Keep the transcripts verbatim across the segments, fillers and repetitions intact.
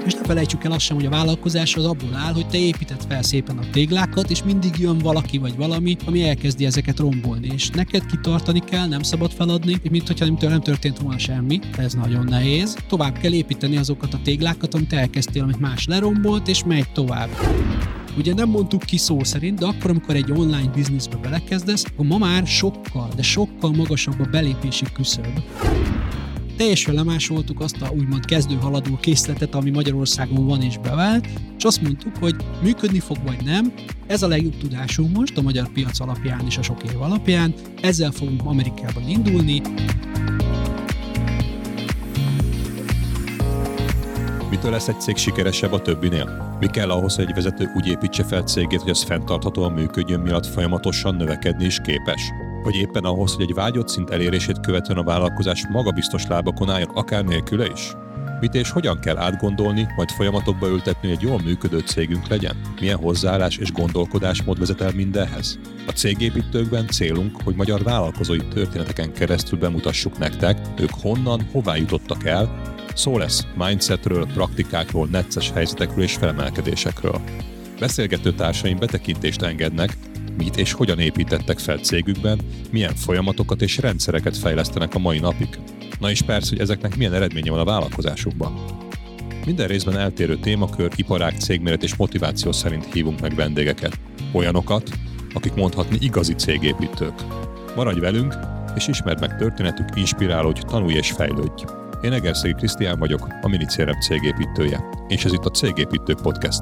És ne felejtsük el azt sem, hogy a vállalkozás az abból áll, hogy te építed fel szépen a téglákat, és mindig jön valaki vagy valami, ami elkezdi ezeket rombolni, és neked kitartani kell, nem szabad feladni, mint hogyha nem történt volna semmi, ez nagyon nehéz. Tovább kell építeni azokat a téglákat, amit elkezdtél, amit más lerombolt, és megy tovább. Ugye nem mondtuk ki szó szerint, de akkor, amikor egy online bizniszbe belekezdesz, akkor ma már sokkal, de sokkal magasabb a belépési küszöb. Teljesen lemásoltuk azt a úgymond kezdő-haladó készletet, ami Magyarországon van és bevált, és azt mondtuk, hogy működni fog vagy nem, ez a legjobb tudásunk most a magyar piac alapján és a sok év alapján, ezzel fogunk Amerikában indulni. Mitől lesz egy cég sikeresebb a többinél? Mi kell ahhoz, hogy egy vezető úgy építse fel cégét, hogy az fenntarthatóan működjön, miatt folyamatosan növekedni is képes? Vagy éppen ahhoz, hogy egy vágyott szint elérését követően a vállalkozás magabiztos lábakon álljon, akár nélküle is? Mit és hogyan kell átgondolni, majd folyamatokba ültetni, hogy egy jól működő cégünk legyen? Milyen hozzáállás és gondolkodásmód vezet el mindenhez? A cégépítőkben célunk, hogy magyar vállalkozói történeteken keresztül bemutassuk nektek, ők honnan, hová jutottak el. Szó lesz mindsetről, praktikákról, necces helyzetekről és felemelkedésekről. Beszélgető társaim betekintést engednek, mit és hogyan építettek fel cégükben, milyen folyamatokat és rendszereket fejlesztenek a mai napig. Na és persze, hogy ezeknek milyen eredménye van a vállalkozásukban. Minden részben eltérő témakör, iparág, cégméret és motiváció szerint hívunk meg vendégeket. Olyanokat, akik mondhatni igazi cégépítők. Maradj velünk, és ismerd meg történetük, inspirálódj, tanulj és fejlődj. Én Egerszegi Krisztián vagyok, a Minicérem cégépítője, és ez itt a Cégépítők Podcast.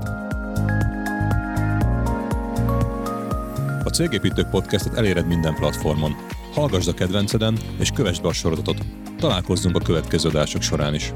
A Cégépítők Podcastet eléred minden platformon. Hallgasd a kedvenceden, és kövessd be a sorozatot. Találkozzunk a következő adások során is.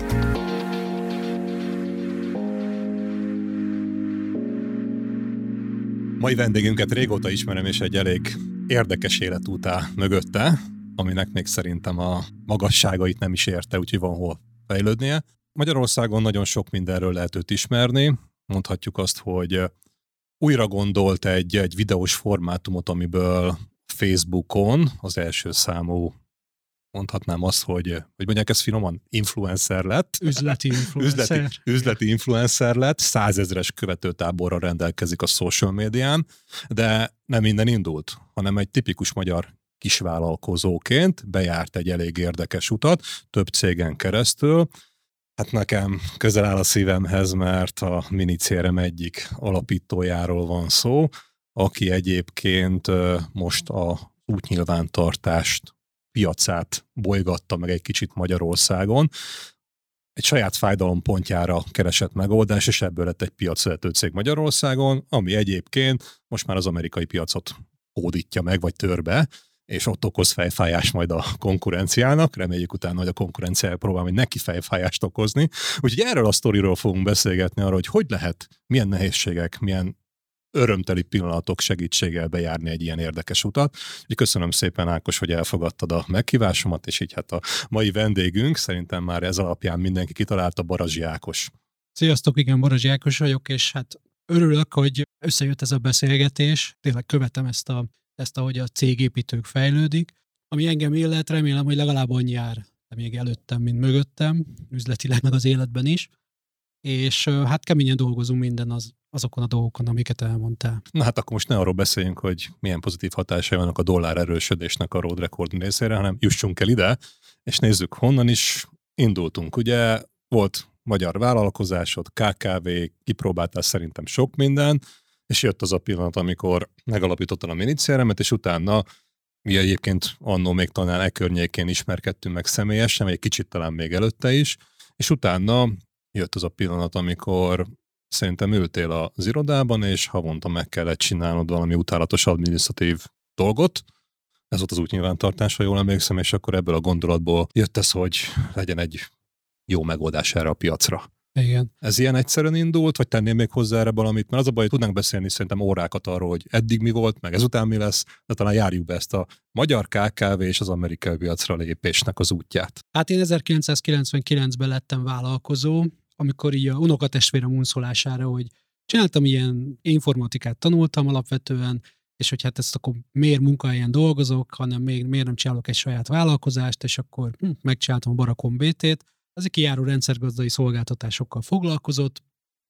Mai vendégünket régóta ismerem, és egy elég érdekes életút áll mögötte, aminek még szerintem a magasságait nem is érte, úgyhogy van hol fejlődnie. Magyarországon nagyon sok mindenről lehet őt ismerni. Mondhatjuk azt, hogy újra gondolt egy, egy videós formátumot, amiből Facebookon az első számú, mondhatnám azt, hogy, hogy mondják ezt finoman, influencer lett. Üzleti influencer. üzleti, üzleti influencer lett, százezres követőtáborra rendelkezik a social médián, de nem minden indult, hanem egy tipikus magyar kisvállalkozóként bejárt egy elég érdekes utat, több cégen keresztül. Hát nekem közel áll a szívemhez, mert a Minicérem egyik alapítójáról van szó, aki egyébként most a útnyilvántartást piacát bolygatta meg egy kicsit Magyarországon. Egy saját fájdalompontjára keresett megoldás, és ebből lett egy piacvezető cég Magyarországon, ami egyébként most már az amerikai piacot hódítja meg, vagy tör be, és ott okoz fejfájás majd a konkurenciának, reméljük utána, hogy a konkurenciája próbál majd neki fejfájást okozni. Úgyhogy erről a sztoriról fogunk beszélgetni, arról, hogy hogy lehet, milyen nehézségek, milyen örömteli pillanatok segítséggel bejárni egy ilyen érdekes utat. Úgyhogy köszönöm szépen, Ákos, hogy elfogadtad a meghívásomat, és így hát a mai vendégünk, szerintem már ez alapján mindenki kitalálta, Barazsi Ákos. Sziasztok, igen, Barazsi Ákos vagyok, és hát örülök, hogy összejött ez a beszélgetés. Tényleg követem ezt a ezt, ahogy a cégépítők fejlődik. Ami engem illet, remélem, hogy legalább annyi jár még előttem, mint mögöttem, üzletileg meg az életben is. És hát keményen dolgozunk minden az, azokon a dolgokon, amiket elmondtál. Na hát akkor most ne arról beszéljünk, hogy milyen pozitív hatásai vannak a dollár erősödésnek a road record részére, hanem jussunk el ide, és nézzük, honnan is indultunk. Ugye volt magyar vállalkozásod, ká ká vé, kipróbáltál szerintem sok minden, és jött az a pillanat, amikor megalapítottad a Minicéremet, és utána mi egyébként annó még talán e környékén ismerkedtünk meg személyesen, vagy egy kicsit talán még előtte is, és utána jött az a pillanat, amikor szerintem ültél az irodában, és havonta meg kellett csinálnod valami utálatos adminisztratív dolgot. Ez volt az útnyilvántartás, ha jól emlékszem, és akkor ebből a gondolatból jött ez, hogy legyen egy jó megoldás erre a piacra. Igen. Ez ilyen egyszerűen indult, vagy tennél még hozzá erre valamit? Mert az a baj, hogy tudnánk beszélni szerintem órákat arról, hogy eddig mi volt, meg ezután mi lesz, de talán járjuk be ezt a magyar ká ká vé és az amerikai piacra lépésnek az útját. Hát én ezerkilencszázkilencvenkilencben lettem vállalkozó, amikor így a unokatestvérem unszolására, hogy csináltam ilyen informatikát, tanultam alapvetően, és hogy hát ezt akkor miért munkahelyen dolgozok, hanem még, miért nem csinálok egy saját vállalkozást, és akkor hm, megcsináltam a Barakom bé té-t, Ez egy kijáró rendszergazdai szolgáltatásokkal foglalkozott,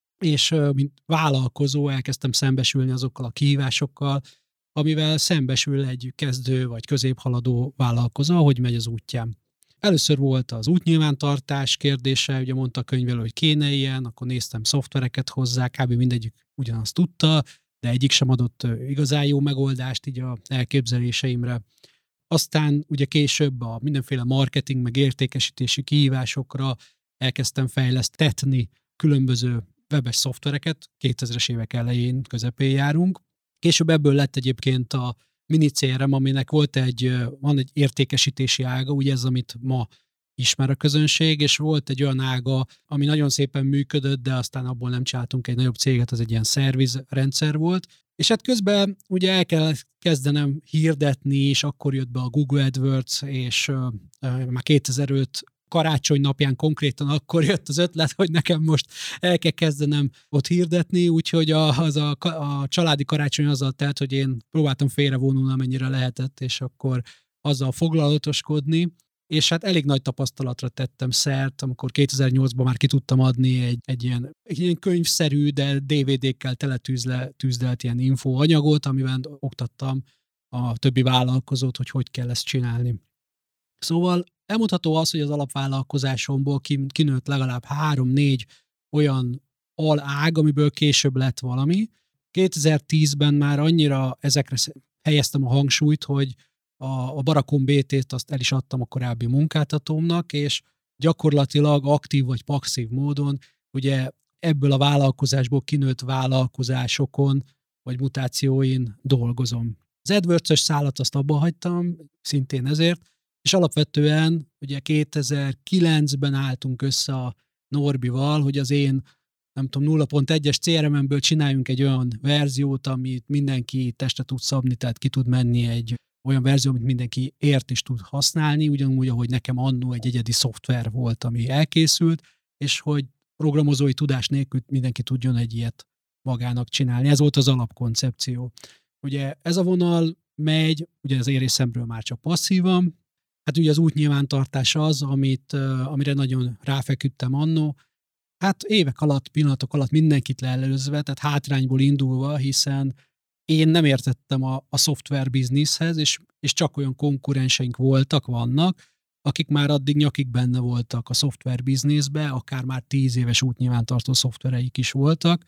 és mint vállalkozó elkezdtem szembesülni azokkal a kihívásokkal, amivel szembesül egy kezdő vagy középhaladó vállalkozó, hogy megy az útján. Először volt az útnyilvántartás kérdése, ugye mondta a könyvelő, hogy kéne ilyen, akkor néztem szoftvereket hozzá, kb. Mindegyik ugyanazt tudta, de egyik sem adott igazán jó megoldást így a elképzeléseimre. Aztán ugye később a mindenféle marketing meg értékesítési kihívásokra elkezdtem fejlesztetni különböző webes szoftvereket, kétezres évek elején, közepén járunk. Később ebből lett egyébként a mini cé er em, aminek volt egy, van egy értékesítési ága, ugye ez, amit ma ismer a közönség, és volt egy olyan ága, ami nagyon szépen működött, de aztán abból nem csináltunk egy nagyobb céget, az egy ilyen szervizrendszer volt. És hát közben ugye el kell kezdenem hirdetni, és akkor jött be a Google AdWords, és uh, már kétezer-öt karácsony napján konkrétan akkor jött az ötlet, hogy nekem most el kell kezdenem ott hirdetni, úgyhogy a, az a, a családi karácsony azzal telt, hogy én próbáltam félrevonulni, amennyire lehetett, és akkor azzal foglalatoskodni, és hát elég nagy tapasztalatra tettem szert, amikor kétezer-nyolcban már ki tudtam adni egy, egy, ilyen, egy ilyen könyvszerű, de dé vé dé-kkel teletűzdelt ilyen infóanyagot, amiben oktattam a többi vállalkozót, hogy hogy kell ezt csinálni. Szóval elmondható az, hogy az alapvállalkozásomból kinőtt legalább három-négy olyan alág, amiből később lett valami. kétezer-tízben már annyira ezekre helyeztem a hangsúlyt, hogy a, a Barakon bé té-t azt el is adtam a korábbi munkáltatómnak, és gyakorlatilag aktív vagy passzív módon ugye ebből a vállalkozásból kinőtt vállalkozásokon vagy mutációin dolgozom. Az AdWords-ös szálat azt abba hagytam, szintén ezért, és alapvetően ugye kétezer-kilencben álltunk össze a Norbival, hogy az én nem tudom, nulla pont egyes cé er em-ből csináljunk egy olyan verziót, amit mindenki testre tud szabni, tehát ki tud menni egy olyan verzió, amit mindenki ért és tud használni, ugyanúgy, ahogy nekem annó egy egyedi szoftver volt, ami elkészült, és hogy programozói tudás nélkül mindenki tudjon egy ilyet magának csinálni. Ez volt az alapkoncepció. Ugye ez a vonal megy, ugye az én részemről már csak passzívan, hát ugye az útnyilvántartás az, amit, amire nagyon ráfeküdtem annó, hát évek alatt, pillanatok alatt mindenkit leelőzve, tehát hátrányból indulva, hiszen én nem értettem a, a szoftver bizniszhez, és, és csak olyan konkurenseink voltak, vannak, akik már addig nyakig benne voltak a szoftver bizniszbe, akár már tíz éves útnyilvántartó szoftvereik is voltak,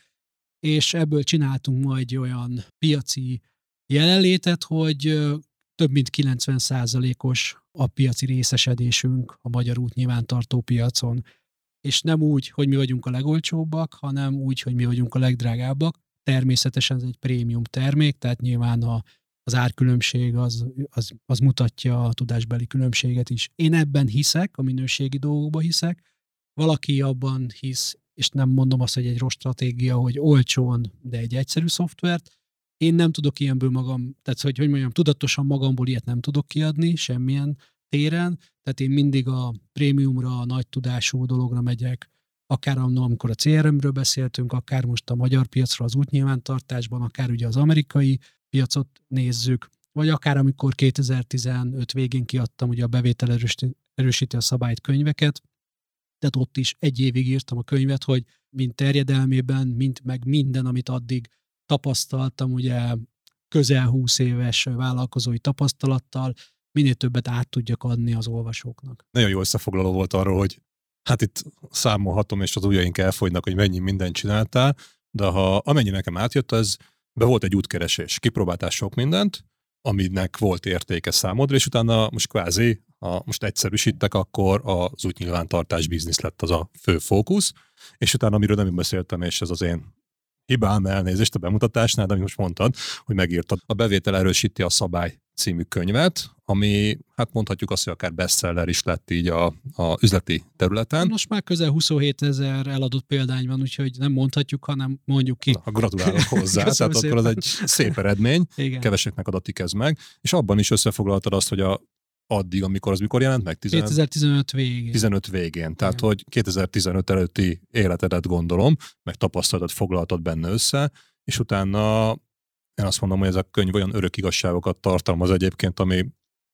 és ebből csináltunk ma egy olyan piaci jelenlétet, hogy több mint kilencven százalékos a piaci részesedésünk a magyar útnyilvántartó piacon. És nem úgy, hogy mi vagyunk a legolcsóbbak, hanem úgy, hogy mi vagyunk a legdrágábbak. Természetesen ez egy prémium termék, tehát nyilván a, az árkülönbség az, az, az mutatja a tudásbeli különbséget is. Én ebben hiszek, a minőségi dolgokban hiszek. Valaki abban hisz, és nem mondom azt, hogy egy rossz stratégia, hogy olcsón, de egy egyszerű szoftvert. Én nem tudok ilyenből magam, tehát hogy, hogy mondjam, tudatosan magamból ilyet nem tudok kiadni, semmilyen téren, tehát én mindig a prémiumra, a nagy tudású dologra megyek, akár annól, amikor a cé er em-ről beszéltünk, akár most a magyar piacra az útnyilvántartásban, akár ugye az amerikai piacot nézzük, vagy akár amikor kétezer-tizenöt végén kiadtam ugye a bevétel erősíti, erősíti a szabályt könyveket, tehát ott is egy évig írtam a könyvet, hogy mind terjedelmében, mind meg minden, amit addig tapasztaltam, ugye közel húsz éves vállalkozói tapasztalattal, minél többet át tudjak adni az olvasóknak. Nagyon jó összefoglaló volt arról, hogy hát itt számolhatom, és az ujjaink elfogynak, hogy mennyi mindent csináltál, de ha amennyi nekem átjött, az be volt egy útkeresés. Kipróbáltál sok mindent, aminek volt értéke számodra, és utána most kvázi, ha most egyszerűsítek, akkor az útnyilvántartás biznisz lett az a fő fókusz, és utána, amiről nem beszéltem, és ez az én hibám, elnézést a bemutatásnál, de amit most mondtad, hogy megírtad. A bevétel erősíti a szabály című könyvet, ami, hát mondhatjuk azt, hogy akár bestseller is lett így a, a üzleti területen. Most már közel huszonhét ezer eladott példány van, úgyhogy nem mondhatjuk, hanem mondjuk ki. Na, gratulálok hozzá, tehát akkor az egy szép eredmény, igen. Keveseknek adatik ez meg, és abban is összefoglaltad azt, hogy a addig, amikor az mikor jelent meg? kétezer-tizenöt végén. tizenöt végén. Tehát, igen. hogy kétezer-tizenöt előtti életedet gondolom, meg tapasztalatot foglaltad benne össze, és utána én azt mondom, hogy ez a könyv olyan örök igazságokat tartalmaz egyébként, ami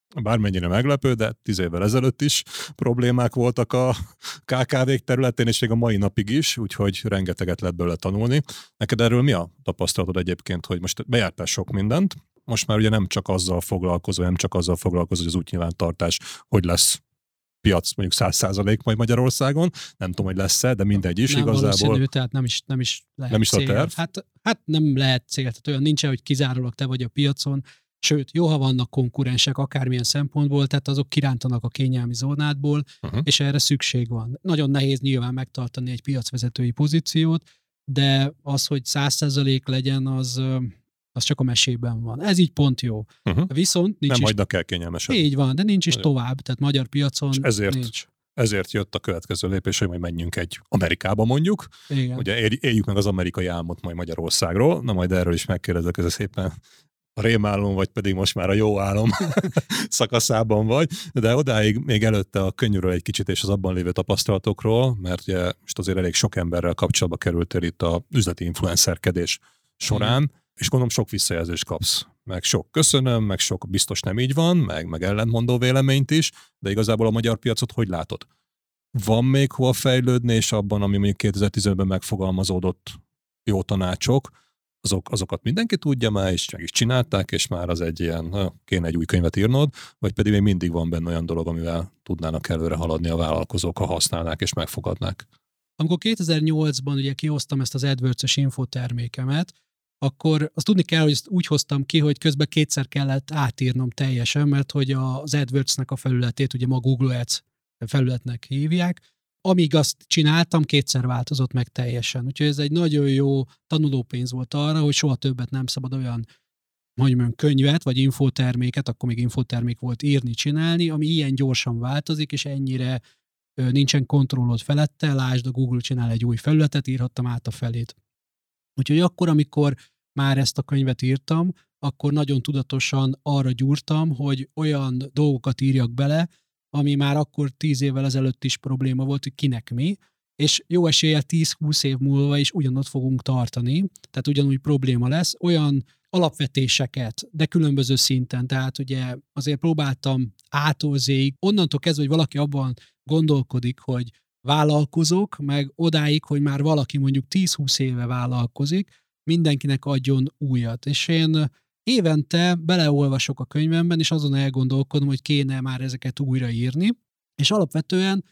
Bármennyire meglepő, de tíz évvel ezelőtt is problémák voltak a ká ká vék területén, és még a mai napig is, úgyhogy rengeteget lehet belőle tanulni. Neked erről mi a tapasztalatod egyébként, hogy most bejártál sok mindent, most már ugye nem csak azzal foglalkozol, nem csak azzal foglalkozol, hogy az útnyilvántartás, hogy lesz piac mondjuk száz százalék majd Magyarországon, nem tudom, hogy lesz-e, de mindegy is nem igazából. Valószínű, tehát nem is, nem is lehet nem is cél. a terv? Hát, hát nem lehet cél, tehát olyan nincsen, hogy kizárólag te vagy a piacon, sőt, jó, ha vannak konkurensek akármilyen szempontból, tehát azok kirántanak a kényelmi zónádból, uh-huh. és erre szükség van. Nagyon nehéz nyilván megtartani egy piacvezetői pozíciót, de az, hogy száz százalék legyen, az, az csak a mesében van. Ez így pont jó. Uh-huh. Viszont nincs nem is... hagynak el kényelmesen. Így van, de nincs is tovább, tehát magyar piacon ezért, nincs. Ezért jött a következő lépés, hogy majd menjünk egy Amerikába mondjuk. Igen. Ugye éljük meg az amerikai álmot majd Magyarországról, na majd erről is megkérdezek, ez szépen a rémálom, vagy pedig most már a jó álom szakaszában vagy, de odáig még előtte a könyvről egy kicsit és az abban lévő tapasztalatokról, mert ugye most azért elég sok emberrel kapcsolatba kerültél itt a üzleti influencerkedés során, mm. és gondolom sok visszajelzést kapsz, meg sok köszönöm, meg sok biztos nem így van, meg, meg ellentmondó véleményt is, de igazából a magyar piacot hogy látod? Van még hova fejlődni, és abban, ami mondjuk kétezer-tizenötben megfogalmazódott jó tanácsok, azok, azokat mindenki tudja már, és meg is csinálták, és már az egy ilyen, ha, kéne egy új könyvet írnod, vagy pedig még mindig van benne olyan dolog, amivel tudnának előre haladni a vállalkozók, ha használnák és megfogadnák. Amikor kétezer-nyolcban ugye kihoztam ezt az AdWords-es infotermékemet, akkor azt tudni kell, hogy ezt úgy hoztam ki, hogy közben kétszer kellett átírnom teljesen, mert hogy az AdWords-nek a felületét ugye ma Google Ads felületnek hívják, amíg azt csináltam, kétszer változott meg teljesen. Úgyhogy ez egy nagyon jó tanulópénz volt arra, hogy soha többet nem szabad olyan, hogy mondjam, könyvet, vagy infoterméket, akkor még infotermék volt írni, csinálni, ami ilyen gyorsan változik, és ennyire ö, nincsen kontrollod felette, lásd, a Google csinál egy új felületet, írhattam át a felét. Úgyhogy akkor, amikor már ezt a könyvet írtam, akkor nagyon tudatosan arra gyúrtam, hogy olyan dolgokat írjak bele, ami már akkor tíz évvel ezelőtt is probléma volt, hogy kinek mi, és jó eséllyel tíz-húsz év múlva is ugyanott fogunk tartani, tehát ugyanúgy probléma lesz, olyan alapvetéseket, de különböző szinten, tehát ugye azért próbáltam ától zéig, onnantól kezdve, hogy valaki abban gondolkodik, hogy vállalkozok, meg odáig, hogy már valaki mondjuk tíz-húsz éve vállalkozik, mindenkinek adjon újat, és én évente beleolvasok a könyvemben, és azon elgondolkodom, hogy kéne már ezeket újraírni, és alapvetően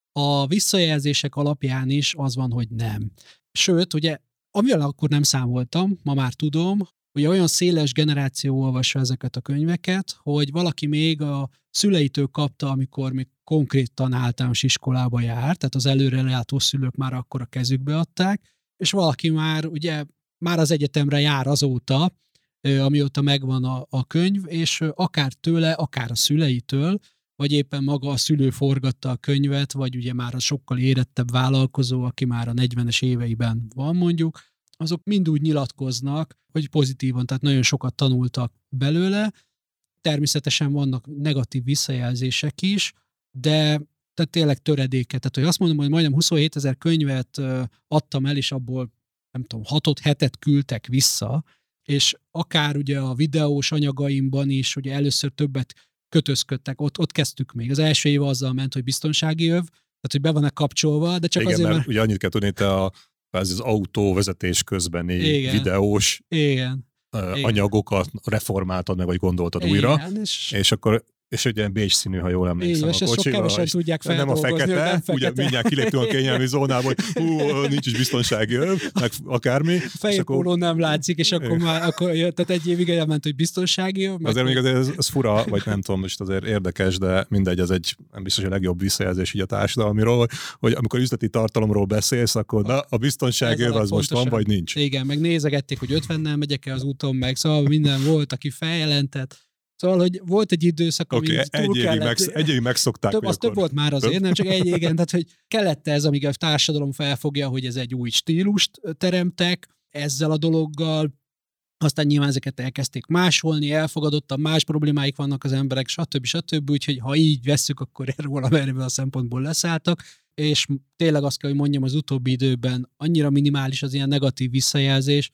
a visszajelzések alapján is az van, hogy nem. Sőt, ugye, amivel akkor nem számoltam, ma már tudom, ugye olyan széles generáció olvassa ezeket a könyveket, hogy valaki még a szüleitől kapta, amikor még konkrétan általános iskolába jár, tehát az előrelátó szülők már akkor a kezükbe adták, és valaki már ugye már az egyetemre jár azóta, amióta megvan a, a könyv, és akár tőle, akár a szüleitől, vagy éppen maga a szülő forgatta a könyvet, vagy ugye már a sokkal érettebb vállalkozó, aki már a negyvenes éveiben van mondjuk, azok mind úgy nyilatkoznak, hogy pozitívan, tehát nagyon sokat tanultak belőle. Természetesen vannak negatív visszajelzések is, de tehát tényleg töredéket. Tehát, hogy azt mondom, hogy majdnem huszonhétezer könyvet adtam el, és abból nem tudom, hatot, hetet küldtek vissza, és akár ugye a videós anyagaimban is, ugye először többet kötözködtek, ott, ott kezdtük még. Az első év azzal ment, hogy biztonsági öv, tehát hogy be van-e kapcsolva, de csak igen, azért, mert mert... ugye annyit kell tudni, te a, az autóvezetés közbeni igen. videós igen. Uh, anyagokat reformáltad meg, vagy gondoltad igen, újra, és... és akkor és ugye bézs színű, ha jól emlékszem igen, a kocsival. És kevesen tudják feldolgozni, nem a fekete, nem fekete. Ugye mindjárt kiléptünk a kényelmi zónából, hogy hú, nincs is biztonsági öv, meg akármi. Fehér póló akkor... nem látszik, és akkor már akkor, tehát egy évig elment, hogy biztonsági öv. Azért még azért ez, ez fura, vagy nem tudom, most azért érdekes, de mindegy, ez egy nem biztos, hogy a legjobb visszajelzés így a társadalmiról, hogy, hogy amikor üzleti tartalomról beszélsz, akkor na, a biztonsági öv az most van, vagy nincs. Igen, meg nézegették, hogy ötvennel megyek-e az úton, meg szóval minden volt, aki feljelentett. Szóval, hogy volt egy időszak, ami okay, túl egy kellett... Megsz, egy évig megszokták. Több, az több volt már azért, több? Nem csak egy igen, tehát hogy kellett ez, amíg a társadalom felfogja, hogy ez egy új stílust teremtek ezzel a dologgal, aztán nyilván ezeket elkezdték másolni, elfogadottan, más problémáik vannak az emberek, stb. stb. Úgyhogy ha így vesszük, akkor erről valamelyről a szempontból leszálltak, és tényleg azt kell, hogy mondjam, az utóbbi időben annyira minimális az ilyen negatív visszajelzés,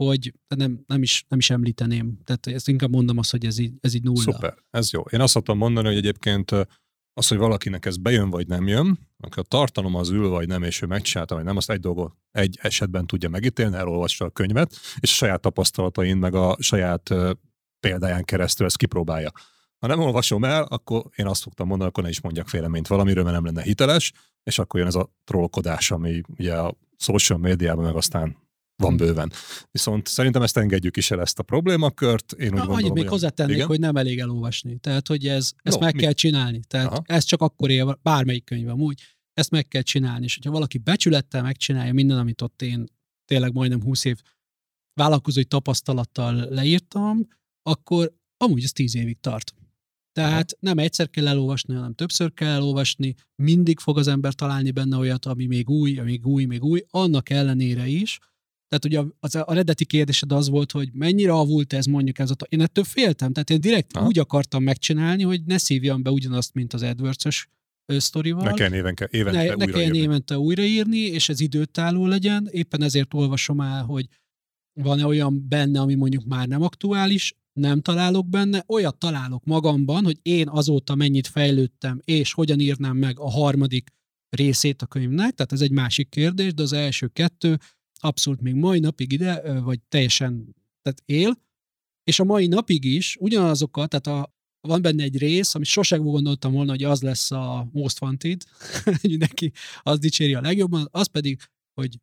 hogy nem, nem, is, nem is említeném. Tehát ezt inkább mondom azt, hogy ez így, ez így nulla. Szuper, ez jó. Én azt szoktam mondani, hogy egyébként az, hogy valakinek ez bejön vagy nem jön, akkor a tartalom az ül vagy nem, és ő megcsinálta vagy nem, azt egy dolgot egy esetben tudja megítélni, elolvassa a könyvet, és a saját tapasztalatain, meg a saját uh, példáján keresztül ezt kipróbálja. Ha nem olvasom el, akkor én azt szoktam mondani, akkor ne is mondjak véleményt valamiről, mert nem lenne hiteles, és akkor jön ez a trollkodás, ami ugye a social médiában meg aztán van bőven. Viszont szerintem ezt engedjük is el, ezt a problémakört. Én úgy Na, gondolom, még hozzátennék, igen? hogy nem elég elolvasni. Tehát, hogy ez, ezt No, meg mi? kell csinálni. Tehát Aha. ez csak akkor él, bármelyik könyv amúgy, ezt meg kell csinálni. És hogyha valaki becsülettel megcsinálja minden, amit ott én tényleg majdnem húsz év vállalkozói tapasztalattal leírtam, akkor amúgy ez tíz évig tart. Tehát nem egyszer kell elolvasni, hanem többször kell elolvasni, mindig fog az ember találni benne olyat, ami még új, még új, még új, annak ellenére is. Tehát ugye az, a eredeti kérdésed az volt, hogy mennyire avult ez mondjuk ez a... Én ettől féltem, tehát én direkt Aha. úgy akartam megcsinálni, hogy ne szívjam be ugyanazt, mint az AdWords-ös sztorival. Ne kell évente, évente ne, újraírni. Ne kell évente újraírni, és ez időtálló legyen. Éppen ezért olvasom el, hogy van-e olyan benne, ami mondjuk már nem aktuális, nem találok benne, olyat találok magamban, hogy én azóta mennyit fejlődtem, és hogyan írnám meg a harmadik részét a könyvnek, tehát ez egy másik kérdés, de az első kettő abszolút még mai napig ide, vagy teljesen tehát él, és a mai napig is ugyanazokat, tehát a, van benne egy rész, amit sosem gondoltam volna, hogy az lesz a Most Wanted, hogy neki az dicséri a legjobban, az pedig, hogy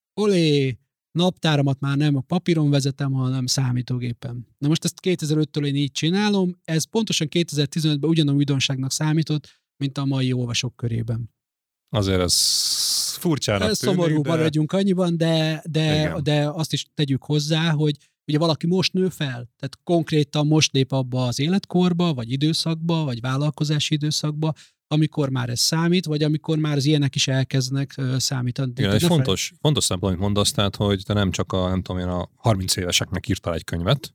olé, naptáramat már nem a papíron vezetem, hanem számítógépen. Na most ezt kétezer-öttől én így csinálom, ez pontosan kétezer-tizenötben ugyanolyan újdonságnak számított, mint a mai olvasók körében. Azért ez furcsának ez tűnik, szomorú, de... maradjunk annyiban, de, de, de azt is tegyük hozzá, hogy ugye valaki most nő fel, tehát konkrétan most lép abba az életkorba, vagy időszakba, vagy vállalkozási időszakba, amikor már ez számít, vagy amikor már az ilyenek is elkezdenek uh, számítani. Igen, egy fontos, fontos szempont, amit mondasz, tehát, hogy te nem csak a, nem tudom én, a harminc éveseknek írtál egy könyvet,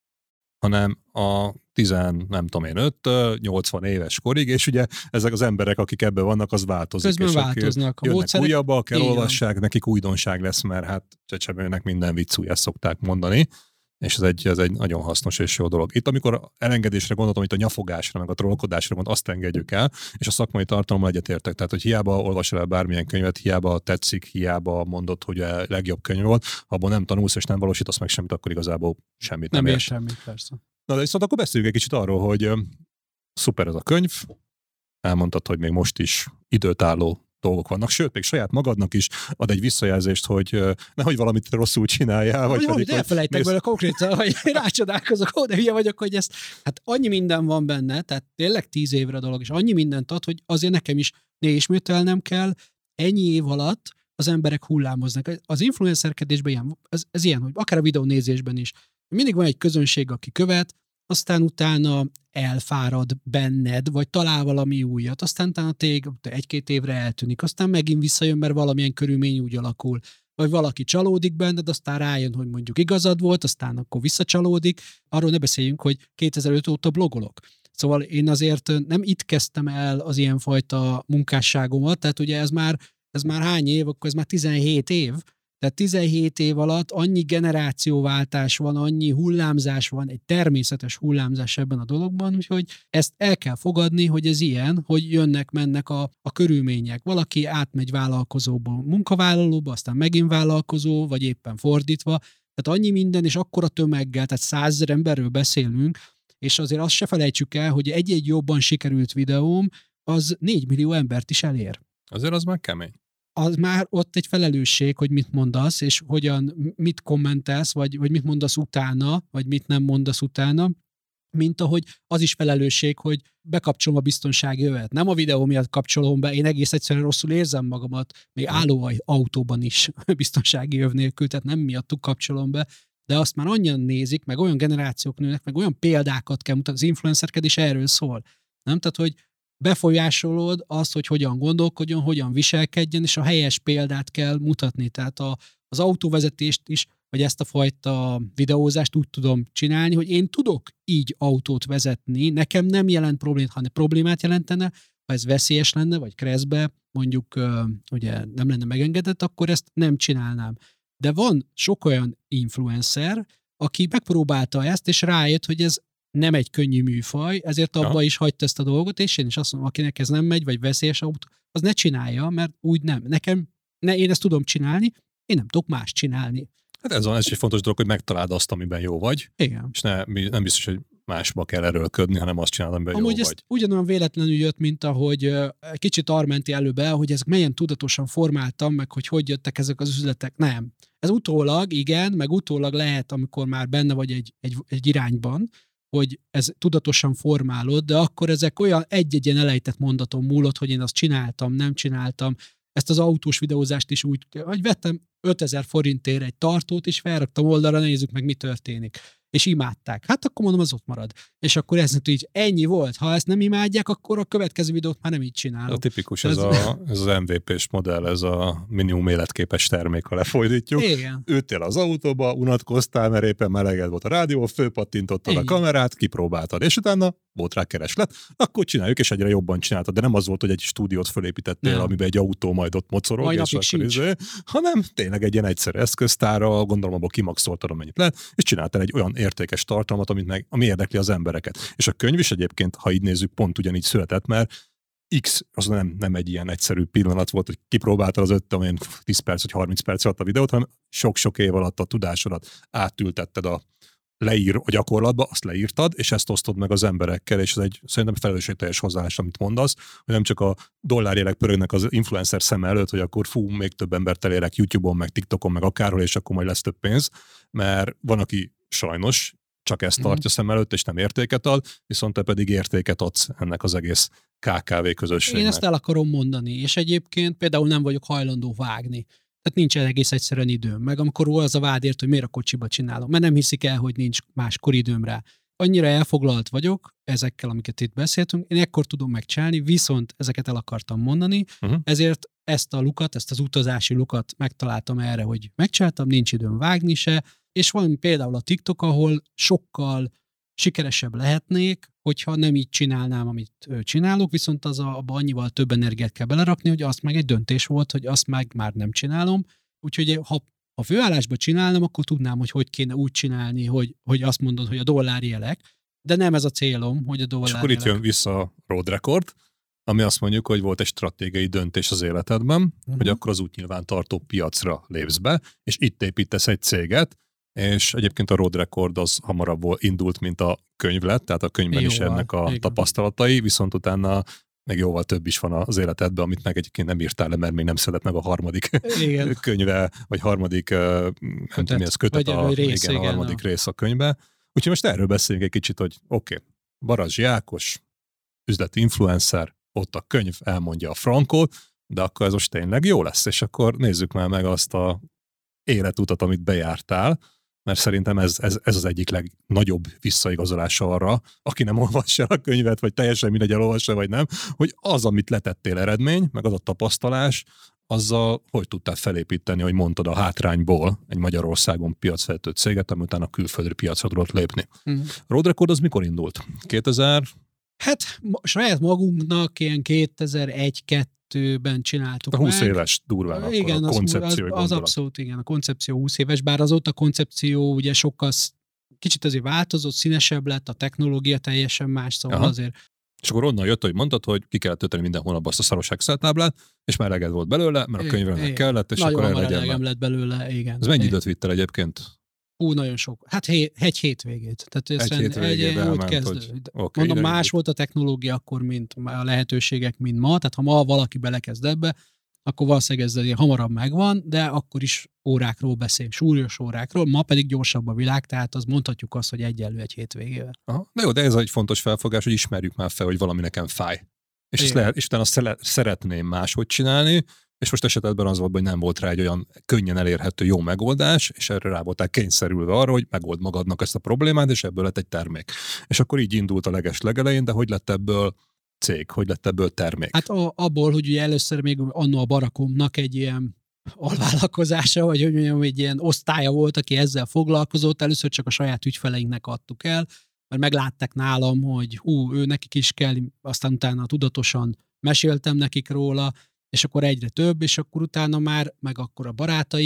hanem a tíz, nem tudom én, öt, nyolcvan éves korig, és ugye ezek az emberek, akik ebben vannak, az változik. Közben és változnak. A módszerek... újabbak, elolvassák, nekik újdonság lesz, mert hát Csecsemőnek minden vicc új, ezt szokták mondani, és ez egy, ez egy nagyon hasznos és jó dolog. Itt, amikor elengedésre gondoltam, itt a nyafogásra, meg a trollkodásra mond, azt engedjük el, és a szakmai tartalommal egyetértek. Tehát, hogy hiába olvasol el bármilyen könyvet, hiába tetszik, hiába mondod, hogy a legjobb könyv volt, abból nem tanulsz és nem valósítasz meg semmit, akkor igazából semmit nem, nem ér. ér semmit, persze. Na de viszont akkor beszéljünk egy kicsit arról, hogy szuper ez a könyv, elmondtad, hogy még most is időtálló dolgok vannak, sőt, még saját magadnak is ad egy visszajelzést, hogy nehogy valamit rosszul csináljál, vagy hogy pedig... elfelejtek mész... belőle konkrétan, hogy rácsodálkozok, ó, de hülye vagyok, hogy ez, hát annyi minden van benne, tehát tényleg tíz évre dolog, és annyi mindent ad, hogy azért nekem is ne ismételnem kell, ennyi év alatt az emberek hullámoznak. Az influencerkedésben ilyen, ez, ez ilyen, hogy akár a videónézésben is, mindig van egy közönség, aki követ, aztán utána elfárad benned, vagy talál valami újat, aztán utána tég egy-két évre eltűnik, aztán megint visszajön, mert valamilyen körülmény úgy alakul. Vagy valaki csalódik benned, aztán rájön, hogy mondjuk igazad volt, aztán akkor visszacsalódik. Arról ne beszéljünk, hogy kétezer-öt óta blogolok. Szóval én azért nem itt kezdtem el az ilyenfajta munkásságomat, tehát ugye ez már, ez már hány év, akkor ez már tizenhét év, tehát tizenhét év alatt annyi generációváltás van, annyi hullámzás van, egy természetes hullámzás ebben a dologban, úgyhogy ezt el kell fogadni, hogy ez ilyen, hogy jönnek-mennek a, a körülmények. Valaki átmegy vállalkozóból munkavállalóba, aztán megint vállalkozó, vagy éppen fordítva. Tehát annyi minden, és akkora tömeggel, tehát százezer emberről beszélünk, és azért azt se felejtsük el, hogy egy-egy jobban sikerült videóm, az négy millió embert is elér. Azért az már kemény. Az már ott egy felelősség, hogy mit mondasz, és hogyan, mit kommentelsz, vagy, vagy mit mondasz utána, vagy mit nem mondasz utána, mint ahogy az is felelősség, hogy bekapcsolom a biztonsági övet. Nem a videó miatt kapcsolom be, én egész egyszerűen rosszul érzem magamat, még álló autóban is biztonsági öv nélkül, tehát nem miattuk kapcsolom be, de azt már annyian nézik, meg olyan generációk nőnek, meg olyan példákat kell mutatni, az influencerkedés erről szól. Nem? Tehát, hogy befolyásolod azt, hogy hogyan gondolkodjon, hogyan viselkedjen, és a helyes példát kell mutatni. Tehát a, az autóvezetést is, vagy ezt a fajta videózást úgy tudom csinálni, hogy én tudok így autót vezetni, nekem nem jelent problémát, hanem problémát jelentene, ha ez veszélyes lenne, vagy kreszbe, mondjuk ugye nem lenne megengedett, akkor ezt nem csinálnám. De van sok olyan influencer, aki megpróbálta ezt, és rájött, hogy ez nem egy könnyű műfaj, ezért abba ja. is hagyta ezt a dolgot, és én is azt mondom, akinek ez nem megy, vagy veszélyes autó, az ne csinálja, mert úgy nem. Nekem, ne, én ezt tudom csinálni, én nem tudok más csinálni. Hát ez, van, ez egy fontos dolog, hogy megtaláld azt, amiben jó vagy. Igen. És ne, nem biztos, hogy másba kell erőlködni, hanem azt csinálod, amiben Amúgy jó vagy. Ugyanolyan véletlenül jött, mint ahogy uh, kicsit Armenti előbb el, hogy ezek melyen tudatosan formáltam, meg hogy hogy jöttek ezek az üzletek. Nem. Ez utólag, igen, meg utólag lehet, amikor már benne vagy egy, egy, egy irányban, hogy ez tudatosan formálod, de akkor ezek olyan egy-egy ilyen elejtett mondaton múlott, hogy én azt csináltam, nem csináltam. Ezt az autós videózást is úgy, hogy vettem ötezer forintért egy tartót, és felraktam oldalra, nézzük meg, mi történik. És imádták. Hát akkor mondom, az ott marad. És akkor ez így ennyi volt. Ha ezt nem imádják, akkor a következő videót már nem így csinálom. A tipikus, ez, ez, a, ez az em vé pés modell, ez a minimum életképes termék, ha lefordítjuk. Igen. Ültél az autóba, unatkoztál, mert éppen meleged volt a rádió, fölpattintottad igen. a kamerát, kipróbáltad, és utána volt rá kereslet, akkor csináljuk, és egyre jobban csináltad. De nem az volt, hogy egy stúdiót fölépítettél, nem. amiben egy autó majd ott mocorog, majd és akkor izé, hanem tényleg egy ilyen egyszerű eszköztárra, gondolom abból kimaxoltad, amennyit lehet, és csináltál egy olyan értékes tartalmat, amit meg, ami érdekli az embereket. És a könyv is egyébként, ha így nézzük, pont ugyanígy született, mert X, az nem, nem egy ilyen egyszerű pillanat volt, hogy kipróbáltad az öt, amilyen tíz perc vagy harminc perc alatt a videót, hanem sok-sok év alatt a tudásodat átültetted a leír a gyakorlatba, azt leírtad, és ezt osztod meg az emberekkel, és ez egy szerintem felelősségteljes hozzáállás, amit mondasz, hogy nem csak a dollárjelek pörögnek az influencer szeme előtt, hogy akkor fú, még több embert elérek YouTube-on, meg TikTokon, meg akárhol, és akkor majd lesz több pénz, mert van, aki sajnos csak ezt tartja szem előtt, és nem értéket ad, viszont te pedig értéket adsz ennek az egész ká ká vé közösségnek. Én ezt el akarom mondani, és egyébként például nem vagyok hajlandó vágni. Tehát nincs egész egyszerűen időm. Meg amikor az a vád ért, hogy miért a kocsiba csinálom, mert nem hiszik el, hogy nincs máskor időm rá. Annyira elfoglalt vagyok ezekkel, amiket itt beszéltünk, én ekkor tudom megcsinálni, viszont ezeket el akartam mondani, uh-huh. ezért ezt a lukat, ezt az utazási lukat megtaláltam erre, hogy megcsináltam, nincs időm vágni se, és van például a TikTok, ahol sokkal sikeresebb lehetnék, hogyha nem így csinálnám, amit csinálok, viszont az a, abba annyival több energiát kell belerakni, hogy azt meg egy döntés volt, hogy azt meg már nem csinálom. Úgyhogy ha a főállásba csinálnám, akkor tudnám, hogy hogy kéne úgy csinálni, hogy, hogy azt mondod, hogy a dollárjelek, de nem ez a célom, hogy a dollárjelek. És akkor itt jön vissza a road record, ami azt mondjuk, hogy volt egy stratégiai döntés az életedben, uh-huh. hogy akkor az útnyilvántartó piacra lépsz be, és itt építesz egy céget, és egyébként a road record az hamarabb indult, mint a könyv lett, tehát a könyvben jóval, is ennek a igen. tapasztalatai, viszont utána meg jóval több is van az életedben, amit meg egyébként nem írtál le, mert még nem szedett meg a harmadik igen. könyve, vagy harmadik kötet, nem tudom, mi ez kötet, a, rész, igen, igen, a harmadik a... rész a könyvbe. Úgyhogy most erről beszéljünk egy kicsit, hogy oké, okay, Barazsi Ákos, üzleti influencer, ott a könyv elmondja a frankot, de akkor ez most tényleg jó lesz, és akkor nézzük már meg azt a életutat, amit bejártál, mert szerintem ez, ez, ez az egyik legnagyobb visszaigazolása arra, aki nem olvassa a könyvet, vagy teljesen mindegy, elolvassa, vagy nem, hogy az, amit letettél eredmény, meg az a tapasztalás, azzal hogy tudtál felépíteni, hogy mondtad, a hátrányból egy Magyarországon piacvezető céget, ami utána a külföldi piacra tudott lépni. Mm. Road Record az mikor indult? kétezer? Hát saját magunknak ilyen kétezer-egy-kettőben csináltuk a húsz meg. éves durván akkor igen, a koncepció. Az, az, az abszolút, igen, a koncepció húsz éves, bár azóta a koncepció ugye sokkal kicsit azért változott, színesebb lett, a technológia teljesen más, szóval aha. azért. És akkor onnan jött, hogy mondtad, hogy ki kellett tölteni minden hónapban azt a szaros Excel táblát, és már eleged volt belőle, mert a könyvre kellett, és nagyon akkor erre elegem lett belőle, igen. Ez mennyi időt vitt el egyébként? Hú, nagyon sok. Hát hé, egy hétvégét. Tehát egy hétvégét elment, hogy... Okay, mondom, más volt a technológia akkor, mint a lehetőségek, mint ma. Tehát ha ma valaki belekezd ebbe, akkor valószínűleg ez hamarabb megvan, de akkor is órákról beszél, súlyos órákról, ma pedig gyorsabb a világ, tehát az mondhatjuk azt, hogy egyenlő egy hétvégével. Aha, de jó, de ez egy fontos felfogás, hogy ismerjük már fel, hogy valami nekem fáj. És, ezt lehet, és utána azt szeretném máshogy csinálni, és most esetben az volt, hogy nem volt rá egy olyan könnyen elérhető jó megoldás, és erre rá voltál kényszerülve arra, hogy megold magadnak ezt a problémát, és ebből lett egy termék. És akkor így indult a leges legelején, de hogy lett ebből cég, hogy lett ebből termék? Hát a, abból, hogy ugye először még annó a Barakomnak egy ilyen alvállalkozása, vagy hogy mondjam, egy ilyen osztálya volt, aki ezzel foglalkozott, először csak a saját ügyfeleinknek adtuk el, mert meglátták nálam, hogy ú, ő nekik is kell, aztán utána tudatosan meséltem nekik róla, és akkor egyre több, és akkor utána már, meg akkor a barátaik,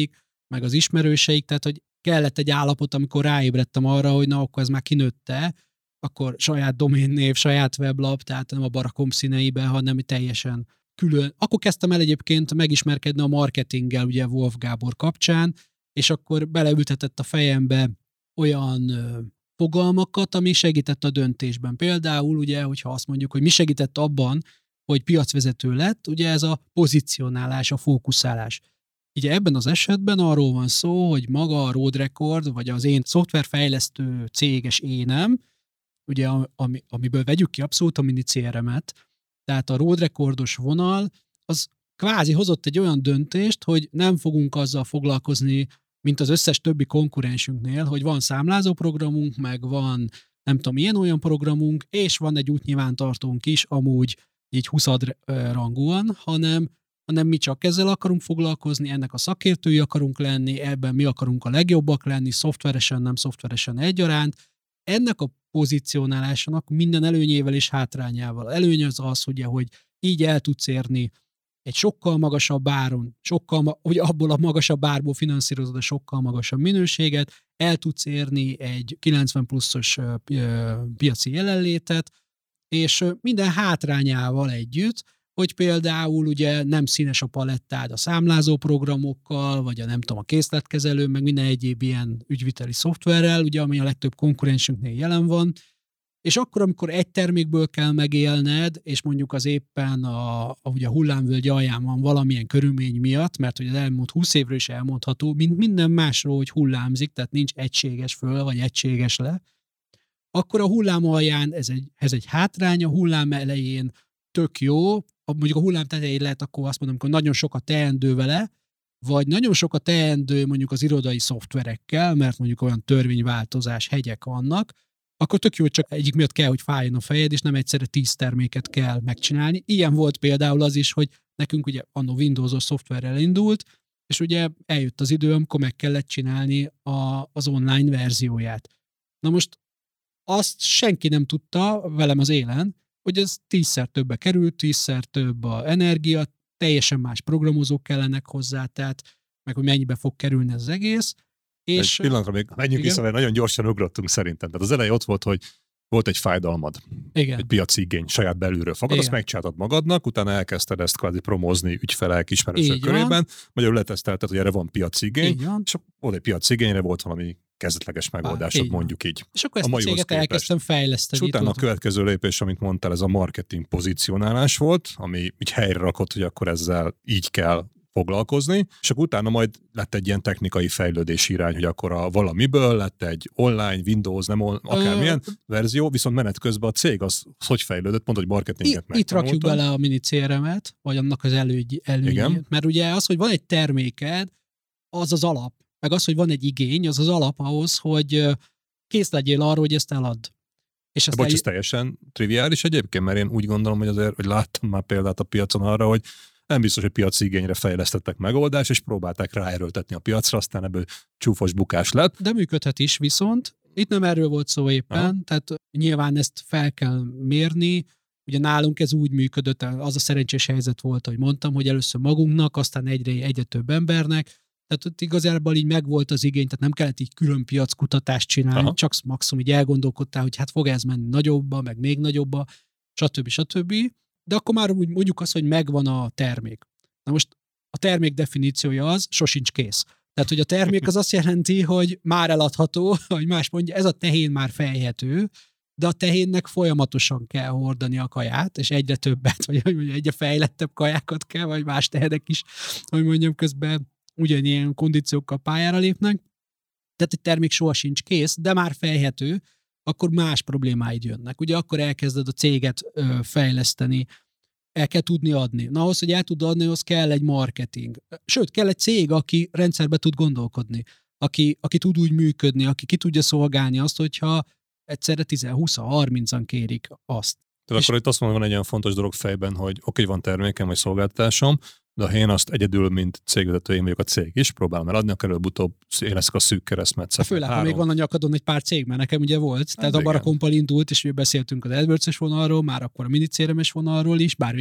meg az ismerőseik, tehát hogy kellett egy állapot, amikor ráébredtem arra, hogy na, akkor ez már kinőtte, akkor saját doménnév, saját weblap, tehát nem a Barakom színeiben, hanem teljesen külön. Akkor kezdtem el egyébként megismerkedni a marketinggel, ugye Wolf Gábor kapcsán, és akkor beleültetett a fejembe olyan ö, fogalmakat, ami segített a döntésben. Például ugye, hogyha azt mondjuk, hogy mi segített abban, hogy piacvezető lett, ugye ez a pozicionálás, a fókuszálás. Ugye ebben az esetben arról van szó, hogy maga a Road Record, vagy az én szoftverfejlesztő céges énem, ugye ami, amiből vegyük ki abszolút a mini cé er em-et, tehát a Road Recordos vonal, az kvázi hozott egy olyan döntést, hogy nem fogunk azzal foglalkozni, mint az összes többi konkurensünknél, hogy van számlázó programunk, meg van nem tudom, ilyen-olyan programunk, és van egy útnyilvántartónk is, amúgy így huszad rangúan, hanem, hanem mi csak ezzel akarunk foglalkozni, ennek a szakértői akarunk lenni, ebben mi akarunk a legjobbak lenni, szoftveresen, nem szoftveresen egyaránt. Ennek a pozícionálásának minden előnyével és hátrányával. Előny az az, ugye, hogy így el tudsz érni egy sokkal magasabb áron, sokkal, ugye abból a magasabb árból finanszírozod a sokkal magasabb minőséget, el tudsz érni egy kilencven pluszos piaci jelenlétet, és minden hátrányával együtt, hogy például ugye nem színes a palettád a számlázó programokkal, vagy a nem tudom, a készletkezelő, meg minden egyéb ilyen ügyviteli szoftverrel, ugye, ami a legtöbb konkurensünknél jelen van, és akkor, amikor egy termékből kell megélned, és mondjuk az éppen a, a, ugye a hullámvölgy alján van valamilyen körülmény miatt, mert hogy az elmúlt húsz évről is elmondható, mint minden másról, hogy hullámzik, tehát nincs egységes föl, vagy egységes le, akkor a hullám alján ez egy, ez egy hátrány, a hullám elején tök jó, mondjuk a hullám tetején lehet akkor azt mondom, hogy nagyon sokat teendő vele, vagy nagyon sokat teendő mondjuk az irodai szoftverekkel, mert mondjuk olyan törvényváltozás hegyek vannak, akkor tök jó, hogy csak egyik miatt kell, hogy fájjon a fejed, és nem egyszerre tíz terméket kell megcsinálni. Ilyen volt például az is, hogy nekünk ugye anno Windowsos szoftverrel indult, és ugye eljött az idő, amikor meg kellett csinálni a, az online verzióját. Na most azt senki nem tudta velem az élen, hogy ez tízszer többe került, tízszer több a energia, teljesen más programozók kellenek hozzá, tehát meg hogy mennyibe fog kerülni ez az egész. És egy pillanatra még menjünk vissza, mert nagyon gyorsan ugrottunk szerintem. Tehát az elején ott volt, hogy volt egy fájdalmad, igen. egy piaci igény saját belülről fogad, azt megcsináltad magadnak, utána elkezdted ezt kvázi promózni ügyfelek, ismerősök így körében, van. Magyarul letesztelted, hogy erre van piaci igény, és volt egy piaci igényre, volt valami kezdetleges megoldásod, így mondjuk így. És akkor ezt a, a céget elkezdtem fejleszteni. És utána a következő lépés, amit mondtál, ez a marketing pozícionálás volt, ami így helyre rakott, hogy akkor ezzel így kell foglalkozni, és akkor utána majd lett egy ilyen technikai fejlődési irány, hogy akkor a valamiből lett egy online, Windows, nem akármilyen Ö... verzió, viszont menet közben a cég az, az hogy fejlődött, pont, hogy marketinget meg. Itt rakjuk bele a mini cé er em-et, vagy annak az előny, előnyét, mert ugye az, hogy van egy terméked, az az alap, meg az, hogy van egy igény, az az alap ahhoz, hogy kész legyél arra, hogy ezt eladd. És ezt bocs, el... ez teljesen triviális egyébként, mert én úgy gondolom, hogy azért, hogy láttam már példát a piacon arra, hogy nem biztos, hogy piaci igényre fejlesztettek megoldást, és próbálták ráerőltetni a piacra, aztán ebből csúfos bukás lett. De működhet is viszont. Itt nem erről volt szó éppen, aha. Tehát nyilván ezt fel kell mérni. Ugye nálunk ez úgy működött, az a szerencsés helyzet volt, hogy mondtam, hogy először magunknak, aztán egyre, egyre több embernek. Tehát ott igazából így megvolt az igény, tehát nem kellett így külön piackutatást csinálni, aha. Csak maximum így elgondolkodtál, hogy hát fog ez menni nagyobba, meg még nagyobba, stb. stb. De akkor már úgy mondjuk azt, hogy megvan a termék. Na most a termék definíciója az, sosincs kész. Tehát, hogy a termék az azt jelenti, hogy már eladható, vagy más mondja, ez a tehén már fejhető, de a tehénnek folyamatosan kell hordani a kaját, és egyre többet, vagy hogy mondjam, egyre fejlettebb kajákat kell, vagy más tehenek is, hogy mondjam, közben ugyanilyen kondíciókkal pályára lépnek. Tehát egy termék soha sincs kész, de már fejhető, akkor más problémáid jönnek. Ugye akkor elkezded a céget ö, fejleszteni, el kell tudni adni. Na ahhoz, hogy el tud adni, ahhoz kell egy marketing. Sőt, kell egy cég, aki rendszerbe tud gondolkodni, aki, aki tud úgy működni, aki ki tudja szolgálni azt, hogyha egyszerre tíz, húsz, harmincan kérik azt. Tehát akkor itt azt mondom, van egy olyan fontos dolog fejben, hogy oké, van termékem vagy szolgáltatásom, de ha én azt egyedül, mint cégvezető, én vagyok a cég is, próbálom eladni, akkor előbb-utóbb én leszek a szűk keresztmetszet. Főleg, ha még van a nyakadon egy pár cég, mert nekem ugye volt. Hát tehát igen. A Barakompal indult, és ugye beszéltünk az AdWords-es vonalról, már akkor a mini cé er em-es vonalról is, bár még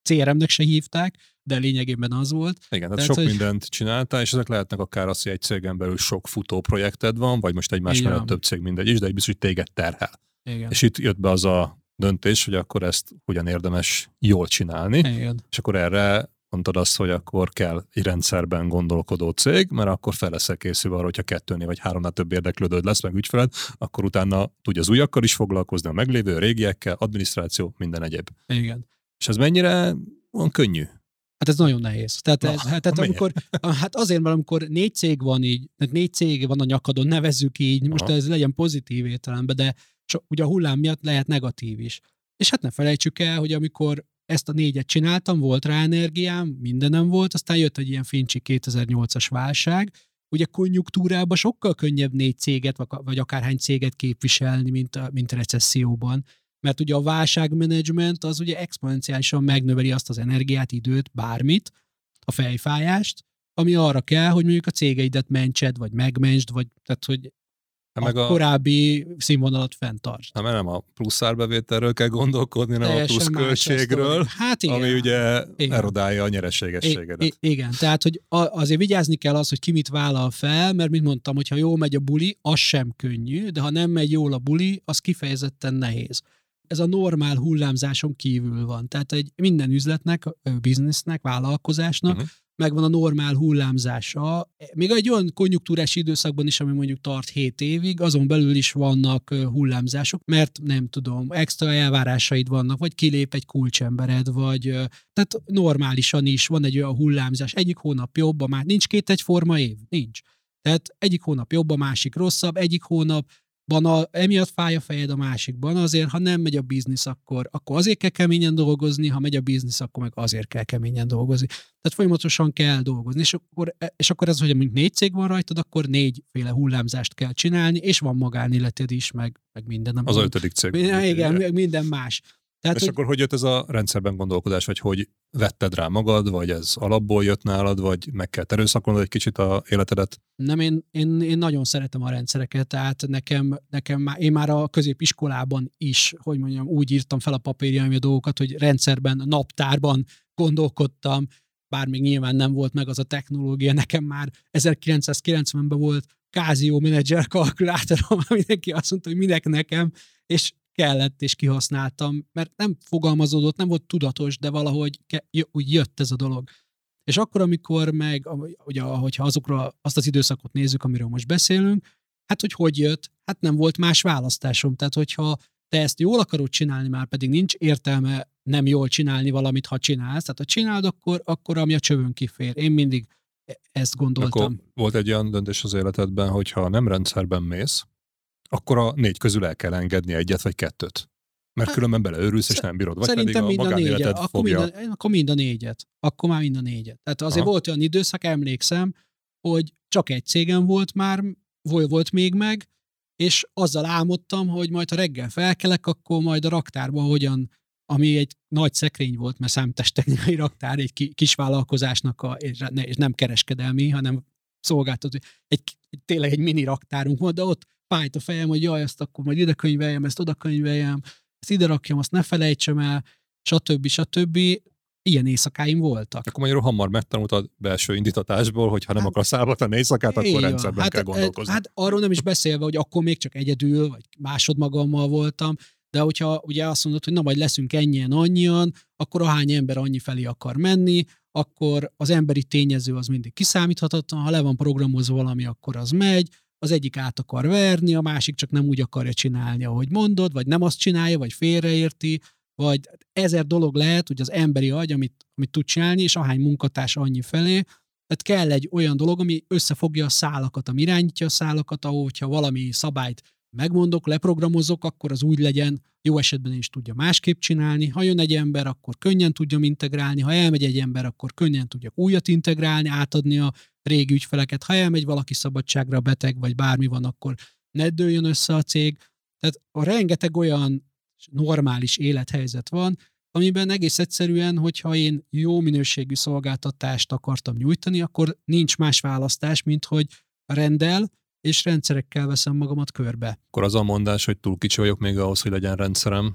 cé er em-nek se hívták, de lényegében az volt. Igen, tehát sok hogy... mindent csináltál, és ezek lehetnek akár az, hogy egy cégen belül sok futó projekted van, vagy most egymás Igen. mellett több cég, mindegy is, de egy biztos, hogy téged terhel. Igen. És itt jött be az a döntés, hogy akkor ezt hogyan érdemes jól csinálni, Igen. és akkor erre mondtad azt, hogy akkor kell egy rendszerben gondolkodó cég, mert akkor fel leszel készülve arra, hogyha kettőnél vagy háromnál több érdeklődőd lesz, meg ügyfeled, akkor utána tudja az újakkal is foglalkozni, a meglévő, a régiekkel, adminisztráció, minden egyéb. Igen. És ez mennyire van könnyű? Hát ez nagyon nehéz. Tehát, ez, Na, hát, tehát amikor, hát azért, mert amikor négy cég van így, tehát négy cég van a nyakadon, nevezzük így, most Aha. ez legyen pozitív értelemben, de so, ugye a hullám miatt lehet negatív is. És hát ne felejtsük el, hogy amikor ezt a négyet csináltam, volt rá energiám, mindenem volt, aztán jött egy ilyen fincsi kétezer-nyolcas válság, ugye konjunktúrában sokkal könnyebb négy céget, vagy akárhány céget képviselni, mint, a, mint a recesszióban. Mert ugye a válságmenedzsment az ugye exponenciálisan megnöveli azt az energiát, időt, bármit, a fejfájást, ami arra kell, hogy mondjuk a cégeidet mentsed, vagy megmentsd, vagy tehát, hogy a, meg a korábbi színvonalat fenntartsd. Hát mert nem a plusz árbevételről kell gondolkodni, hanem teljesen a plusz költségről, hát igen, ami ugye igen. erodálja a nyereségességedet. I- igen, tehát hogy azért vigyázni kell az, hogy ki mit vállal fel, mert mint mondtam, hogy ha jól megy a buli, az sem könnyű, de ha nem megy jól a buli, az kifejezetten nehéz. Ez a normál hullámzáson kívül van. Tehát egy minden üzletnek, biznisznek, vállalkozásnak uh-huh. megvan a normál hullámzása. Még egy olyan konjunktúrás időszakban is, ami mondjuk tart hét évig, azon belül is vannak hullámzások, mert nem tudom, extra elvárásaid vannak, vagy kilép egy kulcsembered, vagy tehát normálisan is van egy olyan hullámzás. Egyik hónap jobb, a már nincs két egyforma év, nincs. Tehát egyik hónap jobb, a másik rosszabb, egyik hónap van a, emiatt fáj a fejed, a másikban azért, ha nem megy a biznisz, akkor, akkor azért kell keményen dolgozni, ha megy a biznisz, akkor meg azért kell keményen dolgozni. Tehát folyamatosan kell dolgozni, és akkor, és akkor ez, hogy mondjuk négy cég van rajtad, akkor négyféle hullámzást kell csinálni, és van magánéleted is, meg, meg minden. Az ötödik cég. Minden, igen, meg minden más. Tehát, és hogy... akkor hogy jött ez a rendszerben gondolkodás, vagy hogy vetted rá magad, vagy ez alapból jött nálad, vagy meg kell erőszakolnod egy kicsit a életedet? Nem, én, én, én nagyon szeretem a rendszereket, tehát nekem, nekem már, én már a középiskolában is, hogy mondjam, úgy írtam fel a papírjaim a dolgokat, hogy rendszerben, naptárban gondolkodtam, bár még nyilván nem volt meg az a technológia, nekem már ezerkilencszázkilencvenben volt Casio Manager kalkulátorom, mindenki azt mondta, hogy minek nekem, és kellett, és kihasználtam, mert nem fogalmazódott, nem volt tudatos, de valahogy ke- úgy jött ez a dolog. És akkor, amikor meg, ugye, hogyha azokra azt az időszakot nézzük, amiről most beszélünk, hát hogy hogy jött, hát nem volt más választásom. Tehát, hogyha te ezt jól akarod csinálni, már pedig nincs értelme nem jól csinálni valamit, ha csinálsz. Tehát, ha csinálod, akkor, akkor ami a csövön kifér. Én mindig ezt gondoltam. Akkor volt egy olyan döntés az életedben, hogyha nem rendszerben mész, akkor a négy közül el kell engedni egyet vagy kettőt. Mert különben beleőrülsz, és nem bírod. Vagy szerintem pedig a magánéleted akkor fogja. Minden, akkor mind a négyet. Akkor már mind a négyet. Tehát azért Aha. volt olyan időszak, emlékszem, hogy csak egy cégem volt már, volt még meg, és azzal álmodtam, hogy majd ha reggel felkelek, akkor majd a raktárban hogyan, ami egy nagy szekrény volt, mert számítástechnikai raktár, egy kisvállalkozásnak, a, és nem kereskedelmi, hanem szolgáltató, egy, tényleg egy mini raktárunk volt, de ott fájt a fejem, hogy jaj, ezt akkor majd ide könyveljem, ezt oda könyveljem, ezt ide rakjam, azt ne felejtsem el, stb. stb. Ilyen éjszakáim voltak. Akkor magyarul hamar megtanultad belső indítatásból, hogy ha nem hát, akarsz álmatlan éjszakát, akkor rendszerben hát, kell gondolkozni. Hát arról nem is beszélve, hogy akkor még csak egyedül, vagy másodmagammal voltam, de hogyha ugye azt mondod, hogy na majd leszünk ennyien, annyian, akkor ahány ember annyi felé akar menni, akkor az emberi tényező az mindig kiszámíthatatlan, ha le van programozva valami, akkor az megy, az egyik át akar verni, a másik csak nem úgy akarja csinálni, ahogy mondod, vagy nem azt csinálja, vagy félreérti, vagy ezer dolog lehet, hogy az emberi agy, amit, amit tud csinálni, és ahány munkatárs annyi felé, tehát kell egy olyan dolog, ami összefogja a szálakat, ami irányítja a szálakat, ahogyha valami szabályt megmondok, leprogramozok, akkor az úgy legyen, jó esetben is tudja másképp csinálni. Ha jön egy ember, akkor könnyen tudjam integrálni, ha elmegy egy ember, akkor könnyen tudjak újat integrálni, átadni a régi ügyfeleket. Ha elmegy valaki szabadságra, beteg, vagy bármi van, akkor ne dőljön össze a cég. Tehát a rengeteg olyan normális élethelyzet van, amiben egész egyszerűen, hogyha én jó minőségű szolgáltatást akartam nyújtani, akkor nincs más választás, mint hogy rendel, és rendszerekkel veszem magamat körbe. Akkor az a mondás, hogy túl kicsi vagyok még ahhoz, hogy legyen rendszerem,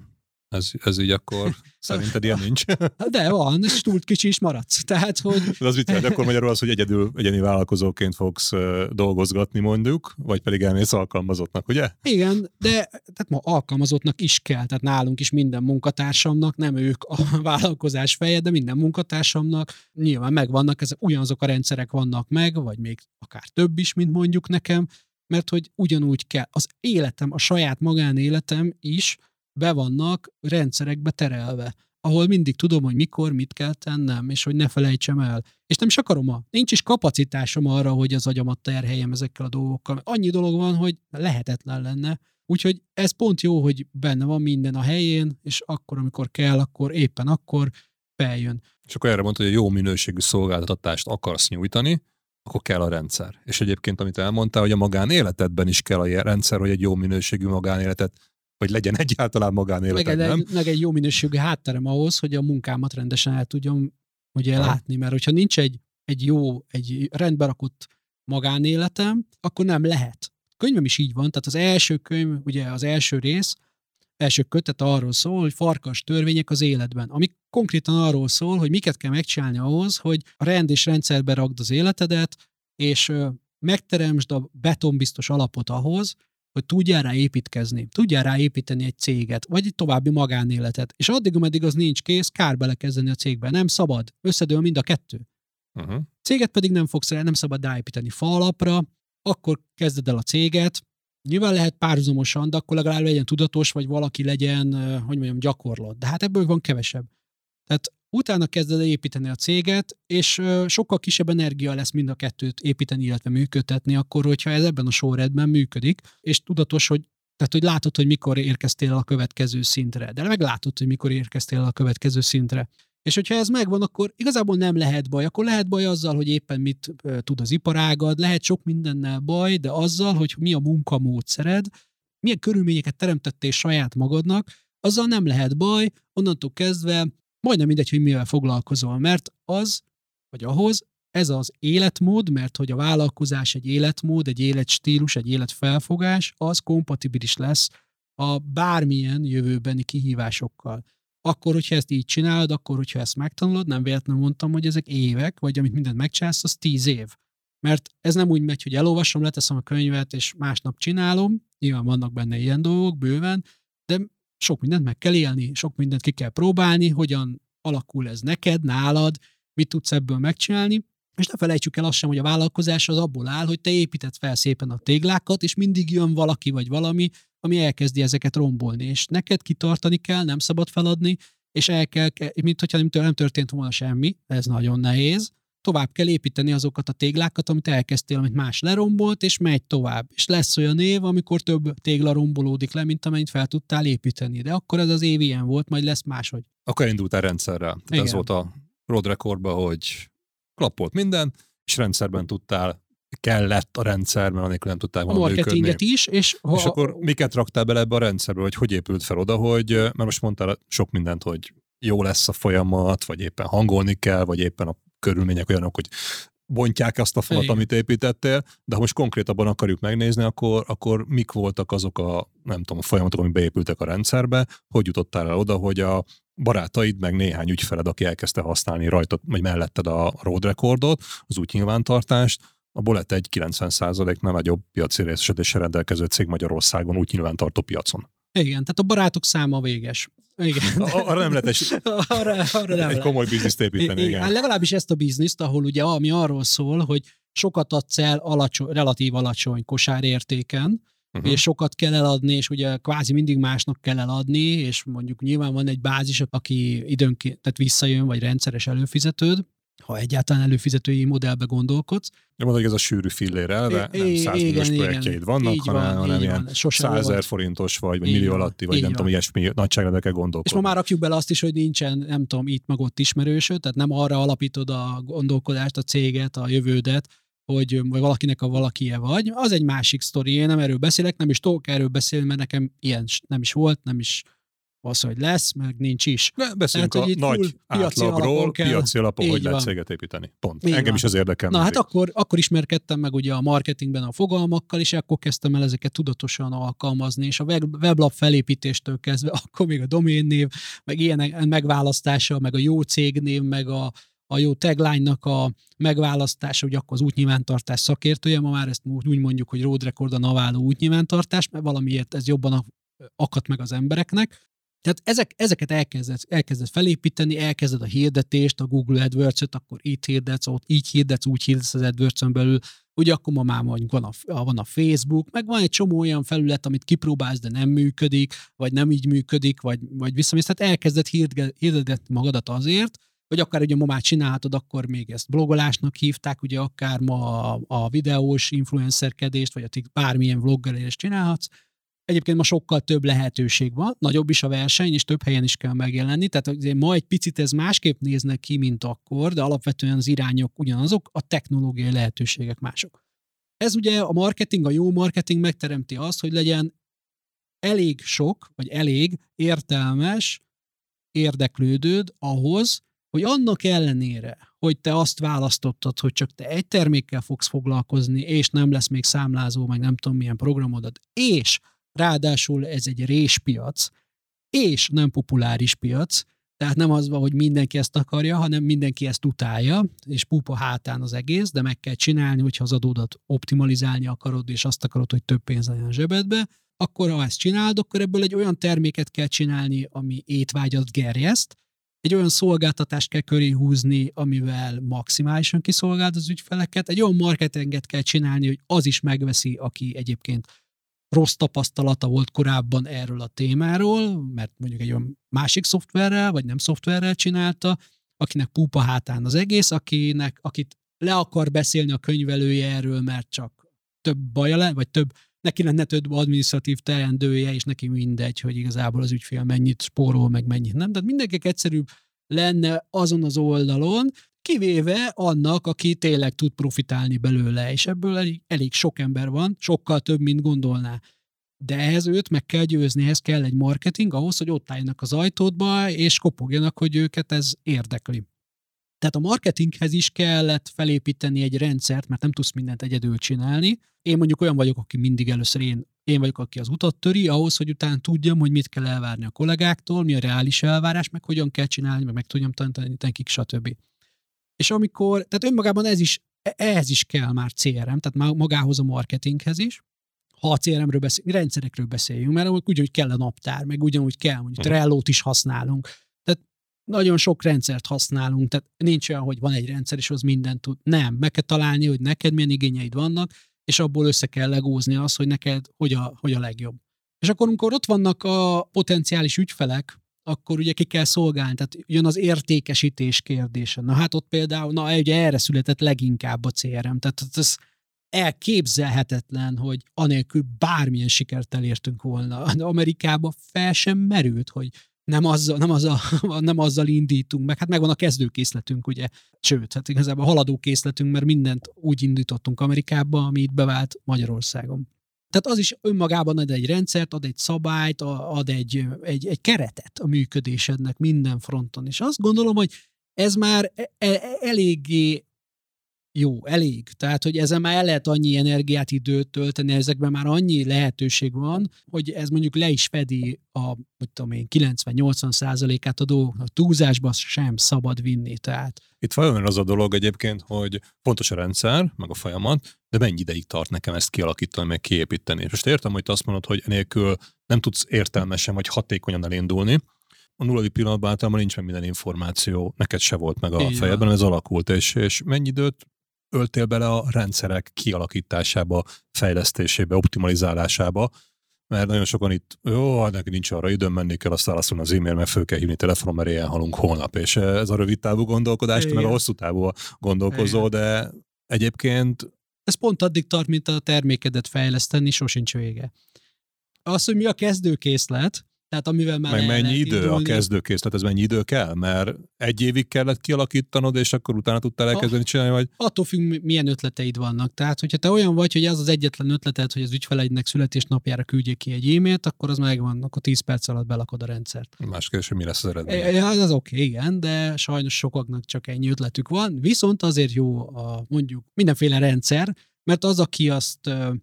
Ez, ez így akkor szerinted ilyen nincs? De van, és túl kicsi is maradsz. Tehát, hogy... De az mit jelent? Akkor magyarul az, hogy egyedül egyéni vállalkozóként fogsz uh, dolgozgatni mondjuk, vagy pedig elmész alkalmazottnak, ugye? Igen, de tehát ma alkalmazottnak is kell, tehát nálunk is minden munkatársamnak, nem ők a vállalkozás feje, de minden munkatársamnak nyilván megvannak, ezek ugyanazok a rendszerek vannak meg, vagy még akár több is, mint mondjuk nekem, mert hogy ugyanúgy kell. Az életem, a saját magánéletem is be vannak rendszerekbe terelve, ahol mindig tudom, hogy mikor, mit kell tennem, és hogy ne felejtsem el. És nem is akarom, a, nincs is kapacitásom arra, hogy az agyamat terheljem ezekkel a dolgokkal. Annyi dolog van, hogy lehetetlen lenne. Úgyhogy ez pont jó, hogy benne van minden a helyén, és akkor, amikor kell, akkor éppen akkor feljön. És akkor erre mondtad, hogy jó minőségű szolgáltatást akarsz nyújtani, akkor kell a rendszer. És egyébként, amit elmondtál, hogy a magánéletedben is kell a rendszer, hogy egy jó minőségű magánéletet, vagy legyen egyáltalán magánéleted, meg nem? Egy, meg egy jó minőségű hátterem ahhoz, hogy a munkámat rendesen el tudjam ugye látni, mert hogyha nincs egy, egy jó, egy rendbe rakott magánéletem, akkor nem lehet. A könyvem is így van, tehát az első könyv, ugye az első rész, első kötet arról szól, hogy farkas törvények az életben, ami konkrétan arról szól, hogy miket kell megcsinálni ahhoz, hogy a rend és rendszerbe rakd az életedet, és megteremtsd a betonbiztos alapot ahhoz, hogy tudjál rá építkezni, tudjál rá építeni egy céget, vagy egy további magánéletet. És addig, ameddig az nincs kész, kár belekezdeni a cégbe. Nem szabad. Összedől mind a kettő. Uh-huh. Céget pedig nem fogsz rá, nem szabad ráépíteni fa alapra, akkor kezded el a céget. Nyilván lehet párhuzamosan, de akkor legalább legyen tudatos, vagy valaki legyen, hogy mondjam, gyakorlott. De hát ebből van kevesebb. Tehát utána kezded el építeni a céget, és sokkal kisebb energia lesz mind a kettőt építeni, illetve működtetni, akkor, hogyha ez ebben a sorrendben működik, és tudatos, hogy, tehát, hogy látod, hogy mikor érkeztél a következő szintre, de meglátod, hogy mikor érkeztél a következő szintre. És hogyha ez megvan, akkor igazából nem lehet baj. Akkor lehet baj azzal, hogy éppen mit tud az iparágad, lehet sok mindennel baj, de azzal, hogy mi a munkamódszered, milyen körülményeket teremtettél saját magadnak, azzal nem lehet baj, onnantól kezdve majdnem mindegy, hogy mivel foglalkozol, mert az, vagy ahhoz, ez az életmód, mert hogy a vállalkozás egy életmód, egy életstílus, egy életfelfogás, az kompatibilis lesz a bármilyen jövőbeni kihívásokkal. Akkor, hogyha ezt így csinálod, akkor, hogyha ezt megtanulod, nem véletlenül mondtam, hogy ezek évek, vagy amit mindent megcsinálsz, az tíz év. Mert ez nem úgy megy, hogy elolvasom, leteszem a könyvet, és másnap csinálom, nyilván vannak benne ilyen dolgok, bőven, de sok mindent meg kell élni, sok mindent ki kell próbálni, hogyan alakul ez neked, nálad, mit tudsz ebből megcsinálni, és ne felejtsük el azt sem, hogy a vállalkozás az abból áll, hogy te építed fel szépen a téglákat, és mindig jön valaki vagy valami, ami elkezdi ezeket rombolni, és neked kitartani kell, nem szabad feladni, és el kell, mint hogyha nem történt volna semmi, ez nagyon nehéz, tovább kell építeni azokat a téglákat, amit elkezdtél, amit más lerombolt, és megy tovább. És lesz olyan év, amikor több tégla rombolódik le, mint amennyit fel tudtál építeni. De akkor ez az év ilyen volt, majd lesz máshogy. Akkor indultál rendszerrel. Tehát ez volt a road recordban, hogy klappolt minden, és rendszerben tudtál, kellett a rendszer, mert anélkül nem tudtál volna működni. A marketinget is. És, ha... és akkor miket raktál bele ebbe a rendszerbe, hogy hogy épült fel oda, hogy, mert most mondtál sok mindent, hogy jó lesz a folyamat, vagy éppen hangolni kell, vagy éppen a körülmények olyanok, hogy bontják azt a falat, amit építettél, de ha most konkrétabban akarjuk megnézni, akkor, akkor mik voltak azok a, nem tudom, a folyamatok, amik beépültek a rendszerbe, hogy jutottál el oda, hogy a barátaid, meg néhány ügyfeled, aki elkezdte használni rajtad, vagy melletted a road recordot, az úgy nyilvántartást, abból lett egy kilencven százaléknál nagyobb piaci részesedéssel rendelkező cég Magyarországon úgy nyilvántartó piacon. Igen, tehát a barátok száma véges. Igen. Arra nem lehet egy, arra, arra nem egy komoly bizniszt építeni. Igen. Igen. Legalábbis ezt a bizniszt, ahol ugye ami arról szól, hogy sokat adsz el alacsony, relatív alacsony kosárértéken, uh-huh. és sokat kell eladni, és ugye kvázi mindig másnak kell eladni, és mondjuk nyilván van egy bázis, aki időnként tehát visszajön, vagy rendszeres előfizetőd, ha egyáltalán előfizetői modellbe gondolkodsz. De mondod, hogy ez a sűrű fillér elve, I- nem százmilliós projektjeid vannak, így hanem, van, hanem ilyen százezer forintos vagy, vagy millió van, alatti, vagy nem van. tudom, ilyesmi nagyságrendbe kell gondolkodni. És ma már rakjuk bele azt is, hogy nincsen, nem tudom, itt meg ott ismerősöd, tehát nem arra alapítod a gondolkodást, a céget, a jövődet, hogy vagy valakinek a valakije vagy. Az egy másik sztori, én nem erről beszélek, nem is tudok erről beszélni, mert nekem ilyen nem is volt, nem is az, hogy lesz, meg nincs is. De beszéljünk Tehát, a nagy piaci átlagról, kell, piaci alapon, hogy lehet van. céget építeni. Pont. Így Engem van. is az érdekel. Na mindig. hát akkor, akkor ismerkedtem meg ugye a marketingben a fogalmakkal, és akkor kezdtem el ezeket tudatosan alkalmazni, és a weblap felépítéstől kezdve, akkor még a doménnév, meg ilyenek megválasztása, meg a jó cégnév, meg a, a jó tagline-nak a megválasztása, ugye akkor az útnyilvántartás szakértője, ma már ezt úgy mondjuk, hogy road record a naváló útnyilvántartás, mert valamiért ez jobban akadt meg az embereknek. Tehát ezek, ezeket elkezded, elkezded felépíteni, elkezded a hirdetést, a Google AdWords-öt, akkor itt hirdetsz, ott így hirdetsz, úgy hirdetsz az AdWords-ön belül, ugye akkor ma már mondjuk van a, van a Facebook, meg van egy csomó olyan felület, amit kipróbálsz, de nem működik, vagy nem így működik, vagy, vagy visszamész. Tehát elkezded hirdetni magadat azért, vagy akár ugye ma már csinálhatod, akkor még ezt blogolásnak hívták, ugye akár ma a, a videós influencerkedést, vagy a bármilyen vloggerést csinálhatsz. Egyébként ma sokkal több lehetőség van, nagyobb is a verseny, és több helyen is kell megjelenni, tehát azért ma egy picit ez másképp néznek ki, mint akkor, de alapvetően az irányok ugyanazok, a technológiai lehetőségek mások. Ez ugye a marketing, a jó marketing megteremti azt, hogy legyen elég sok, vagy elég értelmes érdeklődőd ahhoz, hogy annak ellenére, hogy te azt választottad, hogy csak te egy termékkel fogsz foglalkozni, és nem lesz még számlázó, meg nem tudom milyen programodad, és ráadásul ez egy réspiac, és nem populáris piac, tehát nem az van, hogy mindenki ezt akarja, hanem mindenki ezt utálja, és pupa hátán az egész, de meg kell csinálni, hogyha az adódat optimalizálni akarod, és azt akarod, hogy több pénz legyen a zsebedbe, akkor ha ezt csinálod, akkor ebből egy olyan terméket kell csinálni, ami étvágyat gerjeszt, egy olyan szolgáltatást kell köré húzni, amivel maximálisan kiszolgáld az ügyfeleket, egy olyan marketinget kell csinálni, hogy az is megveszi, aki egyébként rossz tapasztalata volt korábban erről a témáról, mert mondjuk egy olyan másik szoftverrel, vagy nem szoftverrel csinálta, akinek púpa hátán az egész, akinek, akit le akar beszélni a könyvelője erről, mert csak több baja le, vagy több, neki lenne több adminisztratív teendője, és neki mindegy, hogy igazából az ügyfél mennyit spórol, meg mennyit nem. Tehát mindenkinek egyszerűbb lenne azon az oldalon, kivéve annak, aki tényleg tud profitálni belőle, és ebből elég, elég sok ember van, sokkal több, mint gondolná. De ehhez őt meg kell győzni, ehhez kell egy marketing ahhoz, hogy ott álljanak az ajtódba, és kopogjanak, hogy őket ez érdekli. Tehát a marketinghez is kellett felépíteni egy rendszert, mert nem tudsz mindent egyedül csinálni. Én mondjuk olyan vagyok, aki mindig először én, én vagyok, aki az utat töri, ahhoz, hogy utána tudjam, hogy mit kell elvárni a kollégáktól, mi a reális elvárás, meg hogyan kell csinálni, meg meg tudjam tanítani nekik, stb. És amikor, tehát önmagában ez is, ehhez is kell már cé er em, tehát magához a marketinghez is. Ha a cé er emről beszélünk, rendszerekről beszéljünk, mert ugyanúgy kell a naptár, meg ugyanúgy kell, mondjuk Trello-t is használunk. Tehát nagyon sok rendszert használunk, tehát nincs olyan, hogy van egy rendszer, és az mindent tud. Nem, meg kell találni, hogy neked milyen igényeid vannak, és abból össze kell legózni az, hogy neked hogy a, hogy a legjobb. És akkor, amikor ott vannak a potenciális ügyfelek, akkor ugye ki kell szolgálni, tehát jön az értékesítés kérdése. Na hát ott például, na ugye erre született leginkább a cé er em, tehát ez elképzelhetetlen, hogy anélkül bármilyen sikert elértünk volna. Amerikában fel sem merült, hogy nem azzal, nem, azzal, nem azzal indítunk meg. Hát megvan a kezdőkészletünk, ugye. Sőt, hát igazából a haladókészletünk, mert mindent úgy indítottunk Amerikába, ami itt bevált Magyarországon. Tehát az is önmagában ad egy rendszert, ad egy szabályt, ad egy, egy, egy keretet a működésednek minden fronton. És azt gondolom, hogy ez már eléggé jó, elég. Tehát, hogy ezen már el lehet annyi energiát, időt tölteni, ezekben már annyi lehetőség van, hogy ez mondjuk le is fedi a, hogy tudom én, kilencven-nyolcvan százalékát a dolgoknak. Túlzásba sem szabad vinni. Tehát. Itt vajon az a dolog egyébként, hogy fontos a rendszer, meg a folyamat, de mennyi ideig tart nekem ezt kialakítani, meg kiépíteni. És most értem, hogy te azt mondod, hogy enélkül nem tudsz értelmesen vagy hatékonyan elindulni. A nulladik pillanatban általában nincs meg minden információ, neked se volt meg a fejedben, ez alakult, és, és mennyi időt öltél bele a rendszerek kialakításába, fejlesztésébe, optimalizálásába, mert nagyon sokan itt, jó, neki nincs arra időm, menni kell, azt válaszolni az e-mail, mert föl kell hívni telefonon, mert ilyen halunk holnap, és ez a rövid távú gondolkodás, meg a hosszú távú gondolkozó, igen. De egyébként... Ez pont addig tart, mint a termékedet fejleszteni, sosincs vége. Az, hogy mi a kezdőkészlet, Tehát amivel már meg mennyi idő indulni. a kezdőkészlet, ez mennyi idő kell? Mert egy évig kellett kialakítanod, és akkor utána tudtál elkezdeni csinálni, vagy? Attól függ, milyen ötleteid vannak. Tehát, hogyha te olyan vagy, hogy ez az egyetlen ötleted, hogy az ügyfeleidnek születésnapjára küldjék ki egy e-mailt, akkor az megvan, akkor tíz perc alatt belakod a rendszert. Más kérdés, hogy mi lesz az eredmény. Ja, az oké, okay, igen, de sajnos sokaknak csak ennyi ötletük van. Viszont azért jó a mondjuk mindenféle rendszer, mert az, aki azt uh,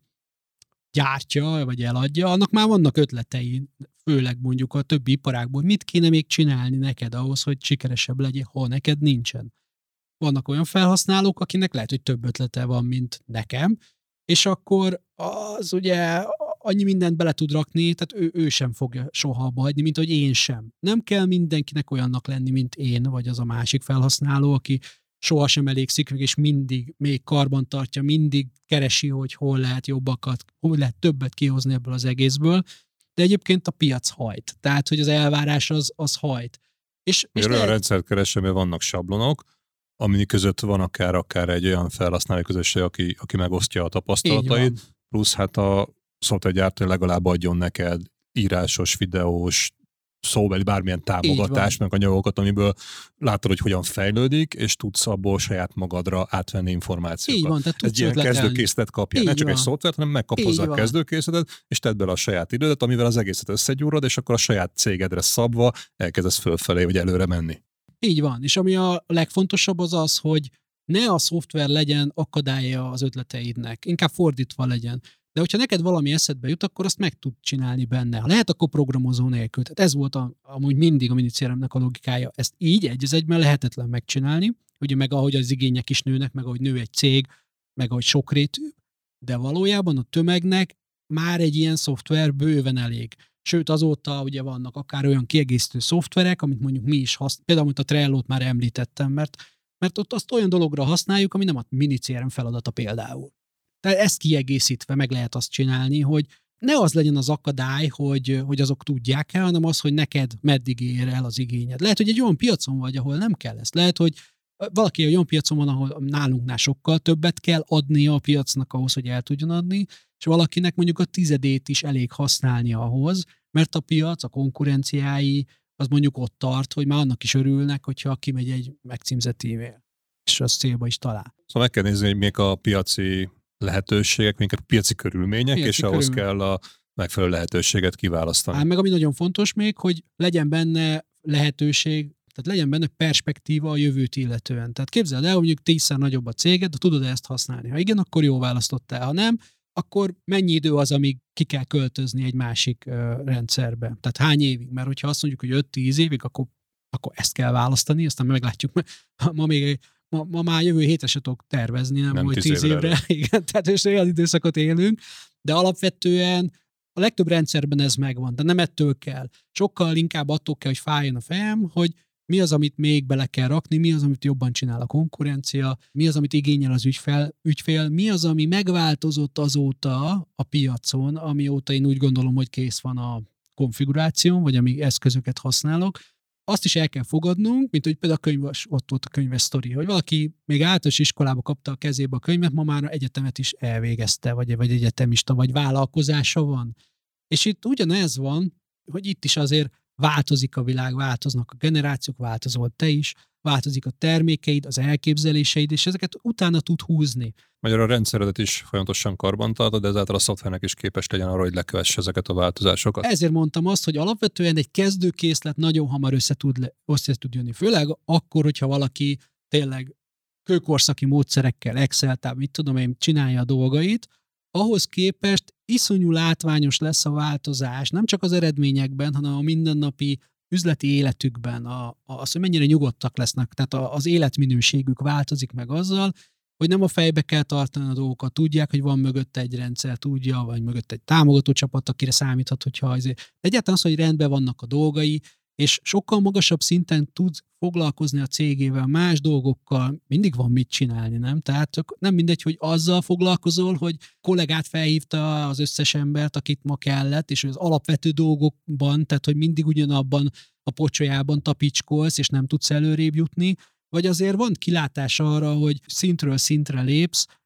gyártja, vagy eladja, annak már vannak ötletei, főleg mondjuk a többi iparágból, mit kéne még csinálni neked ahhoz, hogy sikeresebb legyél, ha neked nincsen. Vannak olyan felhasználók, akinek lehet, hogy több ötlete van, mint nekem, és akkor az ugye annyi mindent bele tud rakni, tehát ő, ő sem fogja soha abba hagyni, mint hogy én sem. Nem kell mindenkinek olyannak lenni, mint én, vagy az a másik felhasználó, aki sohasem elégszik, és mindig még karban tartja, mindig keresi, hogy hol lehet jobbakat, hol lehet többet kihozni ebből az egészből, de egyébként a piac hajt. Tehát, hogy az elvárás az, az hajt. És, és olyan lehet... rendszert keresem, mert vannak sablonok, ami között van akár, akár egy olyan felhasználói közösség, aki, aki megosztja a tapasztalatait, plusz hát a szoftvergyártó legalább adjon neked írásos, videós, szóbeli bármilyen támogatást, meg anyagokat, amiből látod, hogy hogyan fejlődik, és tudsz abból saját magadra átvenni információkat. Így van, tehát ez ilyen kezdőkészletet kapja. Ne csak van. egy szoftvert, hanem megkap hozzá a kezdőkészletet, és tedd bele a saját idődet, amivel az egészet összegyúrod, és akkor a saját cégedre szabva elkezdesz fölfelé, vagy előre menni. Így van, és ami a legfontosabb az az, hogy ne a szoftver legyen akadálya az ötleteidnek, inkább fordítva legyen. De hogyha neked valami eszedbe jut, akkor azt meg tud csinálni benne. Ha lehet, akkor programozó nélkül. Tehát ez volt a, amúgy mindig a minicéremnek a logikája. Ezt így egy az egyben lehetetlen megcsinálni, ugye meg ahogy az igények is nőnek, meg ahogy nő egy cég, meg ahogy sokrétű, de valójában a tömegnek már egy ilyen szoftver bőven elég. Sőt, azóta ugye vannak akár olyan kiegészítő szoftverek, amit mondjuk mi is használunk. Például, amit a Trello-t már említettem, mert, mert ott azt olyan dologra használjuk, ami nem a minicérem feladata például. Tehát ezt kiegészítve meg lehet azt csinálni, hogy ne az legyen az akadály, hogy, hogy azok tudják el, hanem az, hogy neked meddig ér el az igényed. Lehet, hogy egy olyan piacon vagy, ahol nem kell ezt. Lehet, hogy valaki egy olyan piacon van, ahol nálunknál sokkal többet kell adnia a piacnak ahhoz, hogy el tudjon adni, és valakinek mondjuk a tizedét is elég használni ahhoz, mert a piac, a konkurenciái, az mondjuk ott tart, hogy már annak is örülnek, hogyha kimegy egy megcímzett e-mail, és az célba is talál. Szóval meg kell nézni, hogy még a piaci lehetőségek, még a piaci körülmények, piaci és ahhoz körül... kell a megfelelő lehetőséget kiválasztani. Á, meg ami nagyon fontos még, hogy legyen benne lehetőség, tehát legyen benne perspektíva a jövőt illetően. Tehát képzeld el, hogy mondjuk tízszer nagyobb a céged, de tudod ezt használni. Ha igen, akkor jó választottál. Ha nem, akkor mennyi idő az, amíg ki kell költözni egy másik uh, rendszerbe? Tehát hány évig? Mert hogyha azt mondjuk, hogy öt-tíz évig, akkor, akkor ezt kell választani, aztán meglátjuk. Ma még Ma, ma már jövő hétre se tudok tervezni, nem, nem hogy tíz évre. évre. Igen, tehát és olyan időszakot élünk, de alapvetően a legtöbb rendszerben ez megvan, de nem ettől kell. Sokkal inkább attól kell, hogy fájjon a fejem, hogy mi az, amit még bele kell rakni, mi az, amit jobban csinál a konkurencia, mi az, amit igényel az ügyfél, ügyfél mi az, ami megváltozott azóta a piacon, amióta én úgy gondolom, hogy kész van a konfiguráció, vagy ami eszközöket használok. Azt is el kell fogadnunk, mint hogy például a könyves, ott volt a könyves sztori, hogy valaki még általános iskolába kapta a kezébe a könyvet, ma már egyetemet is elvégezte, vagy, vagy egyetemista, vagy vállalkozása van. És itt ugyanez van, hogy itt is azért változik a világ, változnak a generációk, változol te is, változik a termékeid, az elképzeléseid, és ezeket utána tud húzni. Magyarul a rendszeredet is folyamatosan karbantartod, de ezáltal a szoftvernek is képes legyen arra, hogy lekövesse ezeket a változásokat. Ezért mondtam azt, hogy alapvetően egy kezdőkészlet nagyon hamar össze tud, le, össze tud jönni. Főleg akkor, hogyha valaki tényleg kőkorszaki módszerekkel, Excel-tál, mit tudom én, csinálja a dolgait, ahhoz képest iszonyú látványos lesz a változás, nem csak az eredményekben, hanem a mindennapi üzleti életükben, a, a, az, hogy mennyire nyugodtak lesznek, tehát a, az életminőségük változik meg azzal, hogy nem a fejbe kell tartani a dolgokat, tudják, hogy van mögötte egy rendszer, tudja, vagy mögötte egy támogató csapat, akire számíthat, hogyha azért. Egyáltalán az, hogy rendben vannak a dolgai, és sokkal magasabb szinten tud foglalkozni a cégével, más dolgokkal, mindig van mit csinálni, nem? Tehát nem mindegy, hogy azzal foglalkozol, hogy kollégát felhívta az összes embert, akit ma kellett, és az alapvető dolgokban, tehát hogy mindig ugyanabban a pocsolyában tapicskolsz, és nem tudsz előrébb jutni, vagy azért van kilátás arra, hogy szintről szintre lépsz,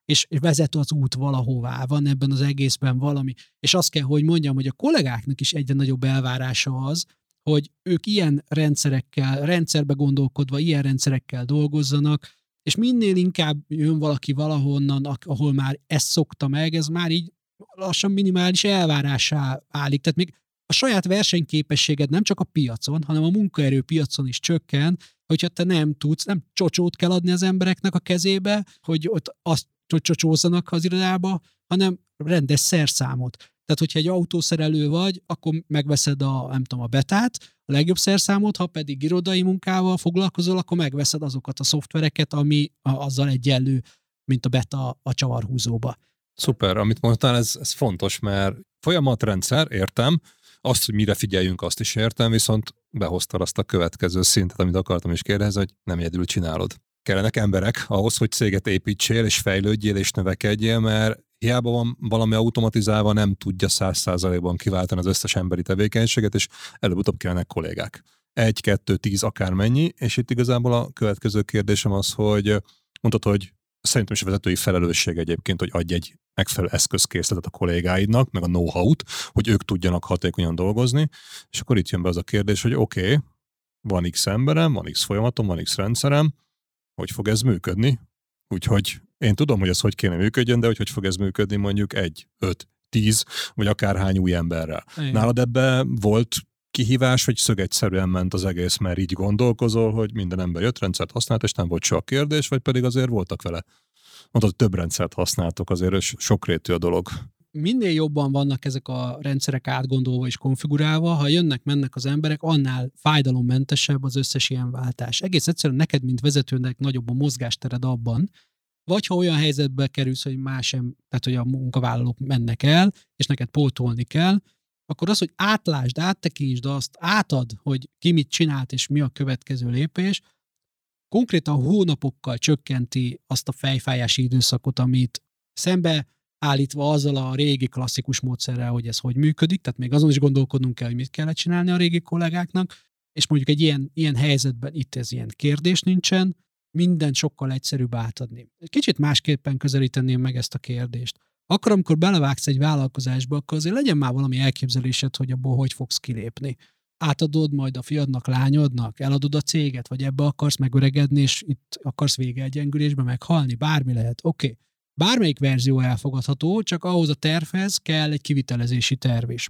és vezet az út valahová, van ebben az egészben valami. És azt kell, hogy mondjam, hogy a kollégáknak is egyre nagyobb elvárása az, hogy ők ilyen rendszerekkel, rendszerbe gondolkodva, ilyen rendszerekkel dolgozzanak, és minél inkább jön valaki valahonnan, ahol már ezt szokta meg, ez már így lassan minimális elvárásá válik. Tehát még a saját versenyképességed nem csak a piacon, hanem a munkaerőpiacon is csökken, hogyha te nem tudsz, nem csocsót kell adni az embereknek a kezébe, hogy ott azt csocsózzanak az irodába, hanem rendes szerszámot. Tehát, hogyha egy autószerelő vagy, akkor megveszed a, nem tudom, a betát, a legjobb szerszámot, ha pedig irodai munkával foglalkozol, akkor megveszed azokat a szoftvereket, ami azzal egyenlő, mint a beta a csavarhúzóba. Szuper, amit mondtál, ez, ez fontos, mert folyamatrendszer, értem, azt, hogy mire figyeljünk, azt is értem, viszont behoztad azt a következő szintet, amit akartam is kérdezni, hogy nem egyedül csinálod. Kellenek emberek ahhoz, hogy céget építsél, és fejlődjél, és növekedjél, mert hiába van valami automatizálva, nem tudja száz százalékban kiváltani az összes emberi tevékenységet, és előbb-utóbb kellenek kollégák. Egy, kettő, tíz, akármennyi, és itt igazából a következő kérdésem az, hogy mondtad, hogy szerintem is a vezetői felelősség egyébként, hogy adj egy megfelelő eszközkészletet a kollégáidnak, meg a know-how-t, hogy ők tudjanak hatékonyan dolgozni, és akkor itt jön be az a kérdés, hogy oké, okay, van X emberem, van X folyamatom, van X rendszerem, hogy fog ez működni? Úgyhogy én tudom, hogy ez hogy kéne működjön, de hogy hogy fog ez működni mondjuk egy, öt, tíz, vagy akárhány új emberrel. Igen. Nálad ebben volt kihívás, vagy szögegyszerűen ment az egész, mert így gondolkozol, hogy minden ember jött, rendszert használt, és nem volt soha kérdés, vagy pedig azért voltak vele? Mondod, több rendszert használtok, azért sokrétű a dolog. Minél jobban vannak ezek a rendszerek átgondolva és konfigurálva, ha jönnek-mennek az emberek, annál fájdalommentesebb az összes ilyen váltás. Egész egyszerűen neked, mint vezetőnek nagyobb a mozgástered abban, vagy ha olyan helyzetbe kerülsz, hogy más sem, tehát hogy a munkavállalók mennek el, és neked pótolni kell, akkor az, hogy átlásd, áttekintsd azt, átad, hogy ki mit csinált, és mi a következő lépés, konkrétan hónapokkal csökkenti azt a fejfájási időszakot, amit szembe állítva azzal a régi klasszikus módszerrel, hogy ez hogy működik, tehát még azon is gondolkodnunk kell, hogy mit kellett csinálni a régi kollégáknak, és mondjuk egy ilyen, ilyen helyzetben itt ez ilyen kérdés nincsen, mindent sokkal egyszerűbb átadni. Kicsit másképpen közelíteném meg ezt a kérdést. Akkor, amikor belevágsz egy vállalkozásba, akkor azért legyen már valami elképzelésed, hogy abból hogy fogsz kilépni. Átadod majd a fiadnak, lányodnak, eladod a céget, vagy ebbe akarsz megöregedni, és itt akarsz végelgyengülésbe meghalni, bármi lehet. Oké. Okay. Bármelyik verzió elfogadható, csak ahhoz a tervhez kell egy kivitelezési terv is.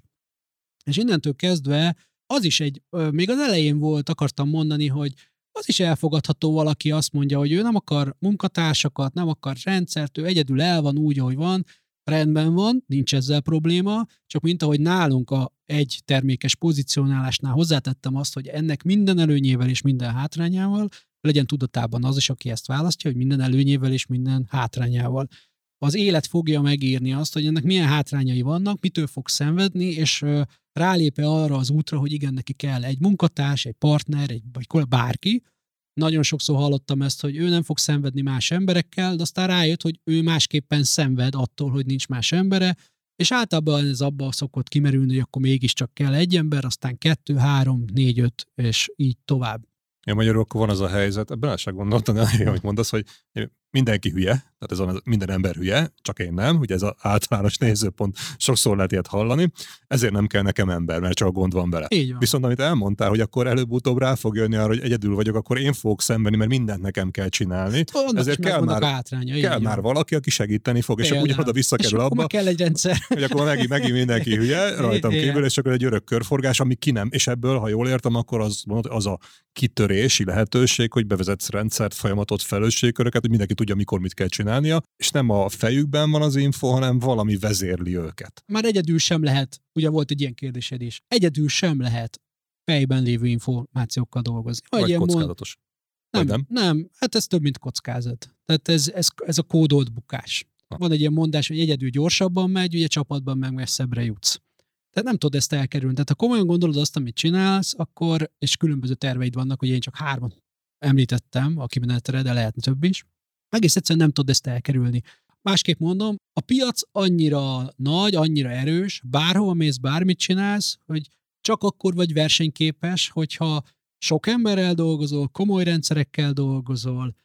És innentől kezdve az is egy, még az elején volt, akartam mondani, hogy az is elfogadható, valaki azt mondja, hogy ő nem akar munkatársakat, nem akar rendszert, ő egyedül el van úgy, ahogy van, rendben van, nincs ezzel probléma, csak mint ahogy nálunk a egy termékes pozícionálásnál hozzátettem azt, hogy ennek minden előnyével és minden hátrányával legyen tudatában az is, aki ezt választja, hogy minden előnyével és minden hátrányával. Az élet fogja megírni azt, hogy ennek milyen hátrányai vannak, mitől fog szenvedni, és rálépe arra az útra, hogy igen, neki kell egy munkatárs, egy partner, egy, vagy bárki. Nagyon sokszor hallottam ezt, hogy ő nem fog szenvedni más emberekkel, de aztán rájött, hogy ő másképpen szenved attól, hogy nincs más embere, és általában ez abba szokott kimerülni, hogy akkor mégiscsak kell egy ember, aztán kettő, három, négy, öt, és így tovább. Ja, magyarul akkor van az a helyzet, ebben el sem gondoltam, hogy mondasz, hogy mindenki hülye, tehát ez a, minden ember hülye, csak én nem, ugye ez az általános nézőpont, sokszor lehet ilyet hallani, ezért nem kell nekem ember, mert csak a gond van vele. Viszont amit elmondtál, hogy akkor előbb-utóbb rá fog jönni arra, hogy egyedül vagyok, akkor én fogok szenvedni, mert mindent nekem kell csinálni. Annak ezért kell már, hátránya, kell már valaki, aki segíteni fog, és akkor ugyanoda visszakerül és abba, kell egy rendszer. hogy akkor megint, megint mindenki hülye, rajtam kívül, és akkor egy örök körforgás, ami ki nem, és ebből, ha jól értem, akkor az, az a kitörési lehetőség, hogy bevezetsz rendszert, folyamatot, felelősségköröket, hogy mindenki tudja, mikor mit kell csinálnia, és nem a fejükben van az info, hanem valami vezérli őket. Már egyedül sem lehet, ugye volt egy ilyen kérdésed is, egyedül sem lehet fejben lévő információkkal dolgozni. Vagy, vagy kockázatos. Nem, nem, nem, hát ez több, mint kockázat. Tehát ez, ez, ez a kódolt bukás. Ha. Van egy ilyen mondás, hogy egyedül gyorsabban megy, ugye csapatban meg messzebbre jutsz. Tehát nem tudod ezt elkerülni. Tehát ha komolyan gondolod azt, amit csinálsz, akkor, és különböző terveid vannak, hogy én csak hárman említettem a kimenetre, de lehetne több is, egész egyszerűen nem tudod ezt elkerülni. Másképp mondom, a piac annyira nagy, annyira erős, bárhova mész, bármit csinálsz, hogy csak akkor vagy versenyképes, hogyha sok emberrel dolgozol, komoly rendszerekkel dolgozol,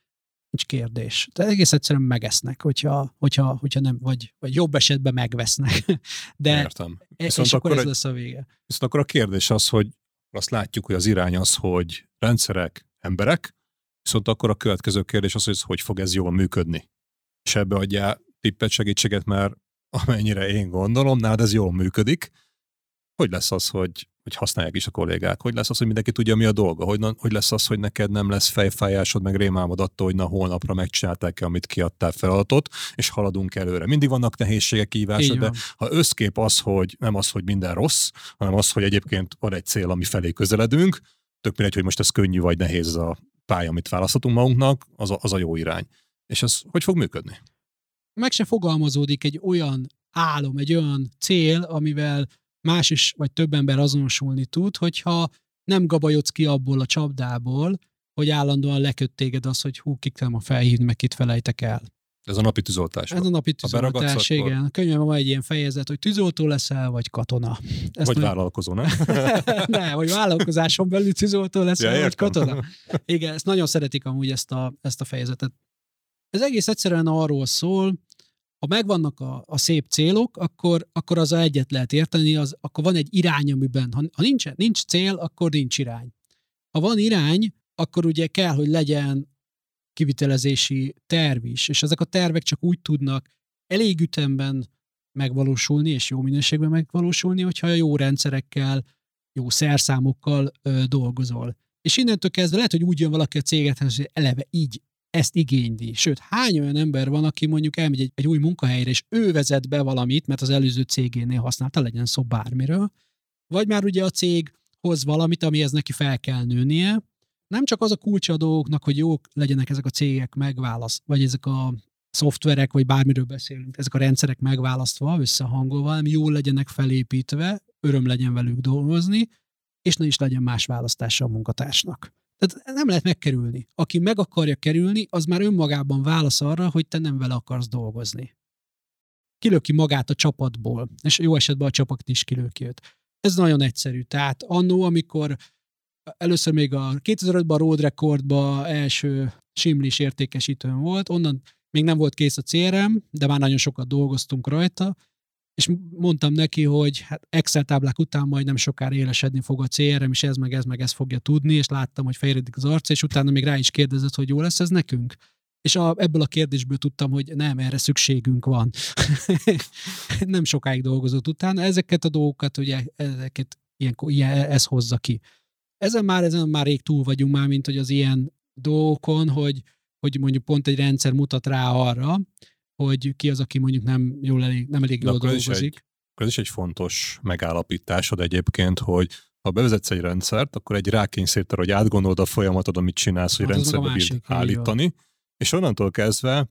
nincs kérdés. Tehát egész egyszerűen megesznek, hogyha, hogyha, hogyha nem, vagy, vagy jobb esetben megvesznek. De Értem. és akkor, akkor ez egy, lesz a vége. Viszont akkor a kérdés az, hogy azt látjuk, hogy az irány az, hogy rendszerek, emberek, viszont akkor a következő kérdés az, hogy hogy fog ez jól működni. És ebbe adjál tippet, segítséget, mert amennyire én gondolom, nálad ez jól működik. Hogy lesz az, hogy, hogy használják is a kollégák? Hogy lesz az, hogy mindenki tudja, mi a dolga? Hogy, na, hogy lesz az, hogy neked nem lesz fejfájásod, meg rémálmod attól, hogy na holnapra megcsinálták-e, amit kiadtál feladatot, és haladunk előre. Mindig vannak nehézségek, kihívások, de ha összkép az, hogy nem az, hogy minden rossz, hanem az, hogy egyébként van egy cél, ami felé közeledünk, tök mindegy, hogy most ez könnyű vagy nehéz a pálya, amit választhatunk magunknak, az a, az a jó irány. És ez hogy fog működni? Meg se fogalmazódik egy olyan álom, egy olyan cél, amivel más is, vagy több ember azonosulni tud, hogyha nem gabajodsz ki abból a csapdából, hogy állandóan leköt téged az, hogy hú, kik nem a felhívni, meg kit felejtek el. Ez a napi tűzoltás. Ez a napi tűzoltás, igen. A könyvben van egy ilyen fejezet, hogy tűzoltó leszel, vagy katona. Ezt vagy vállalkozó, nem? Nem, vagy vállalkozáson belül tűzoltó leszel, ja, vagy katona. Igen, ezt nagyon szeretik amúgy ezt a, ezt a fejezetet. Ez egész egyszerűen arról szól, ha megvannak a, a szép célok, akkor, akkor az egyet lehet érteni, az, akkor van egy irány, amiben, ha, ha nincs, nincs cél, akkor nincs irány. Ha van irány, akkor ugye kell, hogy legyen kivitelezési terv is, és ezek a tervek csak úgy tudnak elég ütemben megvalósulni, és jó minőségben megvalósulni, hogyha jó rendszerekkel, jó szerszámokkal ö, dolgozol. És innentől kezdve lehet, hogy úgy jön valaki a cégethez, hogy eleve így ezt igényli. Sőt, hány olyan ember van, aki mondjuk elmegy egy, egy új munkahelyre, és ő vezet be valamit, mert az előző cégénél használta, legyen szó bármiről, vagy már ugye a cég hoz valamit, amihez neki fel kell nőnie. Nem csak az a kulcsa a dolgoknak, hogy jók legyenek ezek a cégek megválaszt, vagy ezek a szoftverek, vagy bármiről beszélünk, ezek a rendszerek megválasztva, összehangolva, hanem jól legyenek felépítve, öröm legyen velük dolgozni, és ne is legyen más választása a munkatársnak. Tehát nem lehet megkerülni. Aki meg akarja kerülni, az már önmagában válasz arra, hogy te nem vele akarsz dolgozni. Kilöki magát a csapatból, és jó esetben a csapat is kilöki őt. Ez nagyon egyszerű. Tehát annó, amikor először még a kétezer-ötben a Road Recordban első simlis értékesítőn volt, onnan még nem volt kész a cé er em, de már nagyon sokat dolgoztunk rajta, és mondtam neki, hogy hát Excel táblák után majd nem sokára élesedni fog a cé er em, és ez meg ez meg ez fogja tudni, és láttam, hogy fejlődik az arca, és utána még rá is kérdezett, hogy jó lesz ez nekünk. És a, ebből a kérdésből tudtam, hogy nem, erre szükségünk van. Nem sokáig dolgozott utána. Ezeket a dolgokat, ugye, ezeket, ilyen, ilyen, ez hozza ki. Ezen már, ezen már rég túl vagyunk már, mint hogy az ilyen dolgokon, hogy, hogy mondjuk pont egy rendszer mutat rá arra, hogy ki az, aki mondjuk nem, jól elég, nem elég jól dolgozik. Ez is egy fontos megállapításod egyébként, hogy ha bevezetsz egy rendszert, akkor egy rákényszeríted, hogy átgondold a folyamatod, amit csinálsz, hogy hát rendszerbe bírt állítani, és onnantól kezdve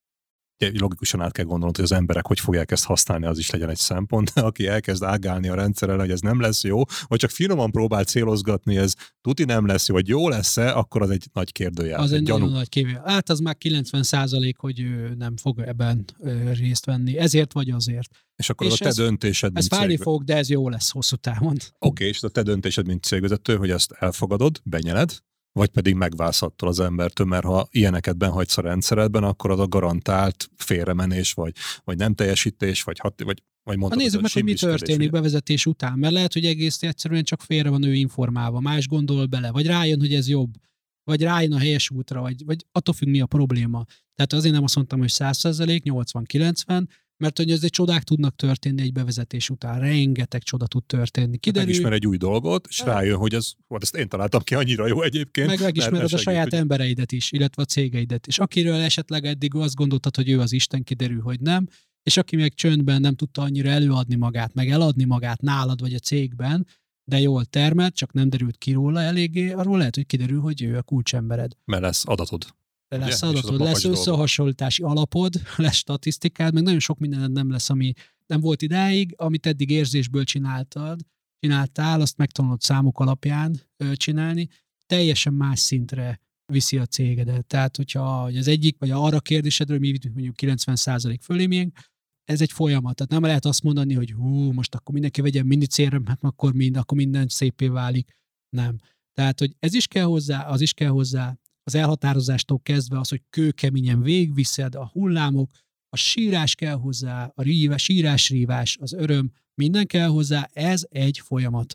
logikusan át kell gondolnod, hogy az emberek hogy fogják ezt használni, az is legyen egy szempont. Aki elkezd ágálni a rendszerrel, hogy ez nem lesz jó, vagy csak finoman próbál célozgatni, ez tuti nem lesz jó, vagy jó lesz-e, akkor az egy nagy kérdőjel. Az egy, egy gyanú. Nagyon nagy kérdőjel. Hát az már kilencven százalék, hogy ő nem fog ebben ö, részt venni. Ezért vagy azért. És akkor és az a te ez, döntésed, mint Ez fájni fog, de ez jó lesz hosszú távon. Oké, okay, és a te döntésed, mint cégvezető, hogy ezt elfogadod, benyeled, vagy pedig megválsz attól az embertől, mert ha ilyeneket benhagysz a rendszeredben, akkor az a garantált félremenés, vagy, vagy nem teljesítés, vagy, hat, vagy, vagy mondhatod, nézzük meg, hogy mi történik ugye? Bevezetés után, mert lehet, hogy egész egyszerűen csak félre van ő informálva, más gondol bele, vagy rájön, hogy ez jobb, vagy rájön a helyes útra, vagy, vagy attól függ, mi a probléma. Tehát azért nem azt mondtam, hogy száz százalék, nyolcvan-kilencven, mert hogy ezért csodák tudnak történni egy bevezetés után. Rengeteg csoda tud történni. Kiderül, megismer egy új dolgot, és rájön, hogy ez, hát ezt én találtam ki, annyira jó egyébként. Meg megismered a saját hogy... embereidet is, illetve a cégeidet. És akiről esetleg eddig azt gondoltad, hogy ő az Isten, kiderül, hogy nem. És aki meg csöndben nem tudta annyira előadni magát, meg eladni magát nálad vagy a cégben, de jól termelt, csak nem derült ki róla eléggé, arról lehet, hogy kiderül, hogy ő a kulcsembered. Mert lesz adatod. De lesz ugye? adatod, lesz összehasonlítási alapod, lesz statisztikád, meg nagyon sok mindened nem lesz, ami nem volt idáig, amit eddig érzésből csináltad, csináltál, azt megtanulod számok alapján ö, csinálni, teljesen más szintre viszi a cégedet. Tehát, hogyha az egyik, vagy arra kérdésedről, mi mondjuk kilencven százalék fölé miénk, ez egy folyamat. Tehát nem lehet azt mondani, hogy hú, most akkor mindenki vegyen mini cé er em, hát akkor, mind, akkor minden szépé válik. Nem. Tehát, hogy ez is kell hozzá, az is kell hozzá, az elhatározástól kezdve az, hogy kőkeményen végigviszed, a hullámok, a sírás kell hozzá, a rívás, sírás-rívás, az öröm, minden kell hozzá, ez egy folyamat.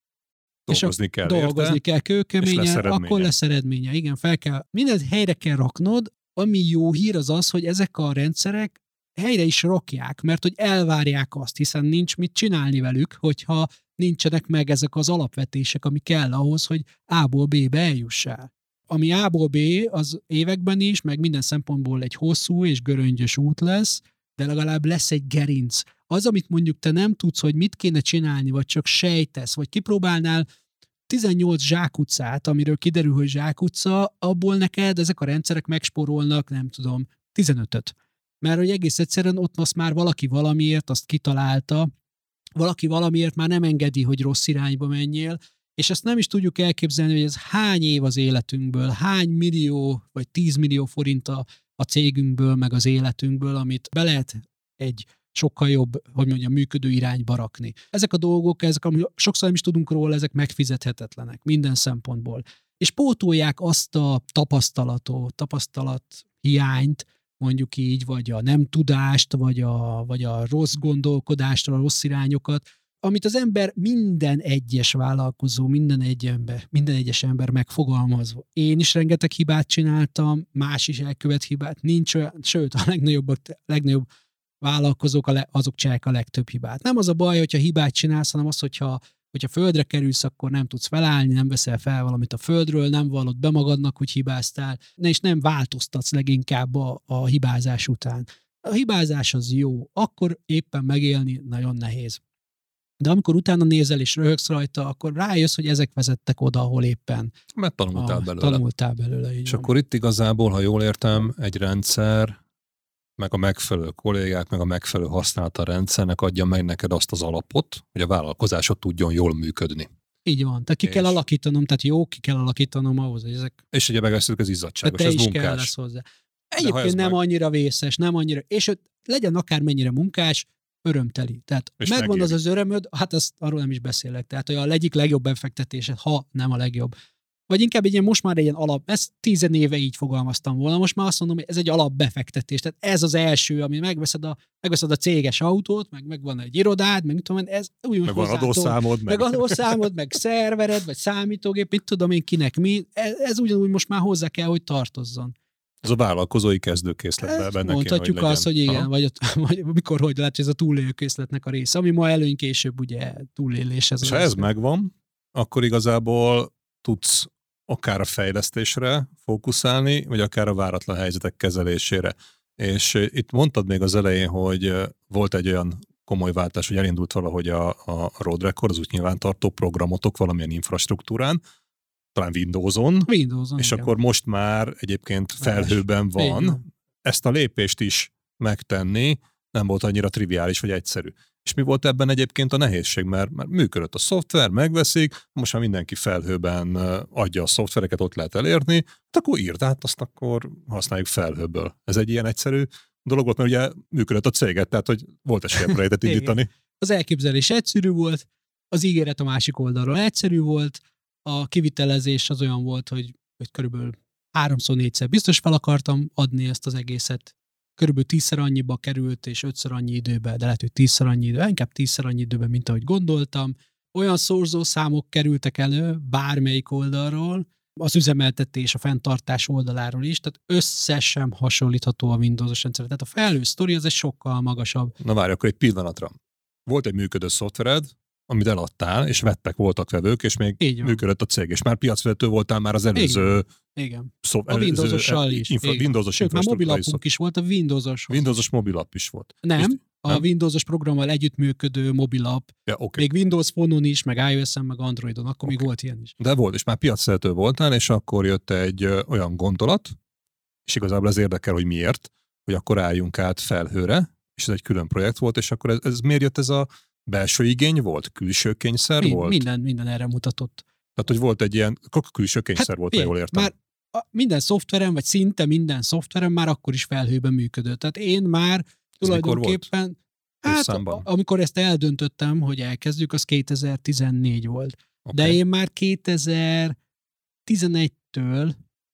Dolgozni kell Dolgozni érte, kell kőkeményen, lesz akkor lesz eredménye. Igen, fel kell, mindent helyre kell raknod, ami jó hír az az, hogy ezek a rendszerek helyre is rakják, mert hogy elvárják azt, hiszen nincs mit csinálni velük, hogyha nincsenek meg ezek az alapvetések, ami kell ahhoz, hogy A-ból B-be eljussál. Ami A-ból B, az években is, meg minden szempontból egy hosszú és göröngyös út lesz, de legalább lesz egy gerinc. Az, amit mondjuk te nem tudsz, hogy mit kéne csinálni, vagy csak sejtesz, vagy kipróbálnál tizennyolc zsákutcát, amiről kiderül, hogy zsákutca, abból neked ezek a rendszerek megspórolnak, nem tudom, tizenötöt. Mert hogy egész egyszerűen ott most már valaki valamiért azt kitalálta, valaki valamiért már nem engedi, hogy rossz irányba menjél, és ezt nem is tudjuk elképzelni, hogy ez hány év az életünkből, hány millió vagy tízmillió forint a, a cégünkből, meg az életünkből, amit be lehet egy sokkal jobb, hogy mondjam, működő irányba rakni. Ezek a dolgok, ezek, amit sokszor nem is tudunk róla, ezek megfizethetetlenek minden szempontból. És pótolják azt a tapasztalatot, tapasztalat hiányt, mondjuk így, vagy a nem tudást, vagy a, vagy a rossz gondolkodást, a rossz irányokat, amit az ember minden egyes vállalkozó, minden, egy ember, minden egyes ember megfogalmaz. Én is rengeteg hibát csináltam, más is elkövet hibát, nincs olyan, sőt, a legnagyobb, legnagyobb vállalkozók a le, azok csinálják a legtöbb hibát. Nem az a baj, hogyha hibát csinálsz, hanem az, hogyha, hogyha földre kerülsz, akkor nem tudsz felállni, nem veszel fel valamit a földről, nem vallod be magadnak, hogy hibáztál, és nem változtatsz leginkább a, a hibázás után. A hibázás az jó, akkor éppen megélni nagyon nehéz. De amikor utána nézel és röhögsz rajta, akkor rájössz, hogy ezek vezettek oda, ahol éppen mert tanultál a, belőle. Tanultál belőle és van. Akkor itt igazából, ha jól értem, egy rendszer, meg a megfelelő kollégák, meg a megfelelő használata a rendszernek adja meg neked azt az alapot, hogy a vállalkozásod tudjon jól működni. Így van. Tehát ki és... kell alakítanom, tehát jó, ki kell alakítanom ahhoz, hogy ezek... És ugye megesszük, ez izzadságos, ez munkás. Kell lesz hozzá. Egyébként nem meg... annyira vészes, nem annyira... És legyen akármennyire munkás, örömteli. Tehát és megvan megéri. Az az örömöd, hát azt arról nem is beszélek. Tehát hogy a egyik legjobb befektetésed, ha nem a legjobb. Vagy inkább egy ilyen, most már egy ilyen alap, ezt tízen éve így fogalmaztam volna, most már azt mondom, hogy ez egy alapbefektetés. Tehát ez az első, ami megveszed a, megveszed a céges autót, meg, meg van egy irodád, meg mit tudom, ez úgy meg van adószámod, meg, meg adószámod, meg szervered, vagy számítógép, mit tudom én kinek mi, ez, ez ugyanúgy most már hozzá kell, hogy tartozzon. Ez a vállalkozói kezdőkészletben benne mondhatjuk kéne, hogy azt, hogy igen, vagy, vagy mikor, hogy lehet, hogy ez a túlélőkészletnek a része, ami ma előny, később ugye túlélés. Ez és ha ez megvan, akkor igazából tudsz akár a fejlesztésre fókuszálni, vagy akár a váratlan helyzetek kezelésére. És itt mondtad még az elején, hogy volt egy olyan komoly váltás, hogy elindult valahogy a, a Road Record, az útnyilvántartó programotok valamilyen infrastruktúrán, talán Windowson, Windowson és igen. Akkor most már egyébként felhőben van. Igen. Ezt a lépést is megtenni nem volt annyira triviális vagy egyszerű. És mi volt ebben egyébként a nehézség, mert, mert működött a szoftver, megveszik, most már mindenki felhőben adja a szoftvereket, ott lehet elérni, hát akkor írd át, azt akkor használjuk felhőből. Ez egy ilyen egyszerű dolog volt, mert ugye működött a céget, tehát hogy volt esélye projektet indítani. Az elképzelés egyszerű volt, az ígéret a másik oldalról egyszerű volt, a kivitelezés az olyan volt, hogy, hogy körülbelül háromszor, négyszer biztos fel akartam adni ezt az egészet. Körülbelül tízszer annyiba került, és ötször annyi időben, de lehet, hogy tízszer annyi idő, inkább tízszer annyi időben, mint ahogy gondoltam. Olyan szorzószámok kerültek elő bármelyik oldalról, az üzemeltetés, a fenntartás oldaláról is, tehát összesen hasonlítható a Windowsos rendszer. Tehát a felhő sztori az egy sokkal magasabb. Na várj, akkor egy pillanatra. Volt egy működő szoftvered, amit eladtál, és vettek, voltak vevők, és még működött a cég, és már piacvezető voltál már az előző... Igen. Szó, a Windowsossal is. Infra, Windowsos Sőt, már mobilappunk is volt, a Windowsos. Windowsos mobilapp is volt. Nem, és, a nem? Windowsos programmal együttműködő mobilapp. Ja, okay. Még Windows Phone-on is, meg iOS-en, meg Androidon, akkor okay. még volt ilyen is. De volt, és már piacvezető voltál, és akkor jött egy ö, olyan gondolat, és igazából ez érdekel, hogy miért, hogy akkor álljunk át felhőre, és ez egy külön projekt volt, és akkor ez, ez miért jött ez a belső igény volt? Külső kényszer Mind, volt? Minden, minden erre mutatott. Tehát, hogy volt egy ilyen, akkor külső kényszer hát, volt, ha jól értem. Már a, minden szoftveren, vagy szinte minden szoftveren már akkor is felhőben működött. Tehát én már tulajdonképpen, hát a, amikor ezt eldöntöttem, hogy elkezdjük, az kétezer-tizennégy volt. Okay. De én már kétezer-tizenegytől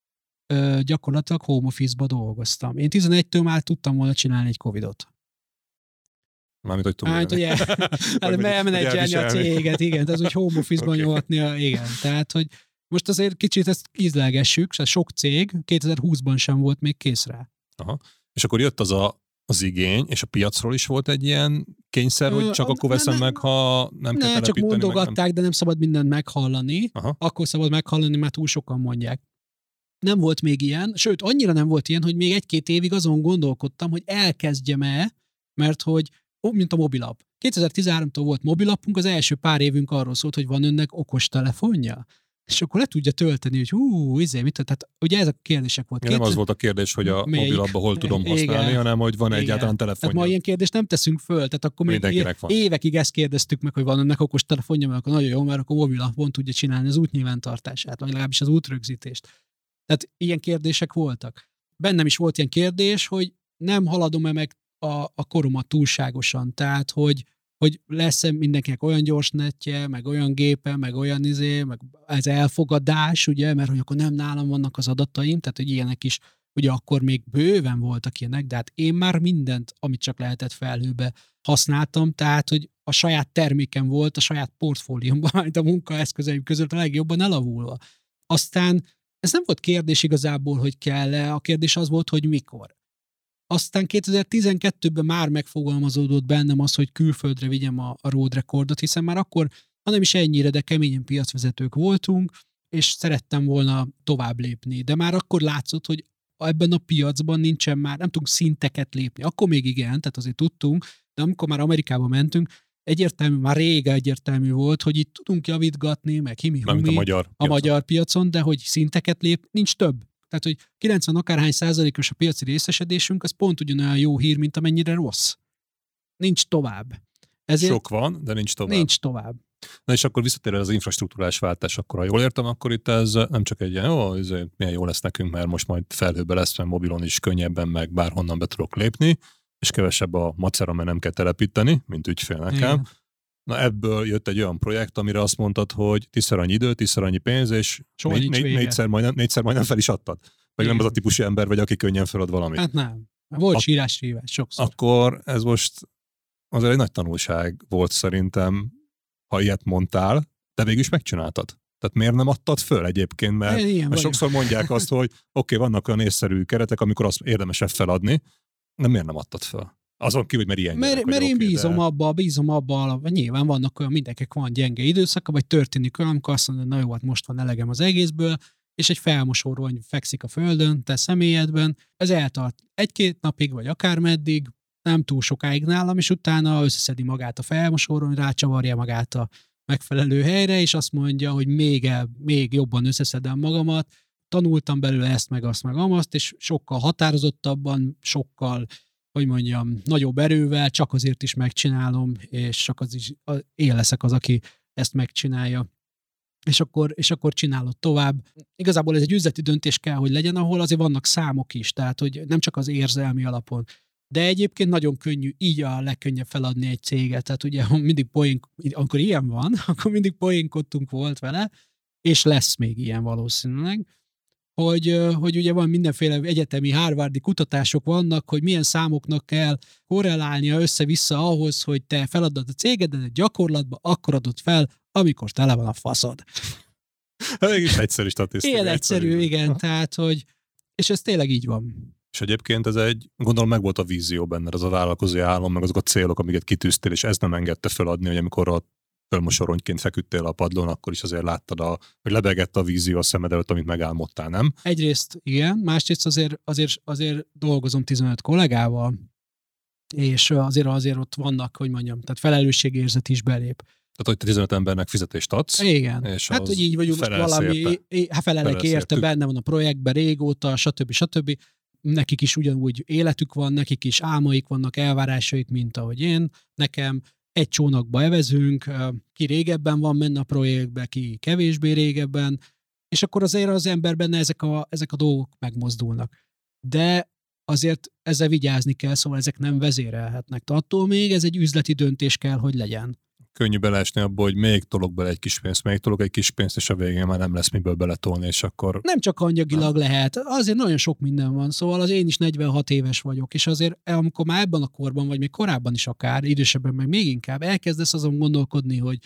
ö, gyakorlatilag home office-ba dolgoztam. Én tizenegytől már tudtam volna csinálni egy Covidot. Mármint, hogy túlélni. Hát ugye, elmenedzselni a céget, igen, tehát úgy home office-ban okay. nyomhatni, igen. Tehát, hogy most azért kicsit ezt ízlelgessük, sok cég kétezer-húszban sem volt még kész rá. Aha. És akkor jött az a, az igény, és a piacról is volt egy ilyen kényszer, hogy csak Ö, akkor veszem ne, meg, ha nem ne, kell telepíteni. Csak mondogatták, nem... de nem szabad mindent meghallani. Aha. Akkor szabad meghallani, mert túl sokan mondják. Nem volt még ilyen, sőt, annyira nem volt ilyen, hogy még egy-két évig azon gondolkodtam, hogy elkezdjem-e, mert hogy, mint a mobilap. kétezer-tizenháromtól volt mobilapunk, az első pár évünk arról szólt, hogy van önnek okos telefonja. És akkor le tudja tölteni, hogy hú, izé, mit, tehát ugye ezek a kérdések volt. Ja, nem az volt a kérdés, hogy a mobilabban hol tudom használni, igen, hanem hogy van igen. egyáltalán telefonja. Tehát ma ilyen kérdést nem teszünk föl, tehát akkor még évekig ezt kérdeztük meg, hogy van önnek okos telefonja, mert akkor nagyon jó, mert akkor mobilapon tudja csinálni az útnyilvántartását, vagy legalábbis az útrögzítést. Tehát ilyen kérdések voltak. Bennem is volt ilyen kérdés, hogy nem haladom-e meg a, a koromat túlságosan, tehát hogy hogy lesz-e mindenkinek olyan gyors netje, meg olyan gépe, meg olyan izé, meg ez elfogadás, ugye, mert hogy akkor nem nálam vannak az adataim, tehát hogy ilyenek is, ugye akkor még bőven voltak ilyenek, de hát én már mindent, amit csak lehetett felhőbe használtam, tehát hogy a saját termékem volt, a saját portfóliómban, majd a munkaeszközeim között a legjobban elavulva. Aztán ez nem volt kérdés igazából, hogy kell-e, a kérdés az volt, hogy mikor. Aztán kétezer-tizenkettőben már megfogalmazódott bennem az, hogy külföldre vigyem a, a road recordot, hiszen már akkor, hanem is ennyire, de keményen piacvezetők voltunk, és szerettem volna tovább lépni. De már akkor látszott, hogy ebben a piacban nincsen már, nem tudunk szinteket lépni. Akkor még igen, tehát azért tudtunk, de amikor már Amerikába mentünk, egyértelmű, már régen egyértelmű volt, hogy itt tudunk javítgatni, meg himi-humi a magyar, a magyar piacon, de hogy szinteket lép, nincs több. Tehát, hogy kilencven akárhány százalékos a piaci részesedésünk, az pont ugyanolyan jó hír, mint amennyire rossz. Nincs tovább. Ezért sok van, de nincs tovább. Nincs tovább. Na és akkor visszatérve az infrastruktúrás váltás, akkor ha jól értem, akkor itt ez nem csak egy ilyen, jó, ez milyen jó lesz nekünk, mert most majd felhőbe lesz, mert mobilon is könnyebben, meg bárhonnan be tudok lépni, és kevesebb a macera, mert nem kell telepíteni, mint ügyfél nekem. Igen. Na ebből jött egy olyan projekt, amire azt mondtad, hogy tízszer annyi idő, tízszer annyi pénz, és négy, négy, négyszer, majdnem, négyszer majdnem fel is adtad. Vagy nem az a típusú ember vagy, aki könnyen felad valamit. Hát nem. Volt sírás-rívás sokszor. Akkor ez most azért egy nagy tanulság volt szerintem, ha ilyet mondtál, de végül is megcsináltad. Tehát miért nem adtad föl egyébként? Mert, mert sokszor mondják azt, hogy oké, okay, vannak olyan észszerű keretek, amikor azt érdemesebb feladni, de miért nem adtad föl? Azon kívül, hogy mert ilyen Mert, mert én okay, bízom de... abba, bízom abba, nyilván vannak olyan, mindenkinek van gyenge időszaka, vagy történik olyan, amikor azt mondja, na jó, hát most van elegem az egészből, és egy felmosóról fekszik a földön, te személyedben, ez eltart egy-két napig, vagy akármeddig, nem túl sokáig nálam, és utána összeszedi magát a felmosóról, rácsavarja magát a megfelelő helyre, és azt mondja, hogy még, el, még jobban összeszedem magamat, tanultam belőle ezt, meg azt, meg amazt, és sokkal határozottabban, sokkal hogy mondjam, nagyobb erővel, csak azért is megcsinálom, és csak az is, én leszek az, aki ezt megcsinálja. És akkor, és akkor csinálod tovább. Igazából ez egy üzleti döntés kell, hogy legyen, ahol azért vannak számok is, tehát hogy nem csak az érzelmi alapon. De egyébként nagyon könnyű, így a legkönnyebb feladni egy céget. Tehát ugye mindig poénk, amikor ilyen van, akkor mindig poénkodtunk volt vele, és lesz még ilyen valószínűleg. Hogy, hogy ugye van mindenféle egyetemi harvardi kutatások vannak, hogy milyen számoknak kell korrelálnia össze-vissza ahhoz, hogy te feladod a cégedet, de gyakorlatban akkor adod fel, amikor tele van a faszod. Mégis egyszerű statisztika. Ilyen egyszerű, egyszerű, igen, ha. Tehát, hogy és ez tényleg így van. És egyébként ez egy, gondolom meg volt a vízió benned, az a vállalkozói álom, meg azok a célok, amiket kitűztél, és ez nem engedte feladni, hogy amikor a fölmosoronyként feküdtél a padlón, akkor is azért láttad, a, hogy lebegett a vízió a szemed előtt, amit megálmodtál, nem? Egyrészt igen, másrészt azért, azért, azért dolgozom tizenöt kollégával, és azért azért ott vannak, hogy mondjam, tehát felelősségérzet is belép. Tehát, hogy te tizenöt embernek fizetést adsz. Igen. És hát, hogy így vagyunk, most valami, hát felelek érte, benne van a projektben régóta, stb. stb. Nekik is ugyanúgy életük van, nekik is álmaik vannak, elvárásaik, mint ahogy én. Nekem egy csónakba evezünk, ki régebben van menne a projektbe, ki kevésbé régebben, és akkor azért az emberben ezek a, ezek a dolgok megmozdulnak. De azért ezzel vigyázni kell, szóval ezek nem vezérelhetnek. De attól még ez egy üzleti döntés kell, hogy legyen. könnyű beleesni abba, hogy még tolok bele egy kis pénzt, még tolok egy kis pénzt, és a végén már nem lesz miből beletolni, és akkor... Nem csak anyagilag nem. lehet, azért nagyon sok minden van, szóval az én is negyvenhat éves vagyok, és azért amikor már ebben a korban, vagy még korábban is akár, idősebben meg még inkább, elkezdesz azon gondolkodni, hogy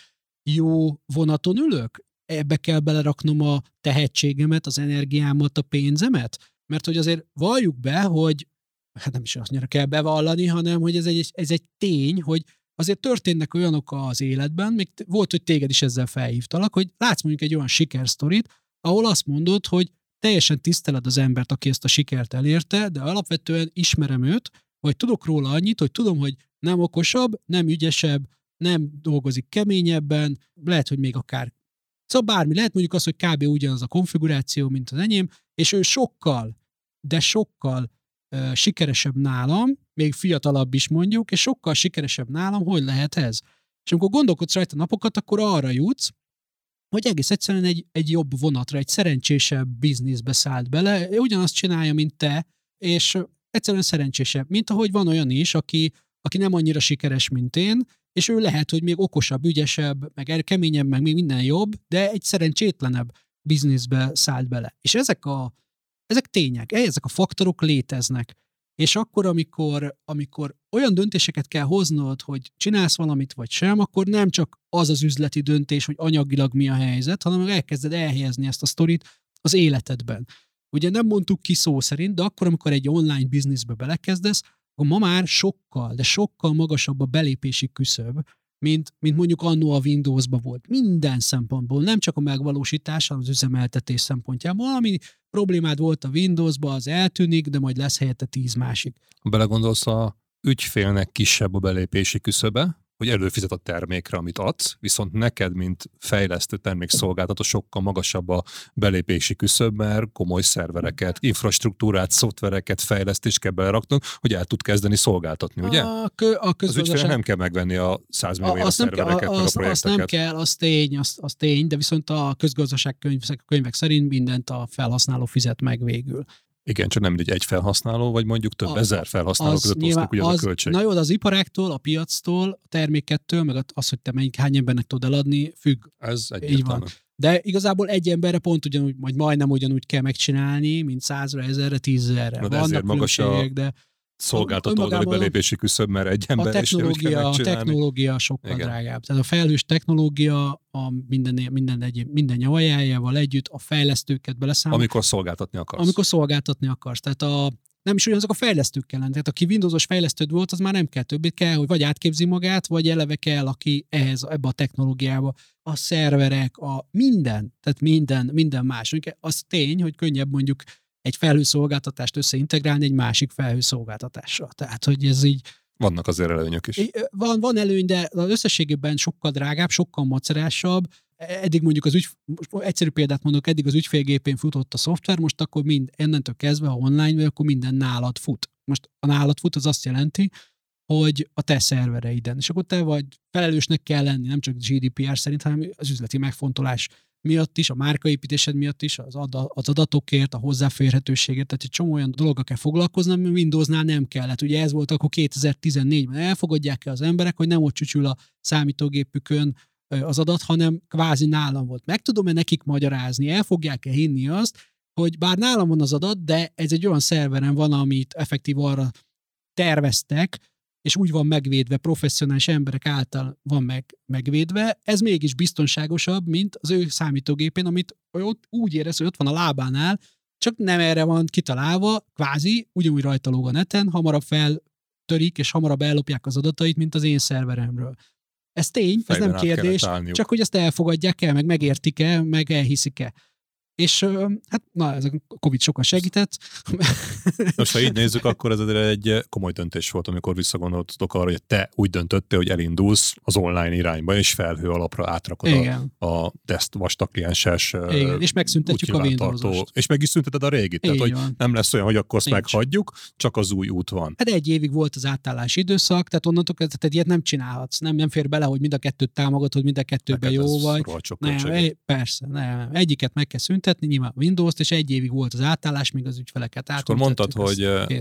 jó vonaton ülök, ebbe kell beleraknom a tehetségemet, az energiámat, a pénzemet, mert hogy azért valljuk be, hogy hát nem is azt kell bevallani, hanem hogy ez egy, ez egy tény, hogy azért történnek olyanok az életben, még volt, hogy téged is ezzel felhívtalak, hogy látsz mondjuk egy olyan sikersztorit, ahol azt mondod, hogy teljesen tiszteled az embert, aki ezt a sikert elérte, de alapvetően ismerem őt, vagy tudok róla annyit, hogy tudom, hogy nem okosabb, nem ügyesebb, nem dolgozik keményebben, lehet, hogy még akár szóval bármi, lehet mondjuk az, hogy kb. Ugyanaz a konfiguráció, mint az enyém, és ő sokkal, de sokkal uh, sikeresebb nálam, még fiatalabb is mondjuk, és sokkal sikeresebb nálam, hogy lehet ez? És amikor gondolkodsz rajta napokat, akkor arra jutsz, hogy egész egyszerűen egy, egy jobb vonatra, egy szerencsésebb bizniszbe szállt bele, ugyanazt csinálja, mint te, és egyszerűen szerencsésebb, mint ahogy van olyan is, aki, aki nem annyira sikeres, mint én, és ő lehet, hogy még okosabb, ügyesebb, meg keményebb, meg még minden jobb, de egy szerencsétlenebb bizniszbe szállt bele. És ezek a ezek tények, ezek a faktorok léteznek. És akkor, amikor, amikor olyan döntéseket kell hoznod, hogy csinálsz valamit, vagy sem, akkor nem csak az az üzleti döntés, hogy anyagilag mi a helyzet, hanem elkezded elhelyezni ezt a sztorit az életedben. Ugye nem mondtuk ki szó szerint, de akkor, amikor egy online bizniszbe belekezdesz, akkor ma már sokkal, de sokkal magasabb a belépési küszöb, mint, mint mondjuk annó a Windowsban volt. Minden szempontból, nem csak a megvalósítás, hanem az üzemeltetés szempontjából. Ami problémád volt a Windowsban, az eltűnik, de majd lesz helyette tíz másik. Ha belegondolsz, a ügyfélnek kisebb a belépési küszöbe, hogy előfizet a termékre, amit adsz, viszont neked, mint fejlesztő termékszolgáltató sokkal magasabb a belépési küszöb, mert komoly szervereket, infrastruktúrát, szoftvereket, fejlesztést kell beleraknod, hogy el tud kezdeni szolgáltatni, ugye? A, kö, a az ügyfél nem kell megvenni a százmillió szervereket, a, meg a azt, projekteket. Azt nem kell, az tény, az, az tény, de viszont a közgazdaság könyvek, könyvek szerint mindent a felhasználó fizet meg végül. Igen, csak nem egy egy felhasználó, vagy mondjuk több a, ezer felhasználó között nyilván, osztik ugye az, az a költség. Na jó, az iparáktól, a piactól, a termékettől, meg az, hogy te melyik hány embernek tudod eladni, függ. Ez egyértelmű. De igazából egy emberre pont ugyanúgy, vagy majdnem ugyanúgy kell megcsinálni, mint százra, ezerre, tízezerre. Na, vannak magas a de szolgáltató oldali belépési küszöb, mert egy ember is úgy kell megcsinálni. A technológia sokkal igen. drágább. Tehát a felhős technológia a minden, minden, egyéb, minden nyavajájával együtt a fejlesztőket beleszámol. Amikor szolgáltatni akarsz. Amikor szolgáltatni akarsz. Tehát a, nem is ugyanazok a fejlesztők kellene. Tehát aki Windowsos fejlesztőd volt, az már nem kell többet, kell, hogy vagy átképzi magát, vagy eleve kell, aki ehhez, ebbe a technológiába, a szerverek, a minden, tehát minden, minden más. Az tény, hogy könnyebb mondjuk egy felhőszolgáltatást összeintegrálni egy másik felhőszolgáltatással. Tehát, hogy ez így... Vannak azért előnyök is. Van, van előny, de az összességében sokkal drágább, sokkal macerásabb. Eddig mondjuk az ügy, egyszerű példát mondok, eddig az ügyfélgépén futott a szoftver, most akkor mind, ennentől kezdve, ha online vagy, akkor minden nálad fut. Most a nálad fut, az azt jelenti, hogy a te szervereiden. És akkor te vagy felelősnek kell lenni, nem csak G D P R szerint, hanem az üzleti megfontolás miatt is, a márkaépítésed miatt is, az, ad, az adatokért, a hozzáférhetőségért, tehát egy csomó olyan dologgal kell foglalkozni, ami Windowsnál nem kellett. Ugye ez volt akkor kétezer-tizennégyben. Elfogadják-e az emberek, hogy nem ott csücsül a számítógépükön az adat, hanem kvázi nálam volt. Meg tudom-e nekik magyarázni, el fogják-e hinni azt, hogy bár nálam van az adat, de ez egy olyan szerveren van, amit effektív arra terveztek, és úgy van megvédve, professzionális emberek által van meg, megvédve, ez mégis biztonságosabb, mint az ő számítógépén, amit ott úgy érez, hogy ott van a lábánál, csak nem erre van kitalálva, kvázi, ugyanúgy rajta lóg a neten, hamarabb feltörik, és hamarabb ellopják az adatait, mint az én szerveremről. Ez tény, ez nem kérdés, csak hogy ezt elfogadják el, meg megértik-e, meg elhiszik-e. És hát, na, ez a Covid sokat segített. Most, ha így nézzük, akkor ez egy komoly döntés volt, amikor visszagondoltatok arra, hogy te úgy döntöttél, hogy elindulsz az online irányba, és felhő alapra átrakod igen. a, a teszt vastaklienses igen, és megszüntetjük a Windows-ost. És meg is szünteted a régit. Tehát, hogy nem lesz olyan, hogy akkor azt nincs. Meghagyjuk, csak az új út van. Hát egy évig volt az átállási időszak, tehát onnantól kezdve ilyet nem csinálhatsz. Nem, nem fér bele, hogy mind a kettőt támogatod, mind a kettőben jó vagy. Nem, persze, nem. Egyiket meg kell szüntetni, nyilván Windows-t, és egy évig volt az átállás, míg az ügyfeleket át. Akkor mondtad, hogy kész.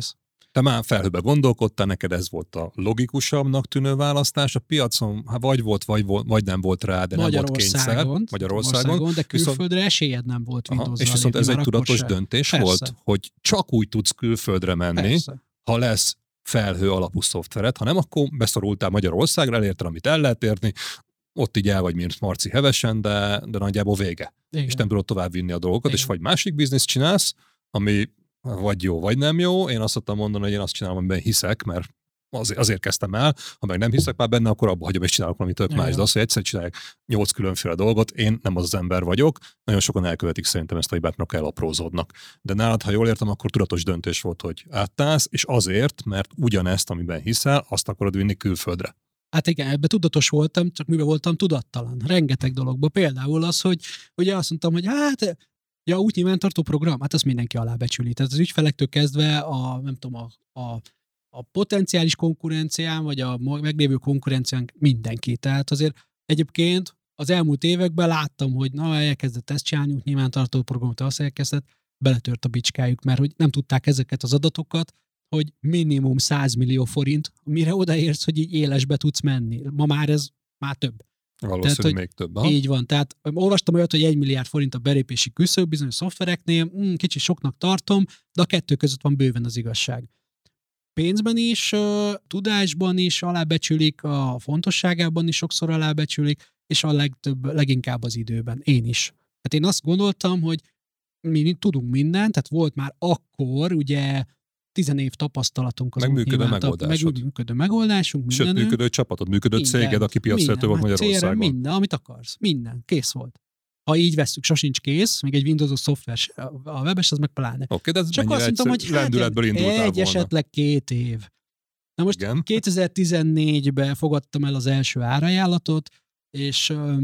Te már felhőbe gondolkodtál, neked ez volt a logikusabbnak tűnő választás. A piacon hát vagy volt, vagy, volt, vagy nem volt rá, de nem volt kényszer. Magyarországon. Magyarországon. De külföldre viszont, esélyed nem volt Windows-zal. És viszont ez egy tudatos döntés Persze. volt, hogy csak úgy tudsz külföldre menni, Persze. ha lesz felhő alapú szoftvered, ha nem, akkor beszorultál Magyarországra, elérted, amit el lehet érni, ott így el vagy, mint Marci hevesen, de, de nagyjából vége. Igen. És nem tudod tovább vinni a dolgokat, Igen. és vagy másik bizniszt csinálsz, ami vagy jó, vagy nem jó. Én azt szoktam mondani, hogy én azt csinálom, amiben hiszek, mert azért, azért kezdtem el, ha meg nem hiszek már benne, akkor abba hagyom és csinálok valami tök más. De az, hogy egyszer csinálják nyolc különféle dolgot, én nem az az ember vagyok, nagyon sokan elkövetik szerintem ezt a hibát, mert elaprózódnak. De nálad, ha jól értem, akkor tudatos döntés volt, hogy áttálsz, és azért, mert ugyanezt, amiben hiszel, azt akarod vinni külföldre. Hát igen, ebben tudatos voltam, csak mivel voltam tudattalan. Rengeteg dologban. Például az, hogy ugye azt mondtam, hogy hát, ja, úgy nyilvántartó program, hát azt mindenki alábecsüli. Tehát az ügyfelektől kezdve a, nem tudom, a, a, a potenciális konkurencián, vagy a meglévő konkurencián mindenki. Tehát azért egyébként az elmúlt években láttam, hogy na, elkezdett ezt csinálni, úgy nyilvántartó programot, azt elkezdett, beletört a bicskájuk, mert hogy nem tudták ezeket az adatokat, hogy minimum száz millió forint, mire odaérsz, hogy így élesbe tudsz menni. Ma már ez már több. Valószínűleg még több. Ha? Így van. Tehát olvastam olyat, hogy egy milliárd forint a belépési küszöb bizonyos szoftvereknél, mm, kicsit soknak tartom, de a kettő között van bőven az igazság. Pénzben is, tudásban is alábecsülik, a fontosságában is sokszor alábecsülik, és a legtöbb, leginkább az időben. Én is. Hát én azt gondoltam, hogy mi tudunk mindent, tehát volt már akkor, ugye tizen év tapasztalatunk az meg működő megoldásod. Meg működő megoldásunk. Sőt, működő csapatod, működő minden, céged, aki piacvezető volt Magyarországon. Minden, amit akarsz. Minden. Kész volt. Ha így vesszük, sosincs kész, még egy Windows-os szoftver, a webes, az meg pláne. Okay, de csak azt mondtam, hogy hát egy volna. Esetleg két év. Na most igen. kétezer-tizennégyben fogadtam el az első árajánlatot, és ö,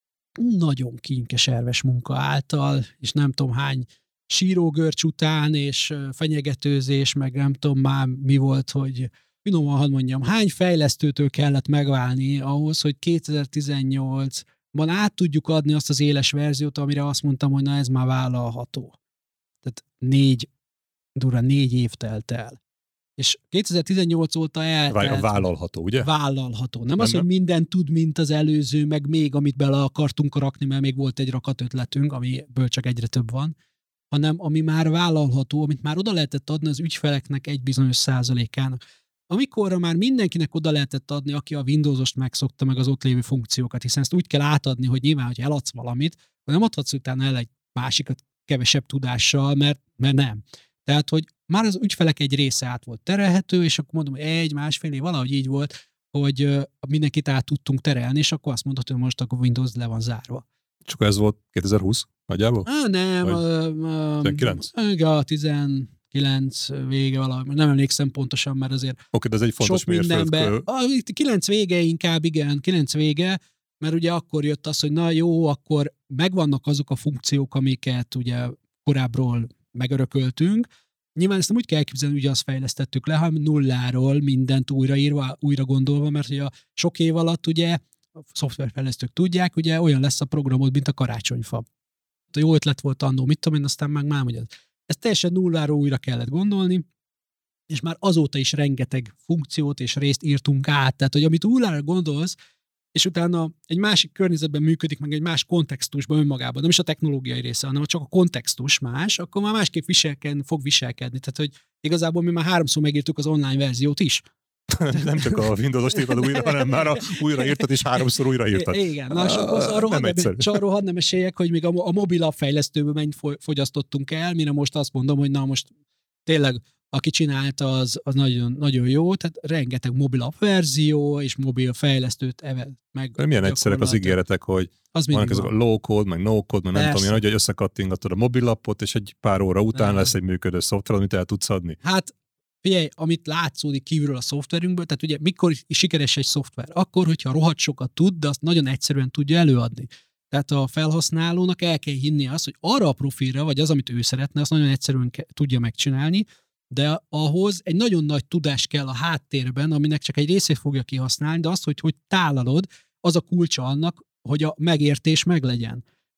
nagyon kinkeserves munka által, és nem tudom hány sírógörcs után, és fenyegetőzés, meg nem tudom már mi volt, hogy finoman hadd mondjam, hány fejlesztőtől kellett megválni ahhoz, hogy kétezer-tizennyolcban át tudjuk adni azt az éles verziót, amire azt mondtam, hogy na ez már vállalható. Tehát négy, durva négy év telt el. És kétezer-tizennyolc óta eltelt. Vállalható, ugye? Vállalható. Nem, nem az, nem. hogy minden tud, mint az előző, meg még amit bele akartunk rakni, mert még volt egy rakat ötletünk, amiből csak egyre több van, hanem ami már vállalható, amit már oda lehetett adni az ügyfeleknek egy bizonyos százalékának. Amikorra már mindenkinek oda lehetett adni, aki a Windowsost megszokta, meg az ott lévő funkciókat, hiszen ezt úgy kell átadni, hogy nyilván, hogy eladsz valamit, nem adhatsz utána el egy másikat kevesebb tudással, mert, mert nem. Tehát, hogy már az ügyfelek egy része át volt terelhető, és akkor mondom, hogy egy, másfél év valahogy így volt, hogy mindenkit át tudtunk terelni, és akkor azt mondhatod, hogy most akkor Windows le van zárva. Csak ez volt kétezer-húsz nagyjából? Á, nem. tizenkilenc? A tizenkilenc vége valami. Nem emlékszem pontosan, mert azért Oké, okay, de ez egy fontos mérföldkő. A kilenc vége inkább, igen, kilenc vége, mert ugye akkor jött az, hogy na jó, akkor megvannak azok a funkciók, amiket ugye korábbról megörököltünk. Nyilván ezt nem úgy kell elképzelni, hogy azt fejlesztettük le, hanem nulláról mindent újraírva, újra gondolva, mert ugye a sok év alatt ugye a szoftverfejlesztők tudják, ugye olyan lesz a programod, mint a karácsonyfa. A jó ötlet volt annó, mit tudom én, aztán meg már, hogy ez. Ezt teljesen nulláról újra kellett gondolni, és már azóta is rengeteg funkciót és részt írtunk át. Tehát, hogy amit nullára gondolsz, és utána egy másik környezetben működik, meg egy más kontextusban önmagában, nem is a technológiai része, hanem csak a kontextus más, akkor már másképp viselkedni, fog viselkedni. Tehát, hogy igazából mi már háromszor megírtuk az online verziót is. Nem csak a Windows-ost írtad újra, hanem már a újraírtad, és háromszor újraírtad. Igen, na, arról hadd nem esélyek, hogy még a, a mobil appfejlesztőből mennyit fogyasztottunk el, mire most azt mondom, hogy na most tényleg aki csinálta, az, az nagyon, nagyon jó, tehát rengeteg mobil app verzió, és mobil fejlesztőt evett meg. De milyen egyszerűek az ígéretek, hogy vannak ezek a low code, meg no code, meg nem tudom, hogy összekattingatod a mobil appot, és egy pár óra után lesz egy működő szoftver, amit el tudsz adni. Hát figyelj, amit látszódik kívülről a szoftverünkből, tehát ugye mikor sikeres egy szoftver? Akkor, hogyha rohadt sokat tud, de azt nagyon egyszerűen tudja előadni. Tehát a felhasználónak el kell hinni azt, hogy arra a profilra, vagy az, amit ő szeretne, azt nagyon egyszerűen ke- tudja megcsinálni, de ahhoz egy nagyon nagy tudás kell a háttérben, aminek csak egy részét fogja kihasználni, de az, hogy hogy tálalod, az a kulcsa annak, hogy a megértés meglegyen.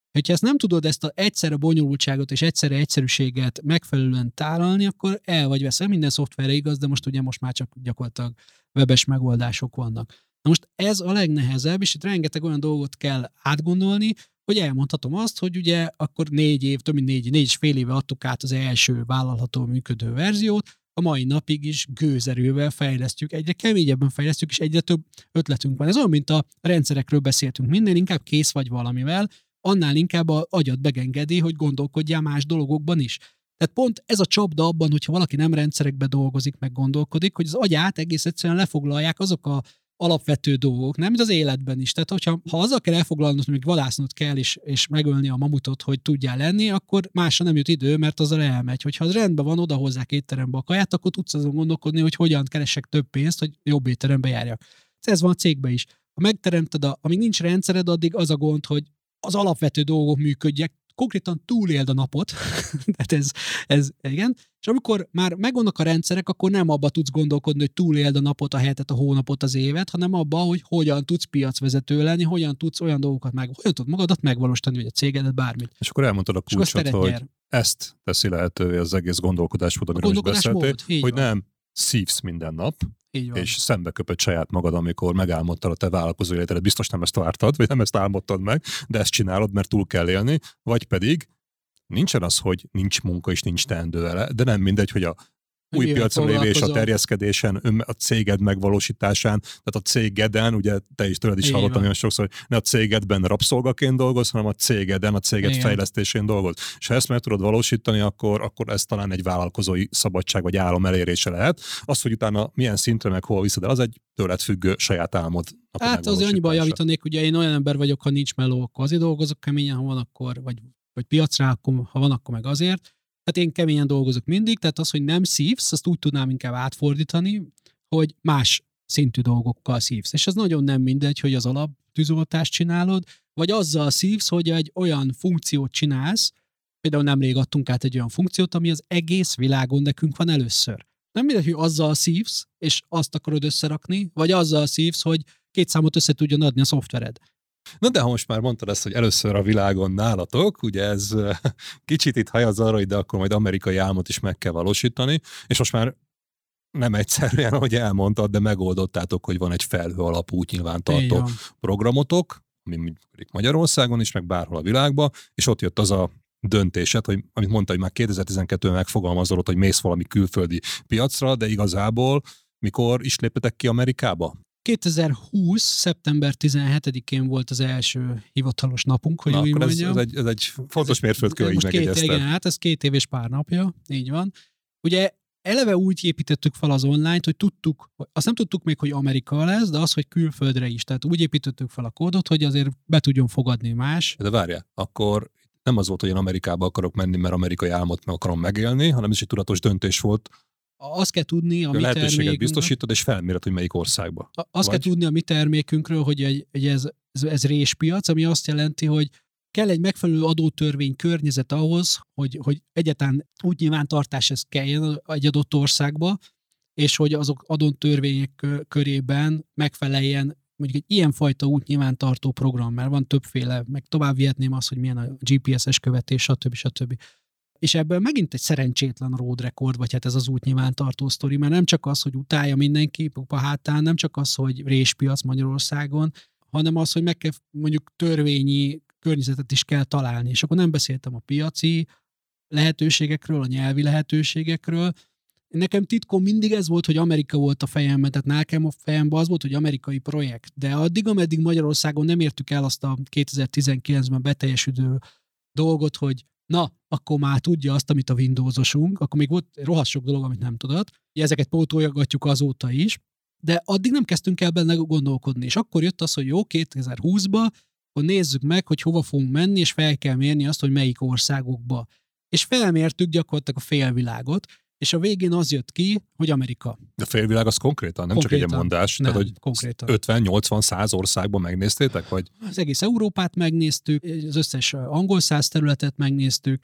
Hogyha ezt nem tudod ezt a egyszerre bonyolultságot és egyszerre egyszerűséget megfelelően tálalni, akkor el vagy veszel. Minden szoftverre igaz, de most ugye most már csak gyakorlatilag webes megoldások vannak. Na most ez a legnehezebb, és itt rengeteg olyan dolgot kell átgondolni, hogy elmondhatom azt, hogy ugye akkor négy év, több mint négy, négy és fél éve adtuk át az első vállalható működő verziót, a mai napig is gőzerővel fejlesztjük, egyre keményebben fejlesztjük, és egyre több ötletünk van. Ez olyan, mint a rendszerekről beszéltünk, minél inkább kész vagy valamivel, annál inkább az agyad megengedi, hogy gondolkodjál más dolgokban is. Tehát pont ez a csapda abban, hogyha valaki nem rendszerekbe dolgozik, meg gondolkodik, hogy az agyát egész egyszerűen lefoglalják azok a alapvető dolgok, nem, mint az életben is. Tehát, hogyha ha azzal kell elfoglalnod, hogy még vadásznod kell, és, és megölni a mamutot, hogy tudjál lenni, akkor másra nem jut idő, mert azzal elmegy. Hogyha az rendben van, odahozzák étterembe a kaját, akkor tudsz azon gondolkodni, hogy hogyan keresek több pénzt, hogy jobb étterembe járjak. Ez van a cégben is. Ha megteremted, a, amíg nincs rendszered, addig az a gond, hogy az alapvető dolgok működjek, konkrétan túléld a napot, tehát ez, ez, igen, és amikor már megvannak a rendszerek, akkor nem abba tudsz gondolkodni, hogy túléld a napot, a hetet, a hónapot, az évet, hanem abba, hogy hogyan tudsz piacvezető lenni, hogyan tudsz olyan dolgokat meg, hogyan tudod magadat megvalósítani, vagy a cégedet, bármit. És akkor elmondtad a kulcsot, hogy nyer. Ezt teszi lehetővé az egész gondolkodásmód, amiről is beszéltél, hogy van. Nem szívsz minden nap, és szembe köpöd saját magad, amikor megálmodtad a te vállalkozó életedet, biztos nem ezt vártad, vagy nem ezt álmodtad meg, de ezt csinálod, mert túl kell élni, vagy pedig nincsen az, hogy nincs munka és nincs teendő vele, de nem mindegy, hogy a új Milyen piacon lévés, a terjeszkedésen, a céged megvalósításán, tehát a cégeden, ugye te is tőled is hallottam olyan sokszor, hogy ne a cégedben rabszolgaként dolgoz, hanem a cégeden, a céged Igen. fejlesztésén dolgoz. És ha ezt meg tudod valósítani, akkor, akkor ez talán egy vállalkozói szabadság vagy álom elérése lehet. Az, hogy utána milyen szintre meg hol viszed el, az egy tőled függő saját álmod. Hát azért annyiban javítanék, ugye én olyan ember vagyok, ha nincs meló, akkor azért dolgozok keményen, ha van, akkor, vagy, vagy piacra, akkor, ha van, akkor meg azért. Tehát én keményen dolgozok mindig, tehát az, hogy nem szívsz, azt úgy tudnám inkább átfordítani, hogy más szintű dolgokkal szívsz. És ez nagyon nem mindegy, hogy az alaptűzoltást csinálod, vagy azzal szívsz, hogy egy olyan funkciót csinálsz, például nemrég adtunk át egy olyan funkciót, ami az egész világon nekünk van először. Nem mindegy, hogy azzal szívsz, és azt akarod összerakni, vagy azzal szívsz, hogy két számot össze tudjon adni a szoftvered. Na de ha most már mondtad ezt, hogy először a világon nálatok, ugye ez kicsit itt hajaz arra, hogy de akkor majd amerikai álmot is meg kell valósítani, és most már nem egyszerűen, ahogy elmondtad, de megoldottátok, hogy van egy felhő alapú útnyilvántartó programotok, ami működik Magyarországon is, meg bárhol a világban, és ott jött az a döntésed, hogy, amit mondta, hogy már kétezer-tizenkettőben megfogalmazolod, hogy mész valami külföldi piacra, de igazából mikor is léptetek ki Amerikába? kétezer-húsz. szeptember tizenhetedikén volt az első hivatalos napunk, hogy Na, úgy mondjam. Ez, ez, egy, ez egy fontos mérföldkő, hogy így megegyezted. Igen, hát ez két év és pár napja, így van. Ugye eleve úgy építettük fel az online-t, hogy tudtuk, azt nem tudtuk még, hogy Amerika lesz, de az, hogy külföldre is. Tehát úgy építettük fel a kódot, hogy azért be tudjon fogadni más. De várjál, akkor nem az volt, hogy én Amerikába akarok menni, mert amerikai álmot meg akarom megélni, hanem ez is egy tudatos döntés volt. Azt kell tudni a mi lehetőséget biztosítod, és felméred, hogy melyik országba. Azt Vagy? kell tudni a mi termékünkről, hogy, egy, egy ez, ez, ez réspiac, ami azt jelenti, hogy kell egy megfelelő adótörvény környezet ahhoz, hogy, hogy egyáltalán úgy nyilvántartás ez kelljen egy adott országba, és hogy azok adótörvények körében megfeleljen mondjuk egy ilyenfajta útnyilvántartó program, mert van többféle, meg tovább vihetném azt, hogy milyen a gé pé es-es követés, stb. stb. És ebből megint egy szerencsétlen road record, vagy hát ez az útnyilvántartó sztori, mert nem csak az, hogy utálja mindenki pupa hátán, nem csak az, hogy réspiac Magyarországon, hanem az, hogy meg kell mondjuk törvényi környezetet is kell találni. És akkor nem beszéltem a piaci lehetőségekről, a nyelvi lehetőségekről. Nekem titkom mindig ez volt, hogy Amerika volt a fejemben, tehát nekem a fejemben az volt, hogy amerikai projekt. De addig, ameddig Magyarországon nem értük el azt a kétezer-tizenkilencben beteljesülő dolgot, hogy na, akkor már tudja azt, amit a Windowsosunk, akkor még volt rohadt sok dolog, amit nem tudott. Ezeket pótolgatjuk azóta is, de addig nem kezdtünk el benne gondolkodni. És akkor jött az, hogy jó, kétezer-húszban, akkor nézzük meg, hogy hova fogunk menni, és fel kell mérni azt, hogy melyik országokba. És felmértük gyakorlatilag a félvilágot, és a végén az jött ki, hogy Amerika. De félvilág az konkrétan, nem konkrétan, csak egy mondás. Nem, tehát, hogy konkrétan. ötven-nyolcvan-száz országban megnéztétek? Vagy? Az egész Európát megnéztük, az összes angol száz területet megnéztük,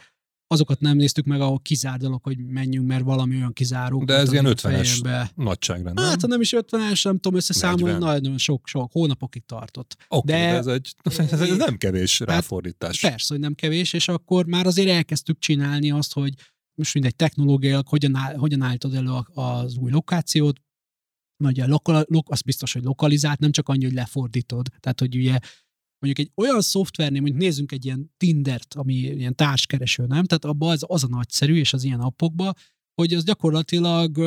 azokat nem néztük meg, ahol kizárt dolog, hogy menjünk, mert valami olyan kizáró. De ez ilyen ötvenes nagyságrend, nem? Hát, ha nem is ötvenes, nem tudom összeszámolni, nagyon sok-sok hónapokig tartott. Oké, okay, de, de ez, egy, ez egy nem kevés hát ráfordítás. Persze, hogy nem kevés, és akkor már azért elkezdtük csinálni azt, hogy most mindegy technológiailag hogyan, áll, hogyan állítod elő az új lokációt, vagy lokal, lok, az biztos, hogy lokalizált, nem csak annyi, hogy lefordítod. Tehát, hogy ugye mondjuk egy olyan szoftvernél, mondjuk nézzünk egy ilyen Tindert, ami ilyen társkereső, nem? Tehát abban az, az a nagyszerű, és az ilyen appokban, hogy az gyakorlatilag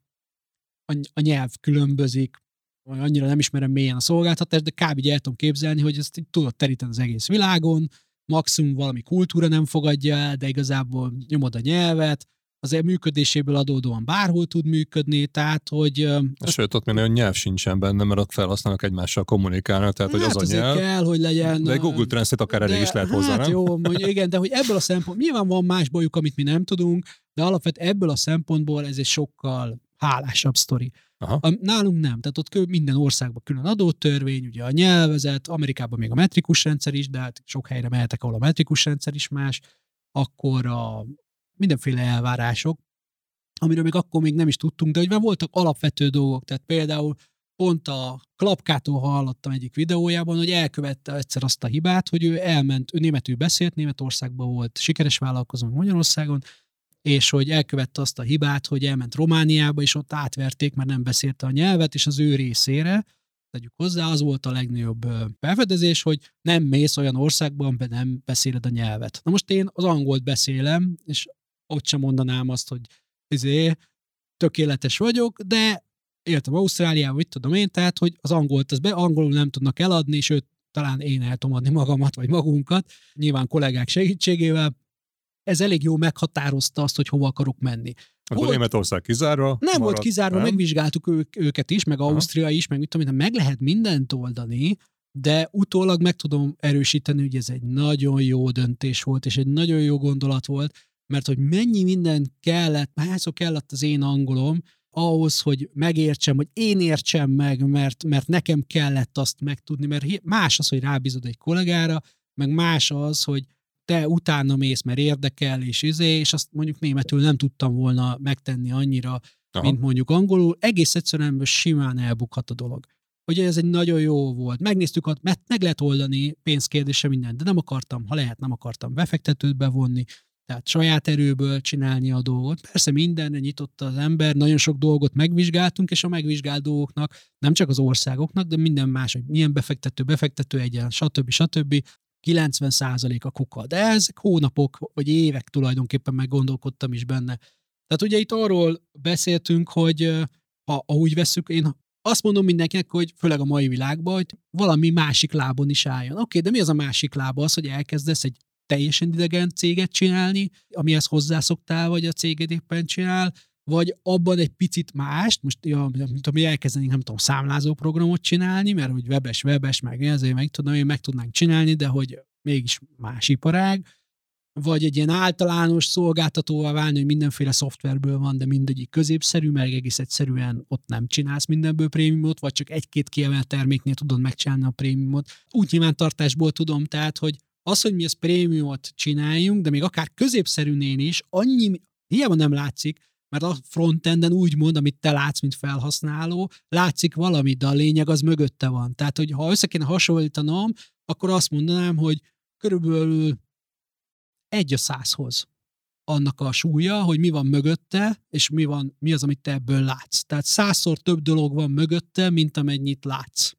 a, a nyelv különbözik, vagy annyira nem ismerem mélyen a szolgáltatást, de kb. El tudom képzelni, hogy ezt tudod teríteni az egész világon, maximum valami kultúra nem fogadja el, de igazából nyomod a nyelvet, azért működéséből adódóan bárhol tud működni, tehát, hogy... Sőt, ott minden nyelv sincsen benne, mert ott felhasználnak egymással kommunikálnak, tehát, hát hogy az a nyelv... kell, hogy legyen... De Google Translate akár elég is lehet hozzá, hát nem? jó, mondjuk, igen, de hogy ebből a szempontból, nyilván van más bajuk, amit mi nem tudunk, de alapvetően ebből a szempontból ez egy sokkal hálásabb sztori. A, nálunk nem, tehát ott minden országban külön adótörvény, ugye a nyelvezet, Amerikában még a metrikus rendszer is, de hát sok helyre mehetek, ahol a metrikus rendszer is más, akkor a mindenféle elvárások, amiről még akkor még nem is tudtunk, de hogy már voltak alapvető dolgok, tehát például pont a Klapkától hallottam egyik videójában, hogy elkövette egyszer azt a hibát, hogy ő elment, ő németül beszélt, Németországban volt sikeres vállalkozó Magyarországon, és hogy elkövette azt a hibát, hogy elment Romániába, és ott átverték, mert nem beszélte a nyelvet, és az ő részére, tegyük hozzá, az volt a legnagyobb felfedezés, hogy nem mész olyan országban, amiben nem beszéled a nyelvet. Na most én az angolt beszélem, és ott sem mondanám azt, hogy izé, tökéletes vagyok, de éltem Ausztráliában, mit tudom én, tehát, hogy az angolt, az be, angolul nem tudnak eladni, és őt talán én el tudom adni magamat, vagy magunkat, nyilván kollégák segítségével. Ez elég jó meghatározta azt, hogy hova akarok menni. Akkor volt, Németország kizárva? Nem maradt, volt kizárva, nem? Megvizsgáltuk ők, őket is, meg Ausztria is, meg mit tudom én, meg lehet mindent oldani, de utólag meg tudom erősíteni, hogy ez egy nagyon jó döntés volt, és egy nagyon jó gondolat volt, mert hogy mennyi minden kellett, hányszor kellett az én angolom, ahhoz, hogy megértsem, hogy én értsem meg, mert, mert nekem kellett azt megtudni, mert más az, hogy rábízod egy kollégára, meg más az, hogy te utána mész, mert érdekel, és izé, és azt mondjuk németül nem tudtam volna megtenni annyira, aha, mint mondjuk angolul. Egész egyszerűen simán elbukhat a dolog. Ugye ez egy nagyon jó volt. Megnéztük, mert meg lehet oldani pénzkérdése mindent, de nem akartam, ha lehet, nem akartam befektetőt bevonni, tehát saját erőből csinálni a dolgot. Persze mindenre nyitott az ember, nagyon sok dolgot megvizsgáltunk, és a megvizsgált dolgoknak, nem csak az országoknak, de minden más, hogy milyen befektető, befektető egyen, stb. stb. kilencven százalék a kuka. De ezek hónapok, vagy évek tulajdonképpen meggondolkodtam is benne. Tehát ugye itt arról beszéltünk, hogy ha, ha úgy vesszük, én azt mondom mindenkinek, hogy főleg a mai világban, hogy valami másik lábon is álljon. Oké, okay, de mi az a másik lába? Az, hogy elkezdesz egy teljesen idegen céget csinálni, amihez hozzászoktál, vagy a céged éppen csinál, vagy abban egy picit mást, most ja, nem tudom, elkezdenénk, nem tudom, számlázó programot csinálni, mert hogy webes, webes, meg ezért meg tudom, én meg tudnánk csinálni, de hogy mégis más iparág, vagy egy ilyen általános szolgáltatóvá válni, hogy mindenféle szoftverből van, de mindegyik középszerű, mert egész egyszerűen ott nem csinálsz mindenből prémiumot, vagy csak egy-két kiemelt terméknél tudod megcsinálni a prémiumot. Úgy nyilvántartásból tudom, tehát, hogy az, hogy mi ezt prémiumot csináljunk, de még akár középszerűnél is, annyi, hiába nem látszik, mert a frontenden úgy mond, amit te látsz, mint felhasználó, látszik valami, de a lényeg az mögötte van. Tehát, hogy ha össze kéne hasonlítanom, akkor azt mondanám, hogy körülbelül egy a százhoz annak a súlya, hogy mi van mögötte, és mi, van, mi az, amit te ebből látsz. Tehát százszor több dolog van mögötte, mint amennyit látsz.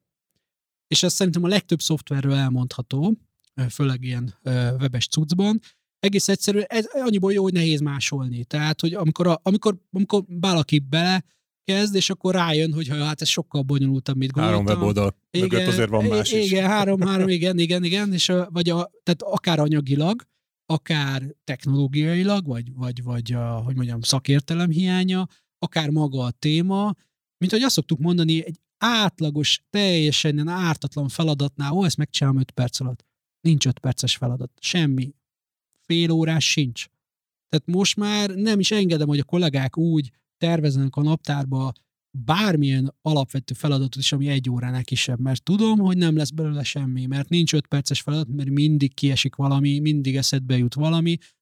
És ez szerintem a legtöbb szoftverről elmondható, főleg ilyen webes cuccban. Egész egyszerűen, ez annyiból jó, hogy nehéz másolni. Tehát, hogy amikor, a, amikor, amikor valaki bele kezd, és akkor rájön, hogy hát ez sokkal bonyolultabb, mint gondoltam. Három weboldal mögött azért van más igen, is. Igen, három, három, igen, igen, igen, és vagy a, tehát akár anyagilag, akár technológiailag, vagy, vagy, vagy a, hogy mondjam, szakértelem hiánya, akár maga a téma, mint hogy azt szoktuk mondani, egy átlagos, teljesen ártatlan feladatnál, ó, ezt megcsinálom öt perc alatt. Nincs öt perces feladat. Semmi. Fél órás sincs. Tehát most már nem is engedem, hogy a kollégák úgy terveznek a naptárba bármilyen alapvető feladatot is, ami egy óránál kisebb, mert tudom, hogy nem lesz belőle semmi, mert nincs öt perces feladat, mert mindig kiesik valami, mindig eszedbe jut valami,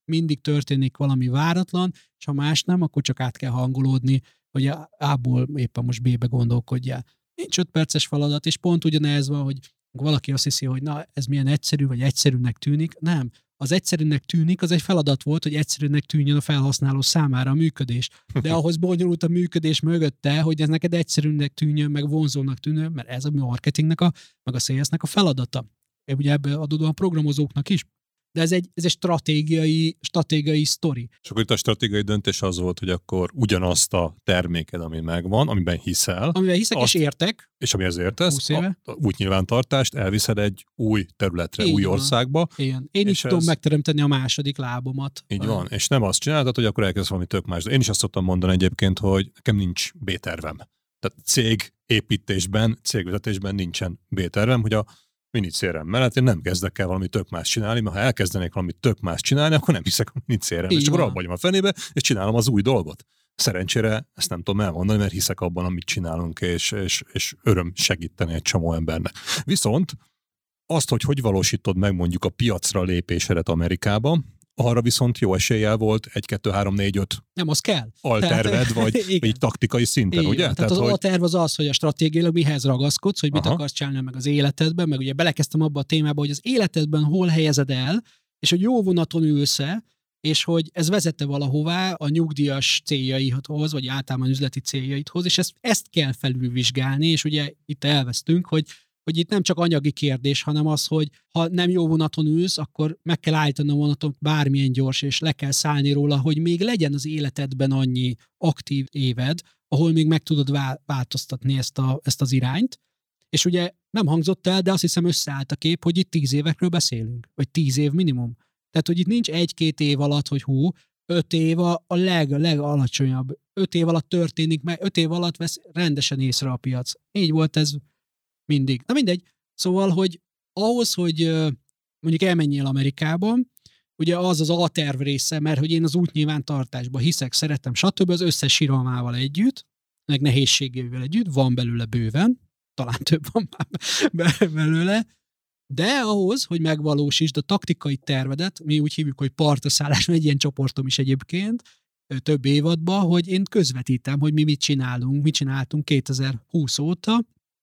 mindig történik valami váratlan, és ha más nem, akkor csak át kell hangolódni, hogy A-ból éppen most B-be gondolkodjál. Nincs öt perces feladat, és pont ugyanez van, hogy valaki azt hiszi, hogy na, ez milyen egyszerű, vagy egyszerűnek tűnik. Nem. Az egyszerűnek tűnik, az egy feladat volt, hogy egyszerűnek tűnjön a felhasználó számára a működés. De ahhoz bonyolult a működés mögötte, hogy ez neked egyszerűnek tűnjön, meg vonzónak tűnjön, mert ez a marketingnek, a, meg a salesnek a feladata. Ugye ebből adódóan a programozóknak is. De ez egy, ez egy stratégiai, stratégiai sztori. És akkor itt a stratégiai döntés az volt, hogy akkor ugyanazt a terméked, ami megvan, amiben hiszel. Amiben hiszek azt, és értek. És amihez értesz, a, a úgy nyilvántartást elviszed egy új területre, így új van. országba. Igen. Én is tudom ez... megteremteni a második lábomat. Így van. És nem azt csináltad, hogy akkor elkezdesz valami tök más. Én is azt szoktam mondani egyébként, hogy nekem nincs B-tervem. Tehát cég építésben, cégvezetésben nincsen B-tervem, hogy a minicérem mellett én nem kezdek el valami tök más csinálni, mert ha elkezdenék valami tök más csinálni, akkor nem hiszek a minicérem. És akkor abba vagyom a fenébe, és csinálom az új dolgot. Szerencsére ezt nem tudom elmondani, mert hiszek abban, amit csinálunk, és, és, és öröm segíteni egy csomó embernek. Viszont azt, hogy hogy valósítod meg mondjuk a piacra lépésedet Amerikába, arra viszont jó eséllyel volt egy, kettő, három, négy, öt nem, az kell. alterved, vagy, vagy taktikai szinten, igen. ugye? Tehát, Tehát az hogy... alterv az az, hogy a stratégiailag mihez ragaszkodsz, hogy mit Aha. akarsz csinálni meg az életedben, meg ugye belekezdtem abba a témába, hogy az életedben hol helyezed el, és hogy jó vonaton ülsz-e, és hogy ez vezette valahová a nyugdíjas céljaidhoz, vagy általában üzleti céljaidhoz, és ezt, ezt kell felülvizsgálni, és ugye itt elvesztünk, hogy hogy itt nem csak anyagi kérdés, hanem az, hogy ha nem jó vonaton ülsz, akkor meg kell állítani a vonatot bármilyen gyors, és le kell szállni róla, hogy még legyen az életedben annyi aktív éved, ahol még meg tudod változtatni ezt, a, ezt az irányt. És ugye nem hangzott el, de azt hiszem összeállt a kép, hogy itt tíz évekről beszélünk, vagy tíz év minimum. Tehát, hogy itt nincs egy-két év alatt, hogy hú, öt év a, a leg, legalacsonyabb. Öt év alatt történik, mert öt év alatt vesz rendesen észre a piac. Így volt ez mindig. Na mindegy. Szóval, hogy ahhoz, hogy mondjuk elmenjél Amerikába, ugye az az A-terv része, mert hogy én az útnyilvántartásba hiszek, szeretem, stb. Az összes síralmával együtt, meg nehézségével együtt, van belőle bőven, talán több van már belőle, de ahhoz, hogy megvalósítsd a taktikai tervedet, mi úgy hívjuk, hogy partaszállás, egy ilyen csoportom is egyébként, több évadban, hogy én közvetítem, hogy mi mit csinálunk, mit csináltunk kétezer-húsz óta,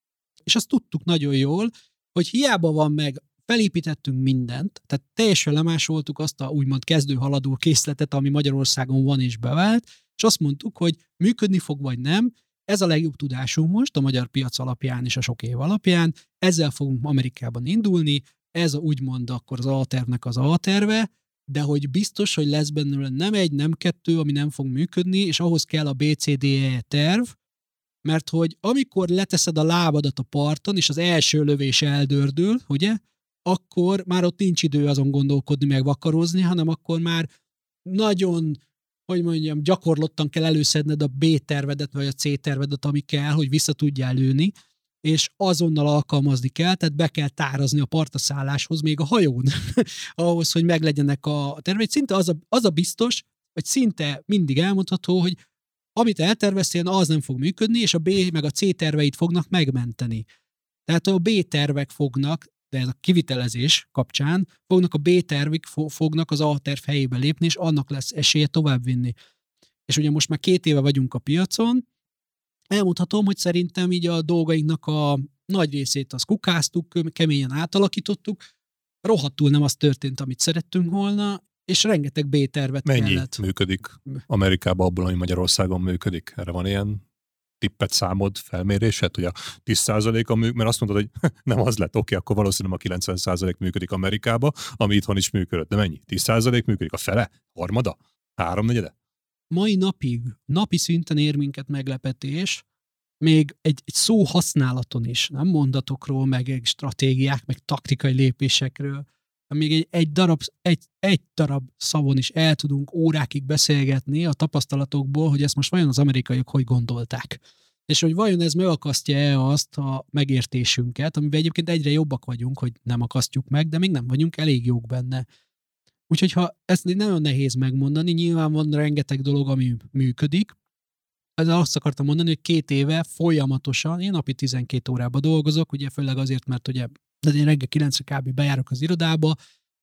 és azt tudtuk nagyon jól, hogy hiába van meg, felépítettünk mindent, tehát teljesen lemásoltuk azt a úgymond kezdő-haladó készletet, ami Magyarországon van és bevált, és azt mondtuk, hogy működni fog vagy nem, ez a legjobb tudásunk most a magyar piac alapján és a sok év alapján, ezzel fogunk Amerikában indulni, ez a, úgymond akkor az A-tervnek az A-terve, de hogy biztos, hogy lesz benne nem egy, nem kettő, ami nem fog működni, és ahhoz kell a B C D E terv, mert hogy amikor leteszed a lábadat a parton, és az első lövés eldördül, ugye, akkor már ott nincs idő azon gondolkodni, meg vakarozni, hanem akkor már nagyon, hogy mondjam, gyakorlottan kell előszedned a B-tervedet, vagy a C-tervedet, ami kell, hogy vissza tudjál lőni, és azonnal alkalmazni kell, tehát be kell tárazni a partaszálláshoz még a hajón, ahhoz, hogy meglegyenek a terveid. Szinte az a, az a biztos, vagy szinte mindig elmondható, hogy amit elterveztél, az nem fog működni, és a B meg a C terveid fognak megmenteni. Tehát a B tervek fognak, de ez a kivitelezés kapcsán, fognak a B tervek fognak az A terv helyébe lépni, és annak lesz esélye továbbvinni. És ugye most már két éve vagyunk a piacon, elmondhatom, hogy szerintem így a dolgainknak a nagy részét azt kukáztuk, keményen átalakítottuk, rohadtul nem az történt, amit szerettünk volna, és rengeteg B-tervet Mennyi kellett. működik Amerikában abból, ami Magyarországon működik? Erre van ilyen tippet, számod, felmérésed, hogy a tíz százaléka működik, mert azt mondod, hogy nem az lett, oké, akkor valószínűleg a kilencven százalék működik Amerikába, ami itthon is működött. De mennyi? tíz százalék működik? A fele? Harmada? Háromnegyede? Mai napig, napi szinten ér minket meglepetés, még egy, egy szó használaton is, nem mondatokról, meg egy stratégiák, meg taktikai lépésekről, még egy, egy, darab, egy, egy darab szavon is el tudunk órákig beszélgetni a tapasztalatokból, hogy ezt most vajon az amerikaiak hogy gondolták. És hogy vajon ez megakasztja-e azt a megértésünket, amiben egyébként egyre jobbak vagyunk, hogy nem akasztjuk meg, de még nem vagyunk elég jók benne. Úgyhogy ha ezt nagyon nehéz megmondani, nyilván van rengeteg dolog, ami működik. Ezzel azt akartam mondani, hogy két éve folyamatosan, én napi tizenkét órában dolgozok, ugye főleg azért, mert ugye de én reggel kilencre kb. Bejárok az irodába,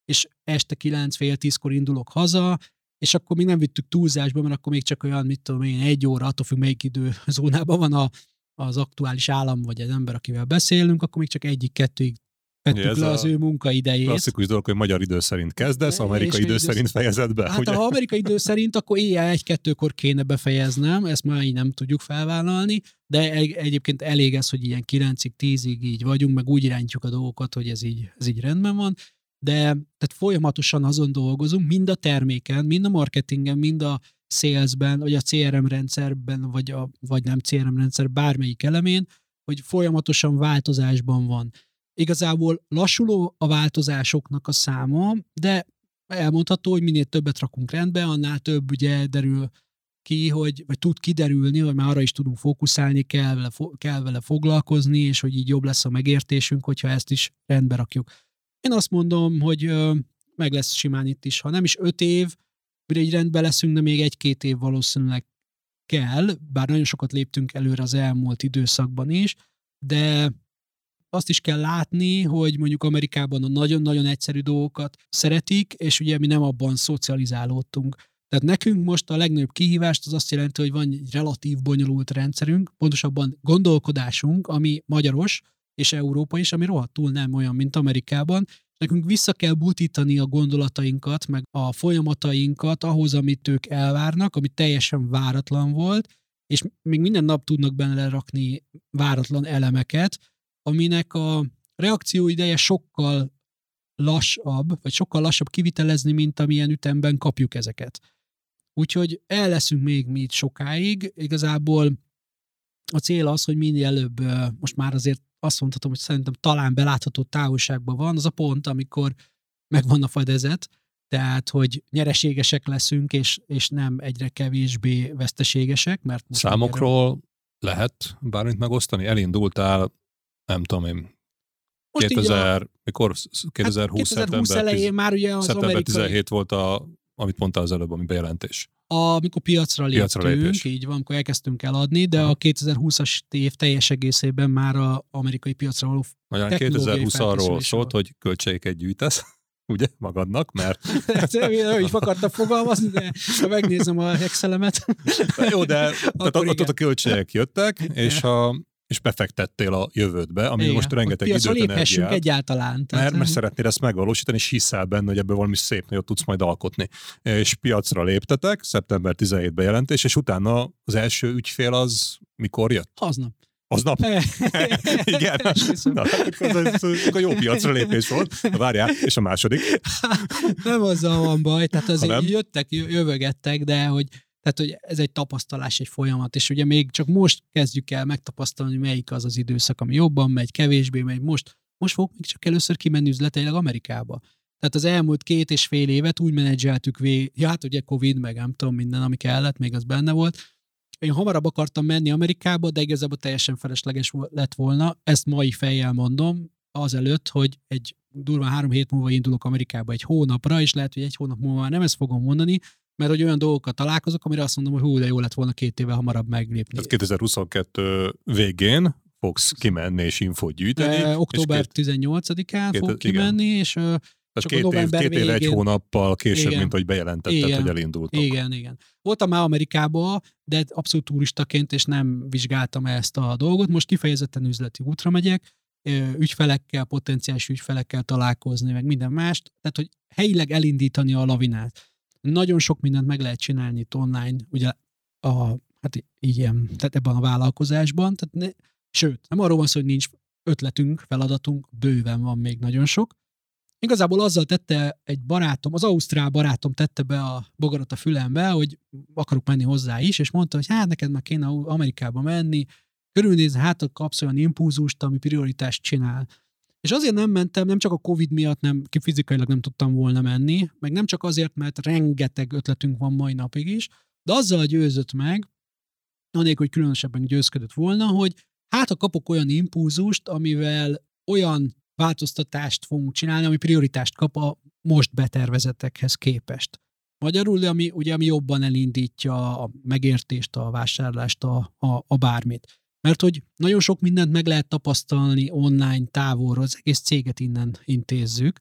és este kilenc fél tízkor indulok haza, és akkor még nem vittük túlzásba, mert akkor még csak olyan, mit tudom én, egy óra, attól függ, melyik időzónában van a, az aktuális állam, vagy az ember, akivel beszélünk, akkor még csak egyik-kettőig vettük le az ő munkaidejét. Klasszikus dolog, hogy magyar idő szerint kezdesz, amerikai idő szerint fejezed be. Hát ugye? ha amerikai idő szerint, akkor éjjel egy-kettőkor kéne befejeznem, ezt már így nem tudjuk felvállalni, de egy, egyébként elég ez, hogy ilyen kilencig, tízig így vagyunk, meg úgy irányítjuk a dolgokat, hogy ez így, ez így rendben van, de tehát folyamatosan azon dolgozunk, mind a terméken, mind a marketingen, mind a salesben, vagy a cé er em rendszerben, vagy, a, vagy nem cé er em rendszer bármelyik elemén, hogy folyamatosan változásban van. Igazából lassuló a változásoknak a száma, de elmondható, hogy minél többet rakunk rendbe, annál több ugye derül ki, hogy, vagy tud kiderülni, hogy már arra is tudunk fókuszálni, kell vele, kell vele foglalkozni, és hogy így jobb lesz a megértésünk, hogyha ezt is rendbe rakjuk. Én azt mondom, hogy ö, meg lesz simán itt is, ha nem is öt év, mire így rendben leszünk, de még egy-két év valószínűleg kell, bár nagyon sokat léptünk előre az elmúlt időszakban is, de azt is kell látni, hogy mondjuk Amerikában a nagyon-nagyon egyszerű dolgokat szeretik, és ugye mi nem abban szocializálódtunk. Tehát nekünk most a legnagyobb kihívást az azt jelenti, hogy van egy relatív bonyolult rendszerünk, pontosabban gondolkodásunk, ami magyaros és európai is, ami rohadtul nem olyan, mint Amerikában. Nekünk vissza kell butítani a gondolatainkat, meg a folyamatainkat ahhoz, amit ők elvárnak, ami teljesen váratlan volt, és még minden nap tudnak benne rakni váratlan elemeket, aminek a reakcióideje sokkal lassabb, vagy sokkal lassabb kivitelezni, mint amilyen ütemben kapjuk ezeket. Úgyhogy el leszünk még mi itt sokáig. Igazából a cél az, hogy minél előbb, most már azért azt mondhatom, hogy szerintem talán belátható távolságban van, az a pont, amikor megvan a fedezet, tehát, hogy nyereségesek leszünk, és, és nem egyre kevésbé veszteségesek. Mert számokról egyre... lehet bármit megosztani? Elindultál, nem tudom én, kétezer, a, mikor? kétezer-húsz, hát kétezer-húsz elején már ugye az szeptember amerikai... tizenhét volt a, amit mondtál az előbb, ami bejelentés. Amikor piacra léptünk, piacra lépés. Így van, amikor elkezdtünk eladni, de a kétezer-húszas év teljes egészében már az amerikai piacra való technológiai kétezer-húsz arról szólt, hogy költségeket gyűjtesz, ugye, magadnak, mert... Így akartam fogalmazni, de ha megnézem a Excel-emet... Jó, de tehát ott, ott a költségek jöttek, és a és befektettél a jövődbe, ami igen, most rengeteg időt, energiát. Egyáltalán. Tehát... Mert, mert szeretnél ezt megvalósítani, és hiszel benne, hogy ebből valami szép nagyot tudsz majd alkotni. És piacra léptetek, szeptember tizenhét bejelentés, és utána az első ügyfél az mikor jött? Aznap. Aznap? Igen. Na, akkor ez a jó piacra lépés volt. Várjál, és a második? Nem azzal van baj, tehát azért jöttek, jövögettek, de hogy Tehát, hogy ez egy tapasztalás, egy folyamat, és ugye még csak most kezdjük el megtapasztalni, melyik az az időszak, ami jobban megy, kevésbé megy. Most, most fogok még csak először kimenni üzleteileg Amerikába. Tehát az elmúlt két és fél évet úgy menedzseltük végig, ja, hát ugye Covid, meg nem tudom, minden, ami kellett, még az benne volt. Én hamarabb akartam menni Amerikába, de igazából teljesen felesleges lett volna. Ezt mai fejjel mondom, azelőtt, hogy egy durván három hét múlva indulok Amerikába egy hónapra, és lehet, hogy egy hónap múlva már nem ezt fogom mondani, mert hogy olyan dolgokat találkozok, amire azt mondom, hogy hú, de jó lett volna két évvel hamarabb meglépni. Tehát kétezer-huszonkettő végén fogsz kimenni és infót gyűjteni. E, október két... tizennyolcadikán fog kimenni, igen. és uh, csak két, év, két év, egy hónappal később, igen. mint hogy bejelentetted, igen. hogy elindultok. Igen, igen. Voltam már Amerikában, de abszolút turistaként, és nem vizsgáltam ezt a dolgot. Most kifejezetten üzleti útra megyek, ügyfelekkel, potenciális ügyfelekkel találkozni, meg minden mást. Tehát, hogy helyileg elindítani a lavinát. Nagyon sok mindent meg lehet csinálni itt online, ugye a, hát ilyen, tehát ebben a vállalkozásban, tehát ne, sőt, nem arról van szó, hogy nincs ötletünk, feladatunk, bőven van még nagyon sok. Igazából azzal tette egy barátom, az ausztrál barátom tette be a bogarat a fülembe, hogy akarok menni hozzá is, és mondta, hogy hát neked már kéne Amerikába menni, körülnézni, hát kapsz olyan impulzust, ami prioritást csinál. És azért nem mentem, nem csak a Covid miatt, nem, fizikailag nem tudtam volna menni, meg nem csak azért, mert rengeteg ötletünk van mai napig is, de azzal győzött meg, anélkül, hogy különösebben győzködött volna, hogy hát ha kapok olyan impulzust, amivel olyan változtatást fogunk csinálni, ami prioritást kap a most betervezetekhez képest. Magyarul, ami, ugye, ami jobban elindítja a megértést, a vásárlást, a, a, a bármit. Mert hogy nagyon sok mindent meg lehet tapasztalni online, távolról, az egész céget innen intézzük,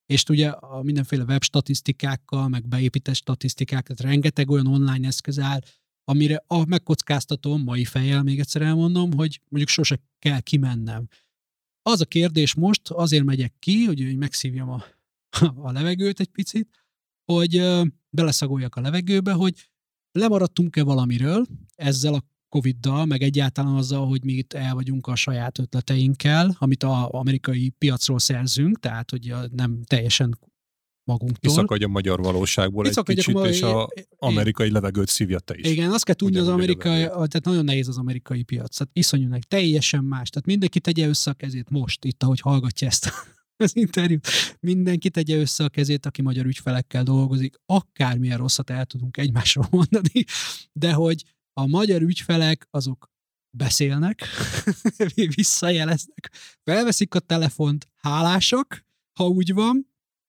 és ugye a mindenféle web statisztikákkal, meg beépített statisztikák, tehát rengeteg olyan online eszköz áll, amire a, megkockáztatom, mai fejjel még egyszer elmondom, hogy mondjuk sose kell kimennem. Az a kérdés most, azért megyek ki, hogy, hogy megszívjam a, a levegőt egy picit, hogy uh, beleszagoljak a levegőbe, hogy lemaradtunk-e valamiről ezzel a Coviddal, meg egyáltalán azzal, hogy mi itt el vagyunk a saját ötleteinkkel, amit az amerikai piacról szerzünk, tehát hogy nem teljesen magunktól. Kiszakadj a magyar valóságból egy kicsit, ma... és az amerikai levegőt szívja te is. Igen, azt kell tudni, az amerikai, tehát nagyon nehéz az amerikai piac. Tehát iszonyú, teljesen más. Tehát mindenki tegye össze a kezét most, itt, ahogy hallgatja ezt az interjút. Mindenki tegye össze a kezét, aki magyar ügyfelekkel dolgozik. Akármilyen rosszat el tudunk egymásról mondani, de hogy a magyar ügyfelek azok beszélnek, visszajeleznek, felveszik a telefont, hálásak, ha úgy van,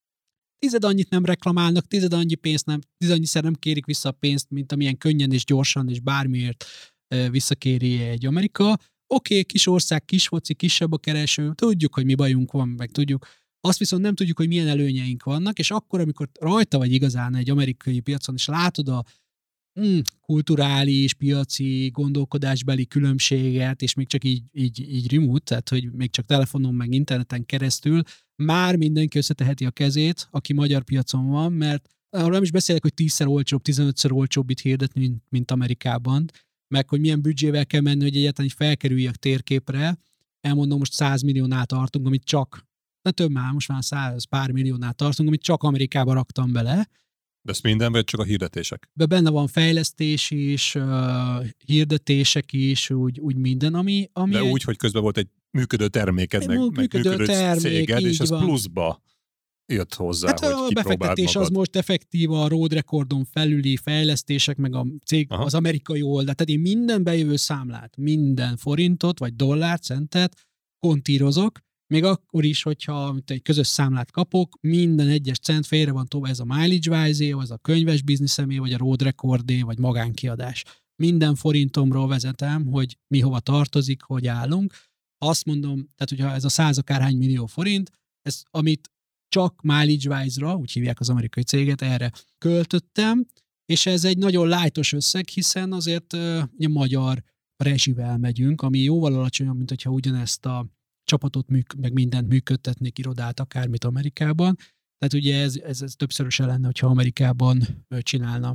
tized annyit nem reklamálnak, tized annyi pénzt nem, tized annyiszer nem kérik vissza a pénzt, mint amilyen könnyen és gyorsan és bármiért visszakéri egy Amerika. Oké, okay, kis ország, kis foci, kisebb a kereső, tudjuk, hogy mi bajunk van, meg tudjuk. Azt viszont nem tudjuk, hogy milyen előnyeink vannak, és akkor, amikor rajta vagy igazán egy amerikai piacon, és látod a mm, kulturális, piaci, gondolkodásbeli különbséget, és még csak így, így, így remote, tehát hogy még csak telefonon, meg interneten keresztül, már mindenki összeteheti a kezét, aki magyar piacon van, mert arról nem is beszélek, hogy tízszer olcsóbb, tizenötször olcsóbb itt hirdetni, mint, mint Amerikában, meg hogy milyen büdzsével kell menni, hogy egyáltalán felkerüljek térképre. Elmondom, most száz milliónál tartunk, amit csak, de több már, most már száz pár milliónál tartunk, amit csak Amerikába raktam bele. De ez minden, vagy csak a hirdetések? De benne van fejlesztés is, uh, hirdetések is, úgy, úgy minden, ami... ami De egy... úgy, hogy közben volt egy működő terméked, meg működő, működő termék, céged, és ez van. Pluszba jött hozzá, hát hogy a befektetés magad. Az most effektív a road recordon felüli fejlesztések, meg a cég, Aha. az amerikai oldal. Tehát én minden bejövő számlát, minden forintot, vagy dollár, centet kontírozok, még akkor is, hogyha egy közös számlát kapok, minden egyes cent félre van tovább, ez a mileage-wise, ez a könyves bizniszemé, vagy a road recordé, vagy magánkiadás. Minden forintomról vezetem, hogy mi hova tartozik, hogy állunk. Azt mondom, tehát hogyha ez a száz akárhány millió forint, ez amit csak mileage-wise-ra, úgy hívják az amerikai céget, erre költöttem, és ez egy nagyon lightos összeg, hiszen azért uh, a magyar rezsivel megyünk, ami jóval alacsonyabb, mint hogyha ugyanezt a csapatot, műk, meg mindent működtetnék, irodát, akármit Amerikában. Tehát ugye ez, ez, ez többszöröse lenne, hogyha Amerikában csinálnám.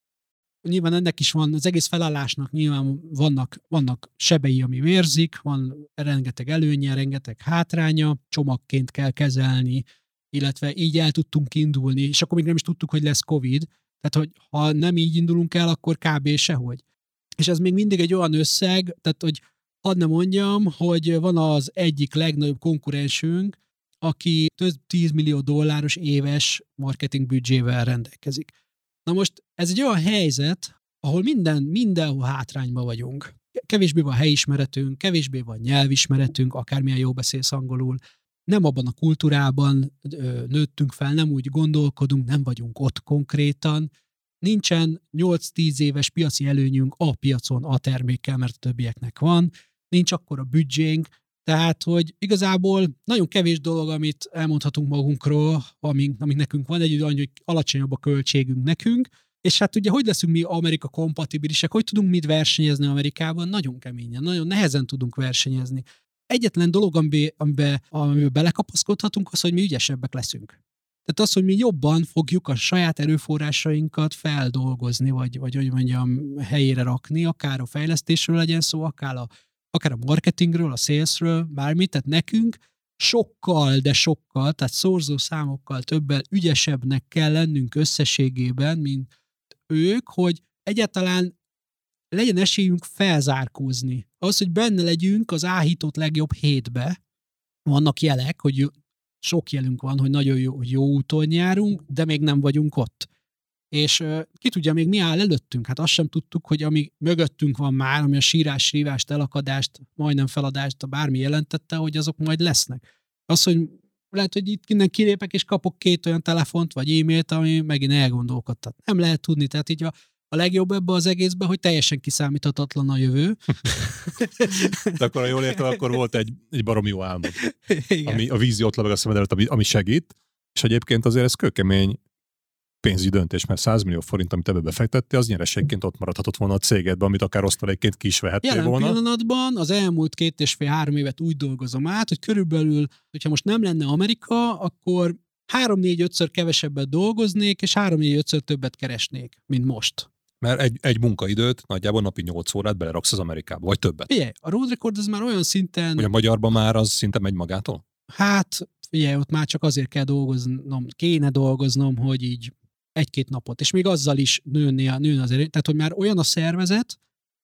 Nyilván ennek is van, az egész felállásnak nyilván vannak, vannak sebei, ami vérzik, van rengeteg előnye, rengeteg hátránya, csomagként kell kezelni, illetve így el tudtunk indulni, és akkor még nem is tudtuk, hogy lesz Covid, tehát hogy ha nem így indulunk el, akkor kb. Sehogy. És ez még mindig egy olyan összeg, tehát hogy hadd ne mondjam, hogy van az egyik legnagyobb konkurensünk, aki több tíz millió dolláros éves marketing büdzsével rendelkezik. Na most ez egy olyan helyzet, ahol minden, mindenhol hátrányban vagyunk. Kevésbé van helyismeretünk, kevésbé van nyelvismeretünk, akármilyen jól beszélsz angolul, nem abban a kultúrában ö, nőttünk fel, nem úgy gondolkodunk, nem vagyunk ott konkrétan, nincsen nyolc-tíz éves piaci előnyünk a piacon a termékkel, mert a többieknek van, nincs akkora büdzsénk, tehát, hogy igazából nagyon kevés dolog, amit elmondhatunk magunkról, amik, amik nekünk van, egy annyi, hogy alacsonyabb a költségünk nekünk, és hát ugye, hogy leszünk mi Amerika kompatibilisek, hogy tudunk mit versenyezni Amerikában? Nagyon keményen, nagyon nehezen tudunk versenyezni. Egyetlen dolog, amiben, amiben, amiben belekapaszkodhatunk, az, hogy mi ügyesebbek leszünk. Tehát az, hogy mi jobban fogjuk a saját erőforrásainkat feldolgozni, vagy, vagy hogy mondjam, helyére rakni, akár a fejlesztésről legyen szó, akár a, akár a marketingről, a salesről, bármit, tehát nekünk sokkal, de sokkal, tehát szorzó számokkal többel ügyesebbnek kell lennünk összességében, mint ők, hogy egyáltalán legyen esélyünk felzárkózni. Az, hogy benne legyünk az áhított legjobb hétbe, vannak jelek, hogy sok jelünk van, hogy nagyon jó, hogy jó úton járunk, de még nem vagyunk ott. És uh, ki tudja még mi áll előttünk? Hát azt sem tudtuk, hogy ami mögöttünk van már, ami a sírás, sívást, elakadást, majdnem feladást, bármi jelentette, hogy azok majd lesznek. Az, hogy lehet, hogy itt innen kilépek, és kapok két olyan telefont, vagy e-mailt, ami megint elgondolkodtat. Nem lehet tudni, tehát így a, a legjobb ebbe az egészben, hogy teljesen kiszámíthatatlan a jövő. De akkor, ha jól értem, akkor volt egy, egy baromi jó álmod. Ami, a víziót lebeg a szemed előtt, ami, ami segít, És egyébként azért ez kőkemény pénzügyi döntés, mert száz millió forint, amit ebbe befektettél, az nyereségként ott maradhatott volna a cégedben, amit akár osztalékként ki is vehettél Jelen volna. pillanatban az elmúlt két és fél három évet úgy dolgozom át, hogy körülbelül, hogyha most nem lenne Amerika, akkor három-négy-ötször kevesebbet dolgoznék, és három-négy-ötször többet keresnék, mint most. Mert egy, egy munkaidőt, nagyjából napi nyolc órát beleraksz az Amerikába, vagy többet. Figyelj, a Road Record az már olyan szinten... Hogy a magyarban már az szinte megy magától? Hát, figyelj, ott már csak azért kell dolgoznom, kéne dolgoznom, hogy így egy-két napot, és még azzal is nőni, nőni az erő. Tehát, hogy már olyan a szervezet,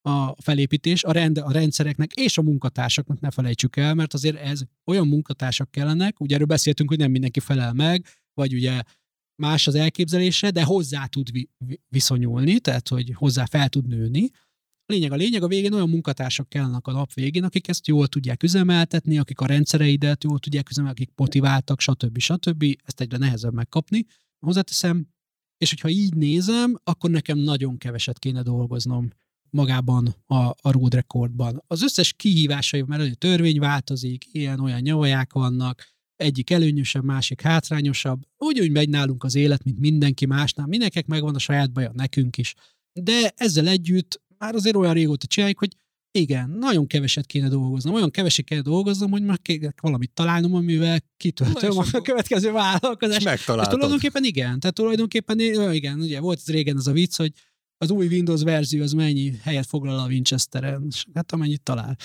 a felépítés, a, rend, a rendszereknek és a munkatársaknak ne felejtsük el, mert azért ez olyan munkatársak kellenek, ugye erről beszéltünk, hogy nem mindenki felel meg, vagy ugye más az elképzelése, de hozzá tud vi- viszonyulni, tehát hogy hozzá fel tud nőni. A lényeg a lényeg, a végén olyan munkatársak kellenek a nap végén, akik ezt jól tudják üzemeltetni, akik a rendszereidet jól tudják üzemeltetni, akik motiváltak, stb. stb. Ezt egyre nehezebb megkapni. Hozzáteszem, és hogyha így nézem, akkor nekem nagyon keveset kéne dolgoznom magában a, a Road Recordban. Az összes kihívásai, mert a törvény változik, ilyen-olyan nyavaják vannak, egyik előnyösebb, másik hátrányosabb. Úgy megy nálunk az élet, mint mindenki másnál. Mindenkinek megvan a saját baja, nekünk is. De ezzel együtt már azért olyan régóta csináljuk, hogy igen, nagyon keveset kéne dolgoznom, olyan keveset kéne dolgoznom, hogy már kéne valamit találnom, amivel kitöltöm a következő vállalkozást. És tulajdonképpen igen, tehát tulajdonképpen igen, ugye volt az régen az a vicc, hogy az új Windows verzió az mennyi helyet foglal a Winchesteren, hát amennyit talál.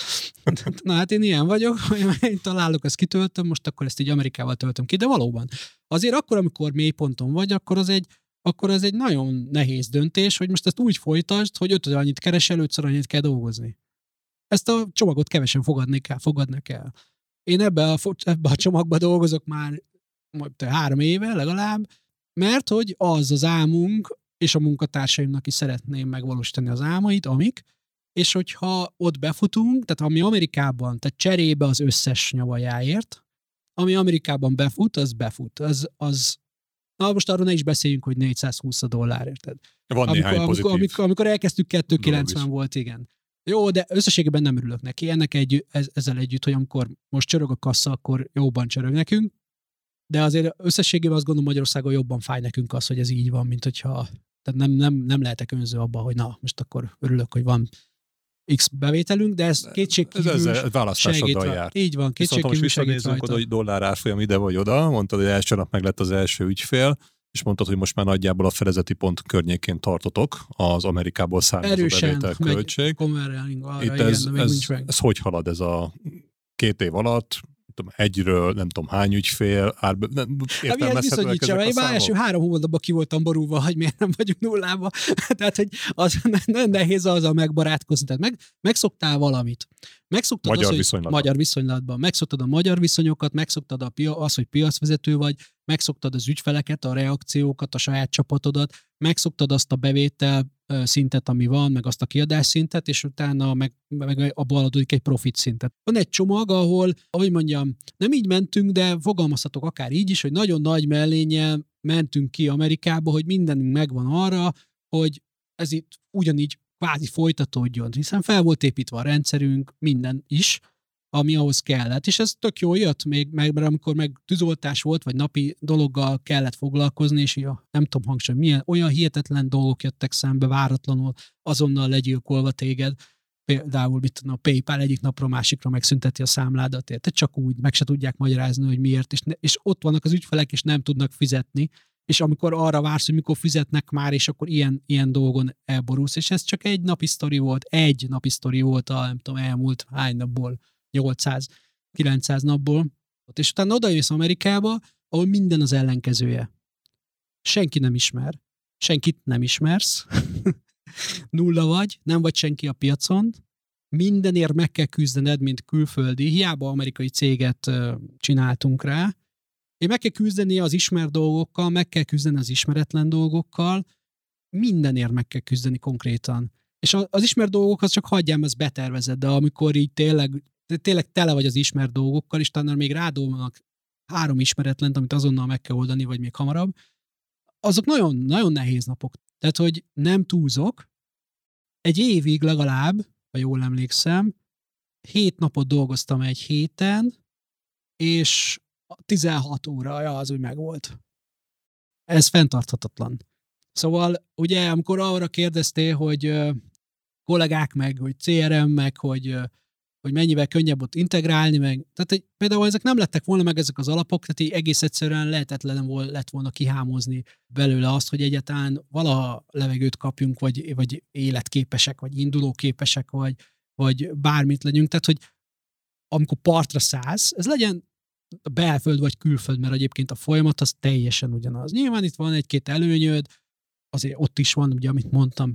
Na hát én ilyen vagyok, hogy amennyit találok, ezt kitöltöm, most akkor ezt így Amerikával töltöm ki, de valóban. Azért akkor, amikor mélyponton vagy, akkor az egy, akkor az egy nagyon nehéz döntés, hogy most ezt úgy folytasd, hogy ötöd annyit keresel, ötször annyit kell dolgozni. Ezt a csomagot kevesen fogadni kell, fogadnak el. Én ebbe a, ebbe a csomagba dolgozok már három éve legalább, mert hogy az az álmunk, és a munkatársaimnak is szeretném megvalósítani az álmait, amik, és hogyha ott befutunk, tehát ami Amerikában, tehát cserébe az összes nyavajáért, ami Amerikában befut, az befut. Az, az, na most arról ne is beszéljünk, hogy négyszázhúsz dollár, érted? Van amikor, néhány pozitív. amikor, amikor, amikor elkezdtük kétszázkilencven volt, igen. Jó, de összességében nem örülök neki. Ennek egy, ez, ezzel együtt, hogy amikor most csörög a kassa, akkor jobban csörög nekünk, de azért összességében azt gondolom, Magyarországon jobban fáj nekünk az, hogy ez így van, mint hogyha tehát nem, nem, nem lehetek önző abba, hogy na, most akkor örülök, hogy van X bevételünk, de ez kétségkívül ez, ez választásoddal jár. Így van, kétségkívül segít rajta. Oda, hogy dollár árfolyam ide vagy oda, mondtad, hogy első nap meg lett az első ügyfél, és mondtad, hogy most már nagyjából a fedezeti pont környékén tartotok az Amerikából származó bevétel költség. Itt ez, igen, ez, ez, ez hogy halad ez a két év alatt? Tudom, egyről, nem tudom, hány ügyfél, árbe, nem, értelmezhetőek ezek a számok? Első három hónapban ki voltam borulva, hogy miért nem vagyunk nullába. Tehát, hogy az nagyon nehéz azzal megbarátkozni. Tehát meg, megszoktál valamit. Megszoktad magyar az, viszonylatban. Magyar viszonylatban. Megszoktad a magyar viszonyokat, megszoktad a pia, az, hogy piacvezető vagy, megszoktad az ügyfeleket, a reakciókat, a saját csapatodat, megszoktad azt a bevétel szintet, ami van, meg azt a kiadás szintet, és utána meg, meg abból adódik egy profit szintet. Van egy csomag, ahol, ahogy mondjam, nem így mentünk, de fogalmazhatok akár így is, hogy nagyon nagy mellénnyel mentünk ki Amerikába, hogy mindenünk megvan arra, hogy ez itt ugyanígy kvázi folytatódjon, hiszen fel volt építve a rendszerünk, minden is, ami ahhoz kellett, és ez tök jól jött még, meg, mert amikor meg tűzoltás volt, vagy napi dologgal kellett foglalkozni, és ja, nem tudom hangsúlyozni, milyen olyan hihetetlen dolgok jöttek szembe váratlanul, azonnal legyilkolva téged, például mit tudom, a PayPal egyik napra másikra megszünteti a számládat, érte? Csak úgy, meg se tudják magyarázni, hogy miért, és, ne, és ott vannak az ügyfelek, és nem tudnak fizetni, és amikor arra vársz, hogy mikor fizetnek már, és akkor ilyen, ilyen dolgon elborulsz, és ez csak egy napi sztori volt, egy napi sztori volt a, nem tudom, elmúlt hány napból, nyolcszáz-kilencszáz napból, és utána odajössz Amerikába, ahol minden az ellenkezője. Senki nem ismer, senkit nem ismersz, nulla vagy, nem vagy senki a piacon, mindenért meg kell küzdened, mint külföldi, hiába amerikai céget csináltunk rá, és meg kell küzdeni az ismert dolgokkal, meg kell küzdeni az ismeretlen dolgokkal, mindenért meg kell küzdeni konkrétan. És az ismert dolgok, az csak hagyjám, ezt betervezed, de amikor így tényleg, tényleg tele vagy az ismert dolgokkal, és talán még rádolnak három ismeretlent, amit azonnal meg kell oldani, vagy még hamarabb, azok nagyon, nagyon nehéz napok. Tehát, hogy nem túlzok, egy évig legalább, ha jól emlékszem, hét napot dolgoztam egy héten, és tizenhat óra, ja, az úgy megvolt. Ez fenntarthatatlan. Szóval ugye, amikor arra kérdeztél, hogy uh, kollégák meg, hogy cé er em meg, hogy, uh, hogy mennyivel könnyebb ott integrálni, meg, tehát hogy például ezek nem lettek volna meg ezek az alapok, tehát így egész egyszerűen lehetetlen vol, lett volna kihámozni belőle azt, hogy egyáltalán valaha levegőt kapjunk, vagy, vagy életképesek, vagy indulóképesek, vagy, vagy bármit legyünk. Tehát, hogy amikor partra szállsz, ez legyen belföld vagy külföld, mert egyébként a folyamat az teljesen ugyanaz. Nyilván itt van egy-két előnyöd, azért ott is van, ugye, amit mondtam.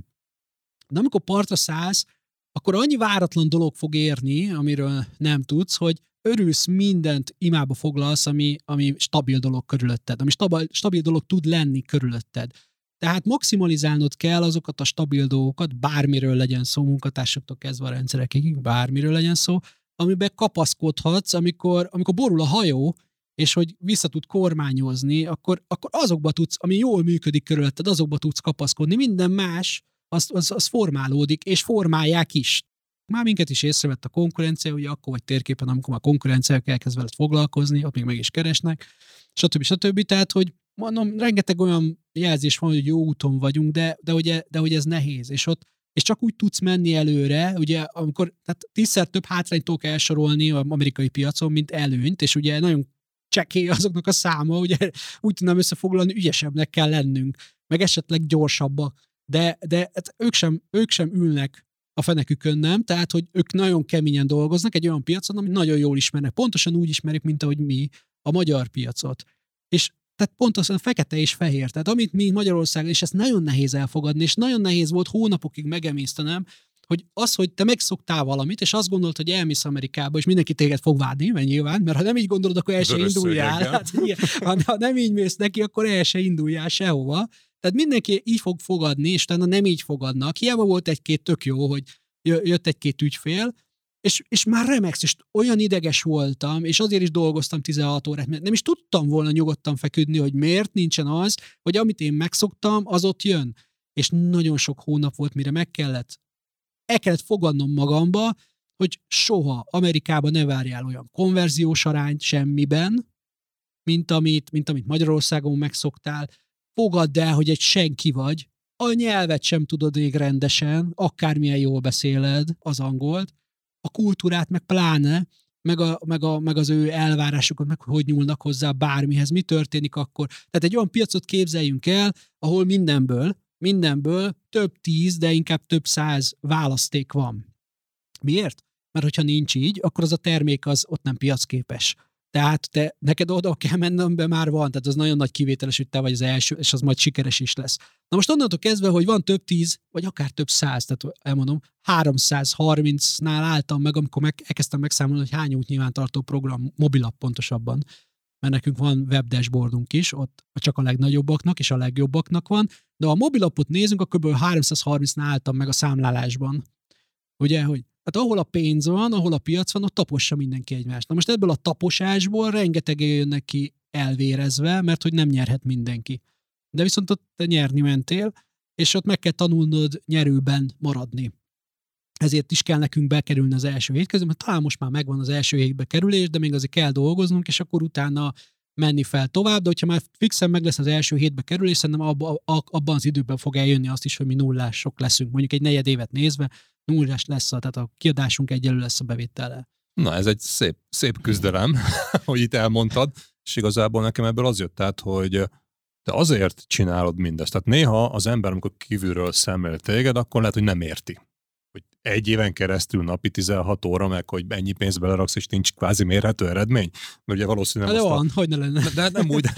De amikor partra szállsz, akkor annyi váratlan dolog fog érni, amiről nem tudsz, hogy örülsz, mindent imába foglalsz, ami, ami stabil dolog körülötted, ami stabil, stabil dolog tud lenni körülötted. Tehát maximalizálnod kell azokat a stabil dolgokat, bármiről legyen szó, munkatársaktól kezdve a rendszerekig, bármiről legyen szó, amiben kapaszkodhatsz, amikor, amikor borul a hajó, és hogy vissza tud kormányozni, akkor, akkor azokba tudsz, ami jól működik körülötted, azokba tudsz kapaszkodni. Minden más, az, az, az formálódik, és formálják is. Már minket is észrevett a konkurencia, ugye akkor vagy térképen, amikor már konkurenciák elkezd veled foglalkozni, ott még meg is keresnek, stb. stb. Tehát, hogy mondom, rengeteg olyan jelzés van, hogy jó úton vagyunk, de, de, ugye, de hogy ez nehéz, és ott és csak úgy tudsz menni előre, ugye, amikor tehát tízszer több hátrányt tudok elsorolni az amerikai piacon, mint előnyt, és ugye nagyon csekély azoknak a száma, ugye úgy tudnám összefoglalni, ügyesebbnek kell lennünk, meg esetleg gyorsabbak, de, de hát ők, sem, ők sem ülnek a fenekükön, nem, tehát, hogy ők nagyon keményen dolgoznak egy olyan piacon, amit nagyon jól ismernek, pontosan úgy ismerik, mint ahogy mi a magyar piacot. És tehát pontosan fekete és fehér. Tehát amit mi Magyarországon, és ezt nagyon nehéz elfogadni, és nagyon nehéz volt hónapokig megemésztenem, hogy az, hogy te megszoktál valamit, és azt gondolt, hogy elmész Amerikába, és mindenki téged fog vádni, mert nyilván, mert ha nem így gondolod, akkor el se induljál. Hát, ha, ha nem így mész neki, akkor el se induljál sehova. Tehát mindenki így fog fogadni, és utána nem így fogadnak. Hiába volt egy-két tök jó, hogy jött egy-két ügyfél, És, és már remegsz, és olyan ideges voltam, és azért is dolgoztam tizenhat órát, mert nem is tudtam volna nyugodtan feküdni, hogy miért nincsen az, hogy amit én megszoktam, az ott jön. És nagyon sok hónap volt, mire meg kellett, el kellett fogadnom magamba, hogy soha Amerikában ne várjál olyan konverziós arányt semmiben, mint amit, mint amit Magyarországon megszoktál. Fogadd el, hogy egy senki vagy, a nyelvet sem tudod még rendesen, akármilyen jól beszéled az angolt, a kultúrát meg pláne, meg, a, meg, a, meg az ő elvárásokat, meg hogy nyúlnak hozzá bármihez, mi történik akkor. Tehát egy olyan piacot képzeljünk el, ahol mindenből, mindenből több tíz, de inkább több száz választék van. Miért? Mert hogyha nincs így, akkor az a termék az ott nem piacképes. Tehát te, neked oda kell mennem, be már van, tehát az nagyon nagy kivételes, hogy te vagy az első, és az majd sikeres is lesz. Na most onnantól kezdve, hogy van több tíz, vagy akár több száz, tehát elmondom, háromszázharmincnál álltam meg, amikor meg, elkezdtem megszámolni, hogy hány útnyilvántartó program, mobilapp pontosabban, mert nekünk van web dashboardunk is, ott csak a legnagyobbaknak és a legjobbaknak van, de ha a mobilappot nézünk, akkor kb. háromszázharmincnál álltam meg a számlálásban. Ugye, hogy hát ahol a pénz van, ahol a piac van, ott tapossa mindenki egymást. Na most ebből a taposásból rengeteg jönnek ki elvérezve, mert hogy nem nyerhet mindenki. De viszont ott te nyerni mentél, és ott meg kell tanulnod nyerőben maradni. Ezért is kell nekünk bekerülni az első hét közül, mert talán most már megvan az első hétbe kerülés, de még azért kell dolgoznunk, és akkor utána menni fel tovább, de hogyha már fixen meg lesz az első hétbe kerülés, szerintem abba, abban az időben fog eljönni azt is, hogy mi nullások leszünk. Mondjuk egy negyed évet nézve, nullás lesz, a, tehát a kiadásunk egyenlő lesz a bevétellel. Na, ez egy szép, szép küzdelem, hogy itt elmondtad, és igazából nekem ebből az jött át, hogy te azért csinálod mindezt. Tehát néha az ember, amikor kívülről szemlél téged, akkor lehet, hogy nem érti. Hogy egy éven keresztül napi tizenhat óra, meg hogy ennyi pénzt beleraksz, és nincs kvázi mérhető eredmény. Mert ugye valószínűleg... De van, a... hogy ne lenne. De nem úgy.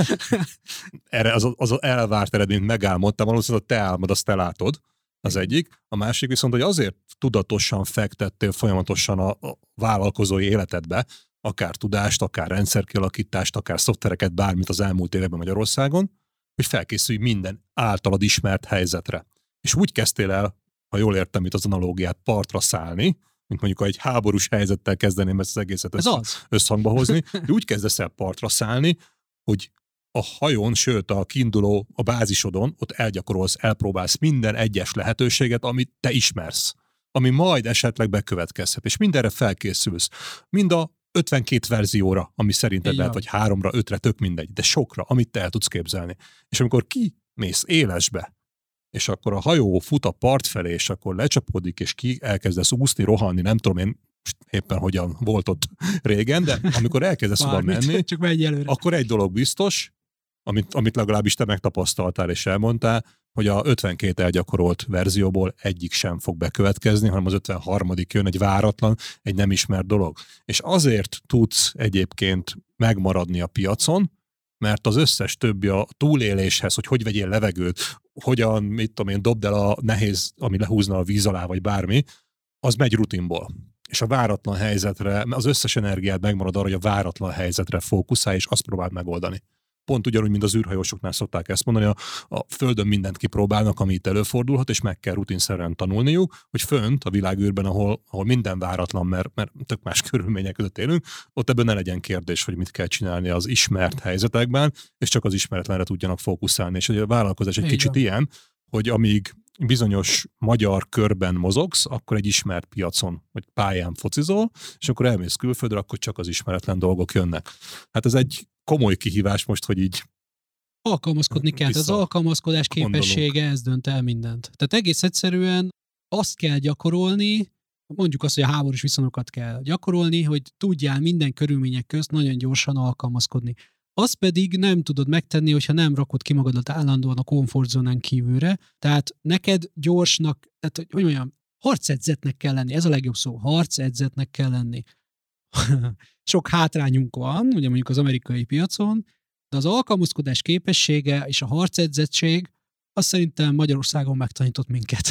Erre az, az elvárt eredményt megálmodtam, valószínűleg te álmod, azt te látod. Az egyik. A másik viszont, hogy azért tudatosan fektettél folyamatosan a, a vállalkozói életedbe, akár tudást, akár rendszerkialakítást, akár szoftvereket, bármit az elmúlt években Magyarországon, hogy felkészülj minden általad ismert helyzetre. És úgy kezdtél el, ha jól értem itt az analógiát, partra szállni, mint mondjuk, ha egy háborús helyzettel kezdeném ezt az egészet össz, az. összhangba hozni, de úgy kezdesz el partra szállni, hogy a hajón, sőt a kiinduló, a bázisodon, ott elgyakorolsz, elpróbálsz minden egyes lehetőséget, amit te ismersz, ami majd esetleg bekövetkezhet, és mindenre felkészülsz. Mind a ötvenkét verzióra, ami szerinted Így lehet, van. vagy háromra, ötre, tök mindegy, de sokra, amit te el tudsz képzelni. És amikor kimész élesbe, és akkor a hajó fut a part felé, és akkor lecsapódik, és ki elkezdesz úszni, rohanni, nem tudom én éppen hogyan volt ott régen, de amikor elkezdesz oda menni, csak menj előre. akkor egy dolog biztos, amit, amit legalábbis te megtapasztaltál és elmondtál, hogy a ötvenkét elgyakorolt verzióból egyik sem fog bekövetkezni, hanem az ötvenharmadik jön egy váratlan, egy nem ismert dolog. És azért tudsz egyébként megmaradni a piacon, mert az összes többi a túléléshez, hogy hogy vegyél levegőt, hogyan, mit tudom én, dobd el a nehéz, ami lehúzna a víz alá, vagy bármi, az megy rutinból. És a váratlan helyzetre, az összes energiát megmarad arra, hogy a váratlan helyzetre fókuszálj, és azt próbáld megoldani. Pont ugyanúgy, mint az űrhajósoknál szokták ezt mondani, a, a Földön mindent kipróbálnak, ami itt előfordulhat, és meg kell rutinszerűen tanulniuk, hogy fönt, a világűrben, ahol, ahol minden váratlan, mert, mert tök más körülmények között élünk, ott ebben ne legyen kérdés, hogy mit kell csinálni az ismert helyzetekben, és csak az ismeretlenre tudjanak fókuszálni. És a vállalkozás egy Igen. kicsit ilyen, hogy amíg bizonyos magyar körben mozogsz, akkor egy ismert piacon, vagy pályán focizol, és akkor elmész külföldre, akkor csak az ismeretlen dolgok jönnek. Hát ez egy komoly kihívás most, hogy így Alkalmazkodni kell. Az alkalmazkodás képessége, ez dönt el mindent. Tehát egész egyszerűen azt kell gyakorolni, mondjuk azt, hogy a háborús viszonyokat kell gyakorolni, hogy tudjál minden körülmények közt nagyon gyorsan alkalmazkodni. Azt pedig nem tudod megtenni, hogyha nem rakod ki magadat állandóan a komfortzónán kívülre. Tehát neked gyorsnak, tehát hogy mondjam, harcedzetnek kell lenni. Ez a legjobb szó. Harcedzetnek kell lenni. Sok hátrányunk van, ugye mondjuk az amerikai piacon, de az alkalmazkodás képessége és a harcedzettség azt szerintem Magyarországon megtanított minket.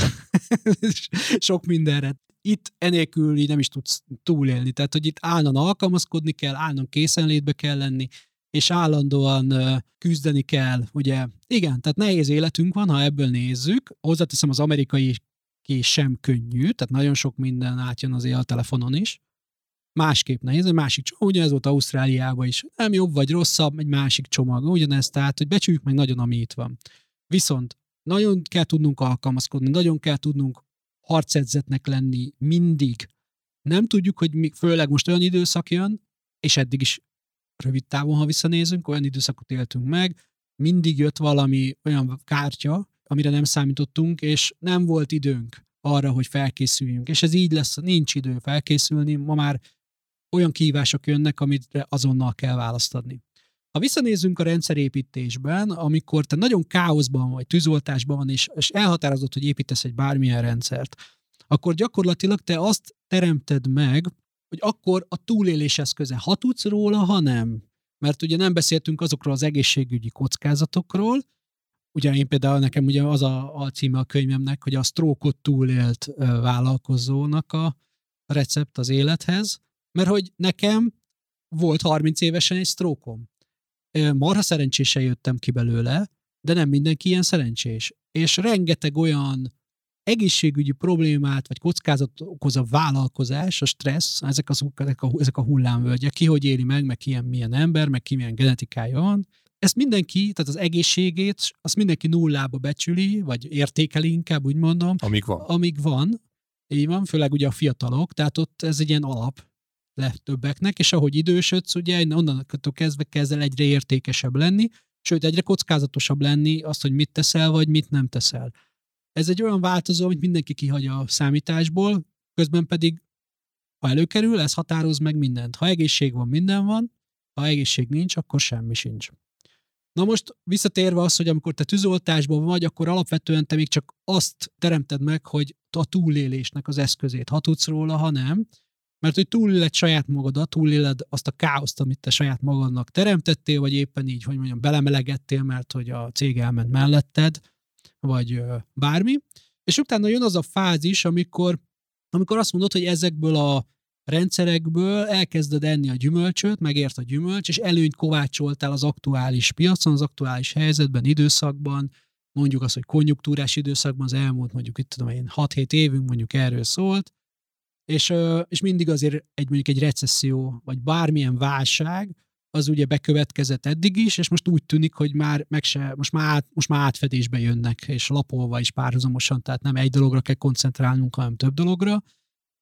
Sok mindenre. Itt enélkül így nem is tudsz túlélni. Tehát, hogy itt állandóan alkalmazkodni kell, állandóan készenlétbe kell lenni, és állandóan uh, küzdeni kell, ugye. Igen, tehát nehéz életünk van, ha ebből nézzük. Hozzáteszem, az amerikai ki sem könnyű, tehát nagyon sok minden átjön azért a telefonon is. Másképp nehéz, egy másik csomag, ugyanez volt Ausztráliában is. Nem jobb vagy rosszabb, egy másik csomag, ugyanez, tehát, hogy becsüljük meg nagyon, ami itt van. Viszont nagyon kell tudnunk alkalmazkodni, nagyon kell tudnunk harcedzetnek lenni mindig. Nem tudjuk, hogy mi, főleg most olyan időszak jön, és eddig is rövid távon, ha visszanézünk, olyan időszakot éltünk meg, mindig jött valami olyan kártya, amire nem számítottunk, és nem volt időnk arra, hogy felkészüljünk. És ez így lesz, nincs idő felkészülni, ma már olyan kihívások jönnek, amit azonnal kell választ adni. Ha visszanézzünk a rendszerépítésben, amikor te nagyon káoszban vagy, tűzoltásban van, és, és elhatározott, hogy építesz egy bármilyen rendszert, akkor gyakorlatilag te azt teremted meg, hogy akkor a túlélés eszköze, ha tudsz róla, ha nem. Mert ugye nem beszéltünk azokról az egészségügyi kockázatokról, ugye én például nekem ugye az a alcíme a könyvemnek, hogy a stroke-ot túlélt ö, vállalkozónak a recept az élethez, mert hogy nekem volt harminc évesen egy stroke-om. Marha szerencsésen jöttem ki belőle, de nem mindenki ilyen szerencsés. És rengeteg olyan egészségügyi problémát, vagy kockázatot okoz a vállalkozás, a stressz, ezek, az, ezek, a, ezek a hullámvölgyek, ki hogy éli meg, meg ki ilyen, milyen ember, meg ki milyen genetikája van. Ezt mindenki, tehát az egészségét, azt mindenki nullába becsüli, vagy értékeli inkább, úgy mondom. Amíg van. Amíg van, így van, főleg ugye a fiatalok, tehát ott ez egy ilyen alap le többeknek, és ahogy idősödsz, ugye onnantól kezdve kezd el egyre értékesebb lenni, sőt egyre kockázatosabb lenni azt, hogy mit teszel, vagy mit nem teszel. Ez egy olyan változó, amit mindenki kihagy a számításból, közben pedig, ha előkerül, ez határoz meg mindent. Ha egészség van, minden van, ha egészség nincs, akkor semmi sincs. Na most visszatérve az, hogy amikor te tűzoltásban vagy, akkor alapvetően te még csak azt teremted meg, hogy a túlélésnek az eszközét, ha tudsz róla, ha nem. Mert hogy túléled saját magadat, túléled azt a káoszt, amit te saját magadnak teremtettél, vagy éppen így, hogy mondjam, belemelegettél, mert hogy a cég elment melletted, vagy ö, bármi. És utána jön az a fázis, amikor, amikor azt mondod, hogy ezekből a rendszerekből elkezded enni a gyümölcsöt, megért a gyümölcs, és előnyt kovácsoltál az aktuális piacon, az aktuális helyzetben, időszakban, mondjuk az, hogy konjunktúrás időszakban, az elmúlt mondjuk itt tudom én hat-hét évünk mondjuk erről szólt, és, és mindig azért egy mondjuk egy recesszió, vagy bármilyen válság, az ugye bekövetkezett eddig is, és most úgy tűnik, hogy már meg se, most már, át, most már átfedésbe jönnek, és lapolva is párhuzamosan, tehát nem egy dologra kell koncentrálnunk, hanem több dologra.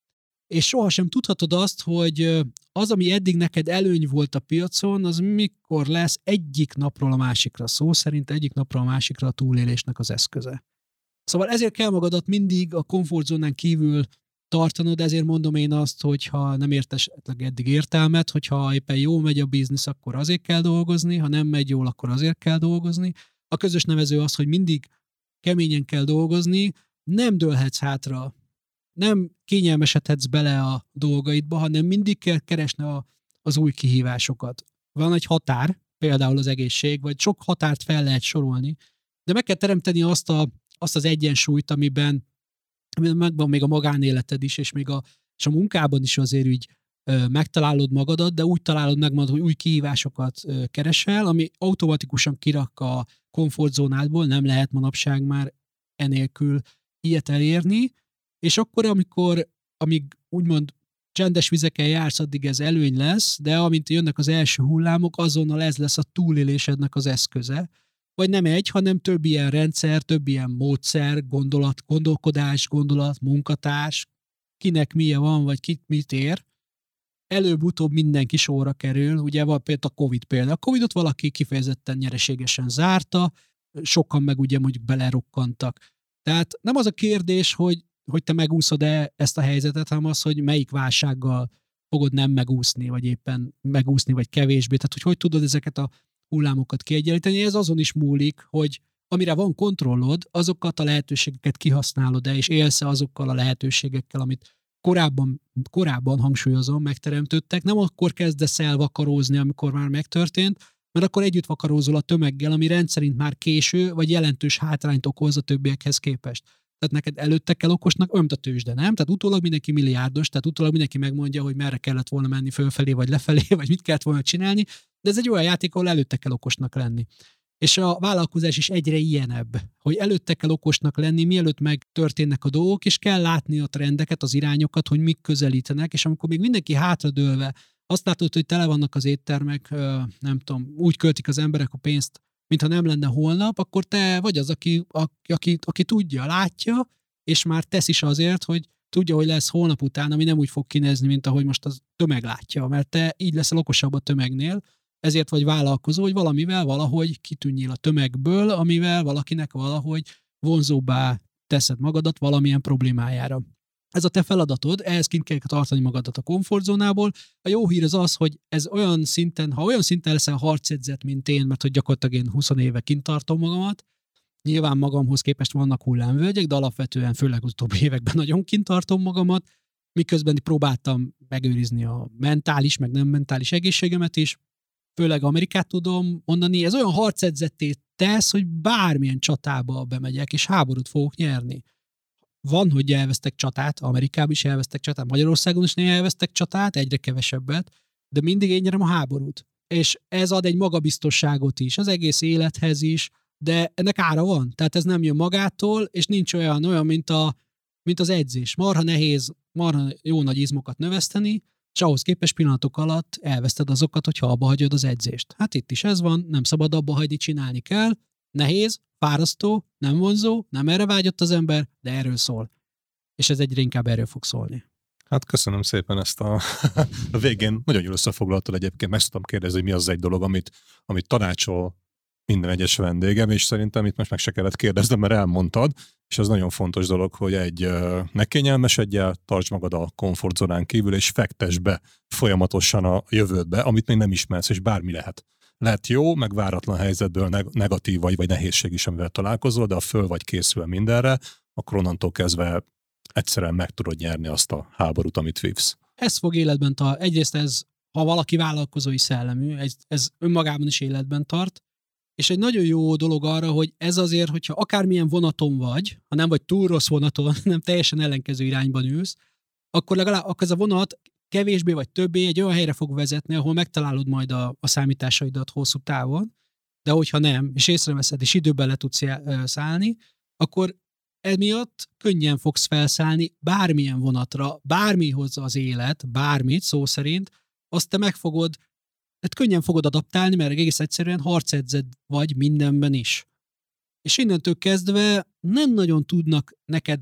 és sohasem tudhatod azt, hogy az, ami eddig neked előny volt a piacon, az mikor lesz egyik napról a másikra, szó szerint egyik napról a másikra a túlélésnek az eszköze. Szóval ezért kell magadat mindig a komfortzónán kívül tartanod, ezért mondom én azt, hogyha nem értes eddig értelmet, hogyha éppen jól megy a biznisz, akkor azért kell dolgozni, ha nem megy jól, akkor azért kell dolgozni. A közös nevező az, hogy mindig keményen kell dolgozni, nem dőlhetsz hátra, nem kényelmesedhetsz bele a dolgaidba, hanem mindig kell keresni a, az új kihívásokat. Van egy határ, például az egészség, vagy sok határt fel lehet sorolni, de meg kell teremteni azt, a, azt az egyensúlyt, amiben, amiben megvan még a magánéleted is, és még a, és a munkában is azért úgy ö, megtalálod magadat, de úgy találod meg magad, hogy új kihívásokat ö, keresel, ami automatikusan kirak a komfortzónádból, nem lehet manapság már enélkül ilyet elérni, és akkor, amikor, amíg úgymond csendes vizeken jársz, addig ez előny lesz, de amint jönnek az első hullámok, azonnal ez lesz a túlélésednek az eszköze. Vagy nem egy, hanem több ilyen rendszer, több ilyen módszer, gondolat, gondolkodás, gondolat, munkatárs, kinek milyen van, vagy kit mit ér. Előbb-utóbb mindenki sorra kerül, ugye van például a Covid példa. A Covidot valaki kifejezetten nyereségesen zárta, sokan meg ugye mondjuk belerokkantak. Tehát nem az a kérdés, hogy hogy te megúszod-e ezt a helyzetet, hanem az, hogy melyik válsággal fogod nem megúszni, vagy éppen megúszni, vagy kevésbé. Tehát, hogy hogy tudod ezeket a hullámokat kiegyenlíteni. Ez azon is múlik, hogy amire van kontrollod, azokat a lehetőségeket kihasználod-e, és élsz-e azokkal a lehetőségekkel, amit korábban, korábban hangsúlyozom, megteremtődtek. Nem akkor kezdesz el vakarózni, amikor már megtörtént, mert akkor együtt vakarózol a tömeggel, ami rendszerint már késő, vagy jelentős hátrányt okoz a többiekhez képest. Tehát neked előtte kell okosnak, olyan, mint a tőzsde, nem? Tehát utólag mindenki milliárdos, tehát utólag mindenki megmondja, hogy merre kellett volna menni fölfelé, vagy lefelé, vagy mit kellett volna csinálni, de ez egy olyan játék, ahol előtte kell okosnak lenni. És a vállalkozás is egyre ilyenebb, hogy előtte kell okosnak lenni, mielőtt megtörténnek a dolgok, és kell látni a trendeket, az irányokat, hogy mik közelítenek, és amikor még mindenki hátradőlve, azt látod, hogy tele vannak az éttermek, nem tudom, úgy költik az emberek a pénzt, mintha nem lenne holnap, akkor te vagy az, aki, aki, aki, aki tudja, látja, és már tesz is azért, hogy tudja, hogy lesz holnap után, ami nem úgy fog kinézni, mint ahogy most a tömeg látja, mert te így leszel okosabb a tömegnél, ezért vagy vállalkozó, hogy valamivel valahogy kitűnjél a tömegből, amivel valakinek valahogy vonzóbbá teszed magadat valamilyen problémájára. Ez a te feladatod, ehhez kint kell tartani magadat a komfortzónából. A jó hír az az, hogy ez olyan szinten, ha olyan szinten leszel harcedzett, mint én, mert hogy gyakorlatilag én húsz éve kint tartom magamat, nyilván magamhoz képest vannak hullámvölgyek, de alapvetően főleg az utóbbi években nagyon kint tartom magamat, miközben próbáltam megőrizni a mentális, meg nem mentális egészségemet is, főleg Amerikát tudom mondani, ez olyan harcedzetté tesz, hogy bármilyen csatába bemegyek, és háborút fogok nyerni. Van, hogy elvesztek csatát, Amerikában is elvesztek csatát, Magyarországon is néha elvesztek csatát, egyre kevesebbet, de mindig én nyerem a háborút. És ez ad egy magabiztosságot is, az egész élethez is, de ennek ára van. Tehát ez nem jön magától, és nincs olyan, olyan mint, a, mint az edzés. Marha nehéz, marha jó nagy izmokat növeszteni, és ahhoz képest pillanatok alatt elveszted azokat, hogyha abba hagyod az edzést. Hát itt is ez van, nem szabad abba hagyni, csinálni kell. Nehéz, fárasztó, nem vonzó, nem erre vágyott az ember, de erről szól. És ez egyre inkább erről fog szólni. Hát köszönöm szépen ezt a, a végén. Nagyon jól összefoglaltad egyébként. Meg tudtam kérdezni, hogy mi az egy dolog, amit, amit tanácsol minden egyes vendégem, és szerintem itt most meg se kellett kérdeznem, mert elmondtad, és az nagyon fontos dolog, hogy egy, ne kényelmesedj el, tartsd magad a komfortzónán kívül, és fektess be folyamatosan a jövődbe, amit még nem ismersz, és bármi lehet. Lehet jó, meg váratlan helyzetből negatív vagy, vagy nehézség is, amivel találkozol, de ha föl vagy készülve mindenre, akkor onnantól kezdve egyszerűen meg tudod nyerni azt a háborút, amit vívsz. Ez fog életben tart. Egyrészt ez, ha valaki vállalkozói szellemű, ez, ez önmagában is életben tart, és egy nagyon jó dolog arra, hogy ez azért, hogyha akármilyen vonaton vagy, ha nem vagy túl rossz vonaton, nem teljesen ellenkező irányban ülsz, akkor legalább akkor ez a vonat kevésbé vagy többé egy olyan helyre fog vezetni, ahol megtalálod majd a, a számításaidat hosszú távon, de hogyha nem, és észreveszed, és időben le tudsz szállni, akkor emiatt könnyen fogsz felszállni bármilyen vonatra, bármi hozza az élet, bármit, szó szerint, azt te meg fogod, hát könnyen fogod adaptálni, mert egész egyszerűen harcedzed vagy mindenben is. És innentől kezdve nem nagyon tudnak neked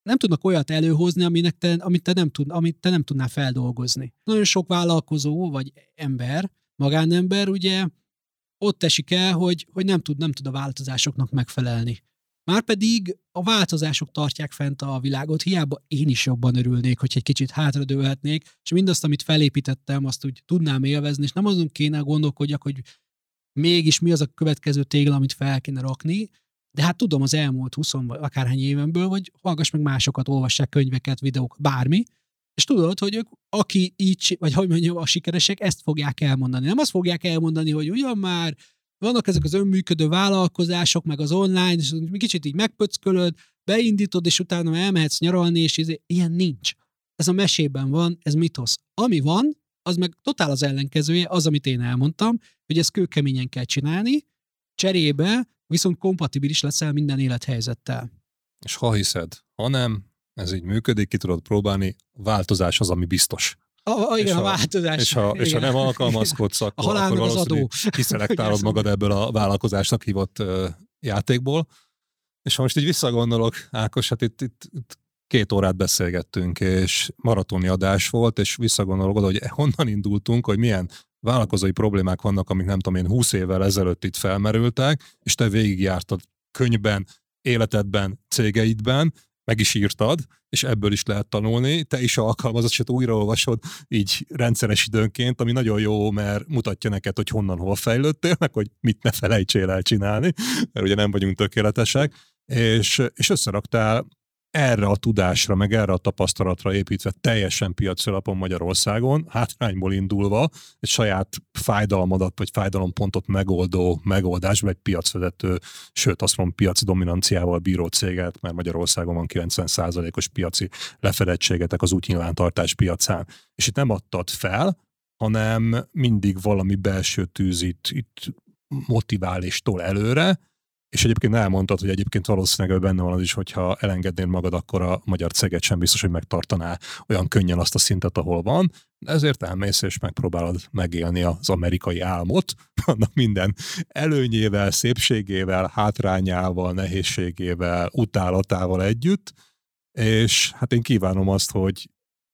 nem tudnak olyat előhozni, aminek te, amit, te nem tud, amit te nem tudnál feldolgozni. Nagyon sok vállalkozó, vagy ember, magánember, ugye ott esik el, hogy, hogy nem, tud, nem tud a változásoknak megfelelni. Márpedig a változások tartják fent a világot, hiába én is jobban örülnék, hogy egy kicsit hátradőlhetnék, és mindazt, amit felépítettem, azt úgy tudnám élvezni, és nem azon kéne gondolkodjak, hogy mégis mi az a következő tégla, amit fel kéne rakni, de hát tudom az elmúlt húsz vagy akárhány évemből, hogy hallgass meg másokat, olvassák könyveket, videók, bármi, és tudod, hogy ők, aki így, vagy hogy mondjam, a sikeresek, ezt fogják elmondani. Nem azt fogják elmondani, hogy ugyan már vannak ezek az önműködő vállalkozások, meg az online, és kicsit így megpöckölöd, beindítod, és utána elmehetsz nyaralni, és izé, ilyen nincs. Ez a mesében van, ez mitosz. Ami van, az meg totál az ellenkezője, az, amit én elmondtam, hogy ezt kőkeményen kell csinálni, cserébe viszont kompatibilis leszel minden élethelyzettel. És ha hiszed, ha nem, ez így működik, ki tudod próbálni, változás az, ami biztos. A, a, igen, és a ha, változás. És ha, és ha nem alkalmazkodsz, akkor, akkor valószínűleg kiszelektálod magad ebből a vállalkozásnak hívott uh, játékból. És ha most így visszagondolok, Ákos, hát itt, itt, itt két órát beszélgettünk, és maratoni adás volt, és visszagondolok oda, hogy honnan indultunk, hogy milyen vállalkozói problémák vannak, amik nem tudom én húsz évvel ezelőtt itt felmerültek, és te végigjártad könyvben, életedben, cégeidben, meg is írtad, és ebből is lehet tanulni. Te is alkalmazod, és újraolvasod így rendszeres időnként, ami nagyon jó, mert mutatja neked, hogy honnan, hol fejlődtél, meg hogy mit ne felejtsél el csinálni, mert ugye nem vagyunk tökéletesek, és, és összeraktál erre a tudásra, meg erre a tapasztalatra építve teljesen piaci alapon Magyarországon, hátrányból indulva, egy saját fájdalmadat, vagy fájdalompontot megoldó megoldásba egy piacvezető, sőt azt mondom piaci dominanciával bíró céget, mert Magyarországon van kilencven százalékos piaci lefedettségetek az útnyilvántartás piacán. És itt nem adtad fel, hanem mindig valami belső tűz itt, itt motivál és tol előre, és egyébként elmondtad, hogy egyébként valószínűleg benne van az is, hogyha elengednél magad, akkor a magyar céget sem biztos, hogy megtartaná olyan könnyen azt a szintet, ahol van. De ezért elmész és megpróbálod megélni az amerikai álmot, annak minden előnyével, szépségével, hátrányával, nehézségével, utálatával együtt. És hát én kívánom azt, hogy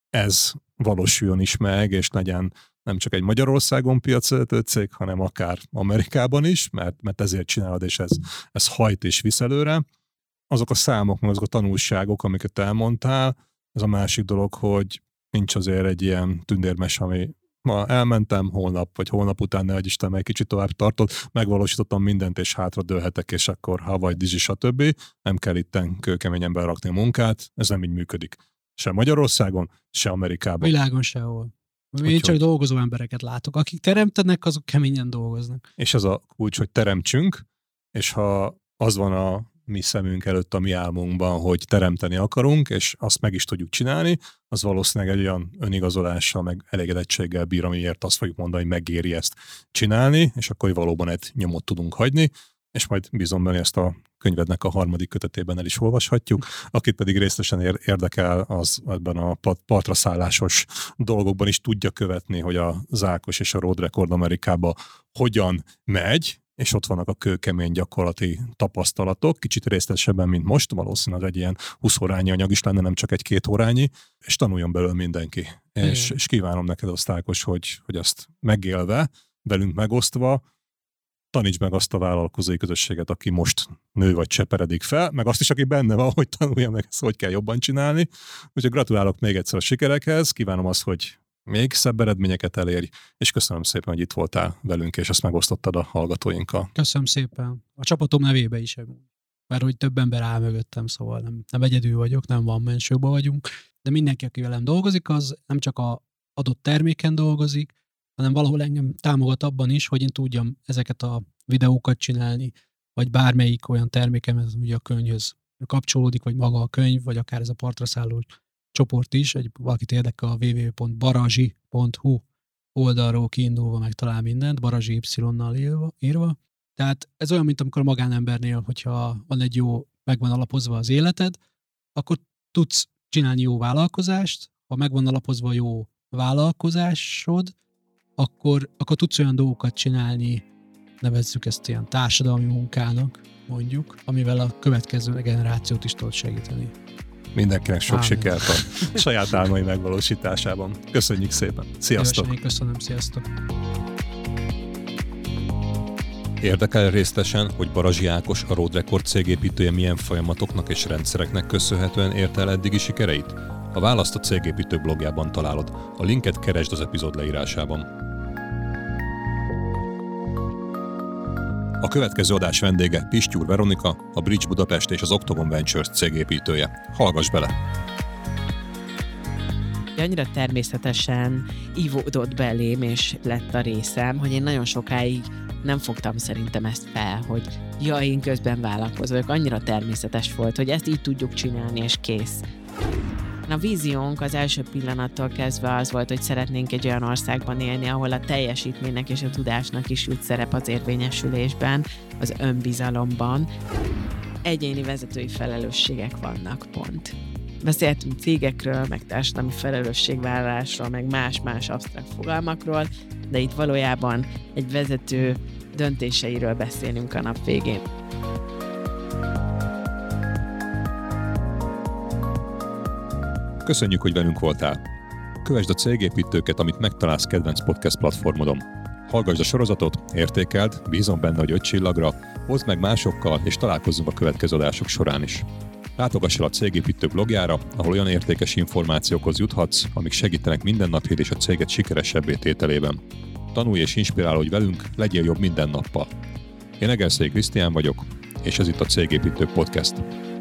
ez valósuljon is meg, és legyen nem csak egy Magyarországon piacvezető cég, hanem akár Amerikában is, mert, mert ezért csinálod, és ez, ez hajt és visz előre. Azok a számok, azok a tanulságok, amiket elmondtál, ez a másik dolog, hogy nincs azért egy ilyen tündérmes, ami ma elmentem, holnap, vagy holnap után, ne adj Isten, egy kicsit tovább tartod, megvalósítottam mindent, és hátra dőlhetek, és akkor ha vagy dizsi, stb. Nem kell itten kőkeményen berakni a munkát, ez nem így működik. Se Magyarországon, se Amerikában. Világon sehol. Én úgy, csak hogy... dolgozó embereket látok. Akik teremtenek, azok keményen dolgoznak. És az a kulcs, hogy teremtsünk, és ha az van a mi szemünk előtt, a mi álmunkban, hogy teremteni akarunk, és azt meg is tudjuk csinálni, az valószínűleg egy olyan önigazolással, meg elégedettséggel bír, amiért azt fogjuk mondani, hogy megéri ezt csinálni, és akkor valóban egy nyomot tudunk hagyni, és majd bízom benne, ezt a könyvednek a harmadik kötetében el is olvashatjuk. Akit pedig részletesen érdekel, az ebben a partraszállásos dolgokban is tudja követni, hogy a Ákos és a Road Record Amerikába hogyan megy, és ott vannak a kőkemény gyakorlati tapasztalatok, kicsit részletesebben, mint most, valószínűleg egy ilyen húsz órányi anyag is lenne, nem csak egy két órányi, és tanuljon belőle mindenki. És, és kívánom neked azt, Ákos, hogy, hogy azt megélve, velünk megosztva, taníts meg azt a vállalkozói közösséget, aki most nő vagy cseperedik fel, meg azt is, aki benne van, hogy tanulja meg ezt, hogy kell jobban csinálni. Úgyhogy gratulálok még egyszer a sikerekhez, kívánom azt, hogy még szebb eredményeket elérj, és köszönöm szépen, hogy itt voltál velünk, és ezt megosztottad a hallgatóinkkal. Köszönöm szépen. A csapatom nevébe is, mert hogy több ember áll mögöttem, szóval nem, nem egyedül vagyok, nem van mensőben vagyunk, de mindenki, aki velem dolgozik, az nem csak a adott terméken dolgozik, hanem valahol engem támogat abban is, hogy én tudjam ezeket a videókat csinálni, vagy bármelyik olyan termékem, ez ugye a könyvhöz kapcsolódik, vagy maga a könyv, vagy akár ez a partra szálló csoport is, egy, valakit érdekel a double-u double-u double-u pont barazsi pont hu oldalról kiindulva megtalál mindent, Barazsi Y-nal írva, írva. Tehát ez olyan, mint amikor a magánembernél, hogyha van egy jó, megvan alapozva az életed, akkor tudsz csinálni jó vállalkozást, ha megvan alapozva jó vállalkozásod, akkor, akkor tudsz olyan dolgokat csinálni, nevezzük ezt ilyen társadalmi munkának, mondjuk, amivel a következő generációt is tudod segíteni. Mindenkinek sok Ámen. sikert a saját álmai megvalósításában. Köszönjük szépen. Sziasztok! Szívesen, köszönöm, sziasztok! Érdekel részletesen, hogy Barazsi Ákos, a Road Record cégépítője milyen folyamatoknak és rendszereknek köszönhetően érte el eddigi sikereit? A választ a Cégépítő blogjában találod. A linket keresd az epizód leírásában. A következő adás vendége Pistyúr Veronika, a Bridge Budapest és az Octogon Ventures cégépítője. Hallgass bele! Annyira természetesen ivódott belém, és lett a részem, hogy én nagyon sokáig nem fogtam szerintem ezt fel, hogy ja, én közben vállalkozok. Annyira természetes volt, hogy ezt így tudjuk csinálni, és kész. A víziónk az első pillanattól kezdve az volt, hogy szeretnénk egy olyan országban élni, ahol a teljesítménynek és a tudásnak is jut szerep az érvényesülésben, az önbizalomban. Egyéni vezetői felelősségek vannak, pont. Beszéltünk cégekről, meg társadalmi felelősségvállalásról, meg más-más absztrakt fogalmakról, de itt valójában egy vezető döntéseiről beszélünk a nap végén. Köszönjük, hogy velünk voltál. Kövesd a cégépítőket, amit megtalálsz kedvenc podcast platformodon. Hallgassd a sorozatot, értékeld, bízom benne, hogy öt csillagra, hozd meg másokkal, és találkozzunk a következő adások során is. Látogass el a Cégépítő blogjára, ahol olyan értékes információkhoz juthatsz, amik segítenek mindennapjét és a céget sikeresebbé tételében. Tanulj és inspirálódj velünk, legyél jobb minden nappal. Én Egerszegi Krisztián vagyok, és ez itt a Cégépítő Podcast.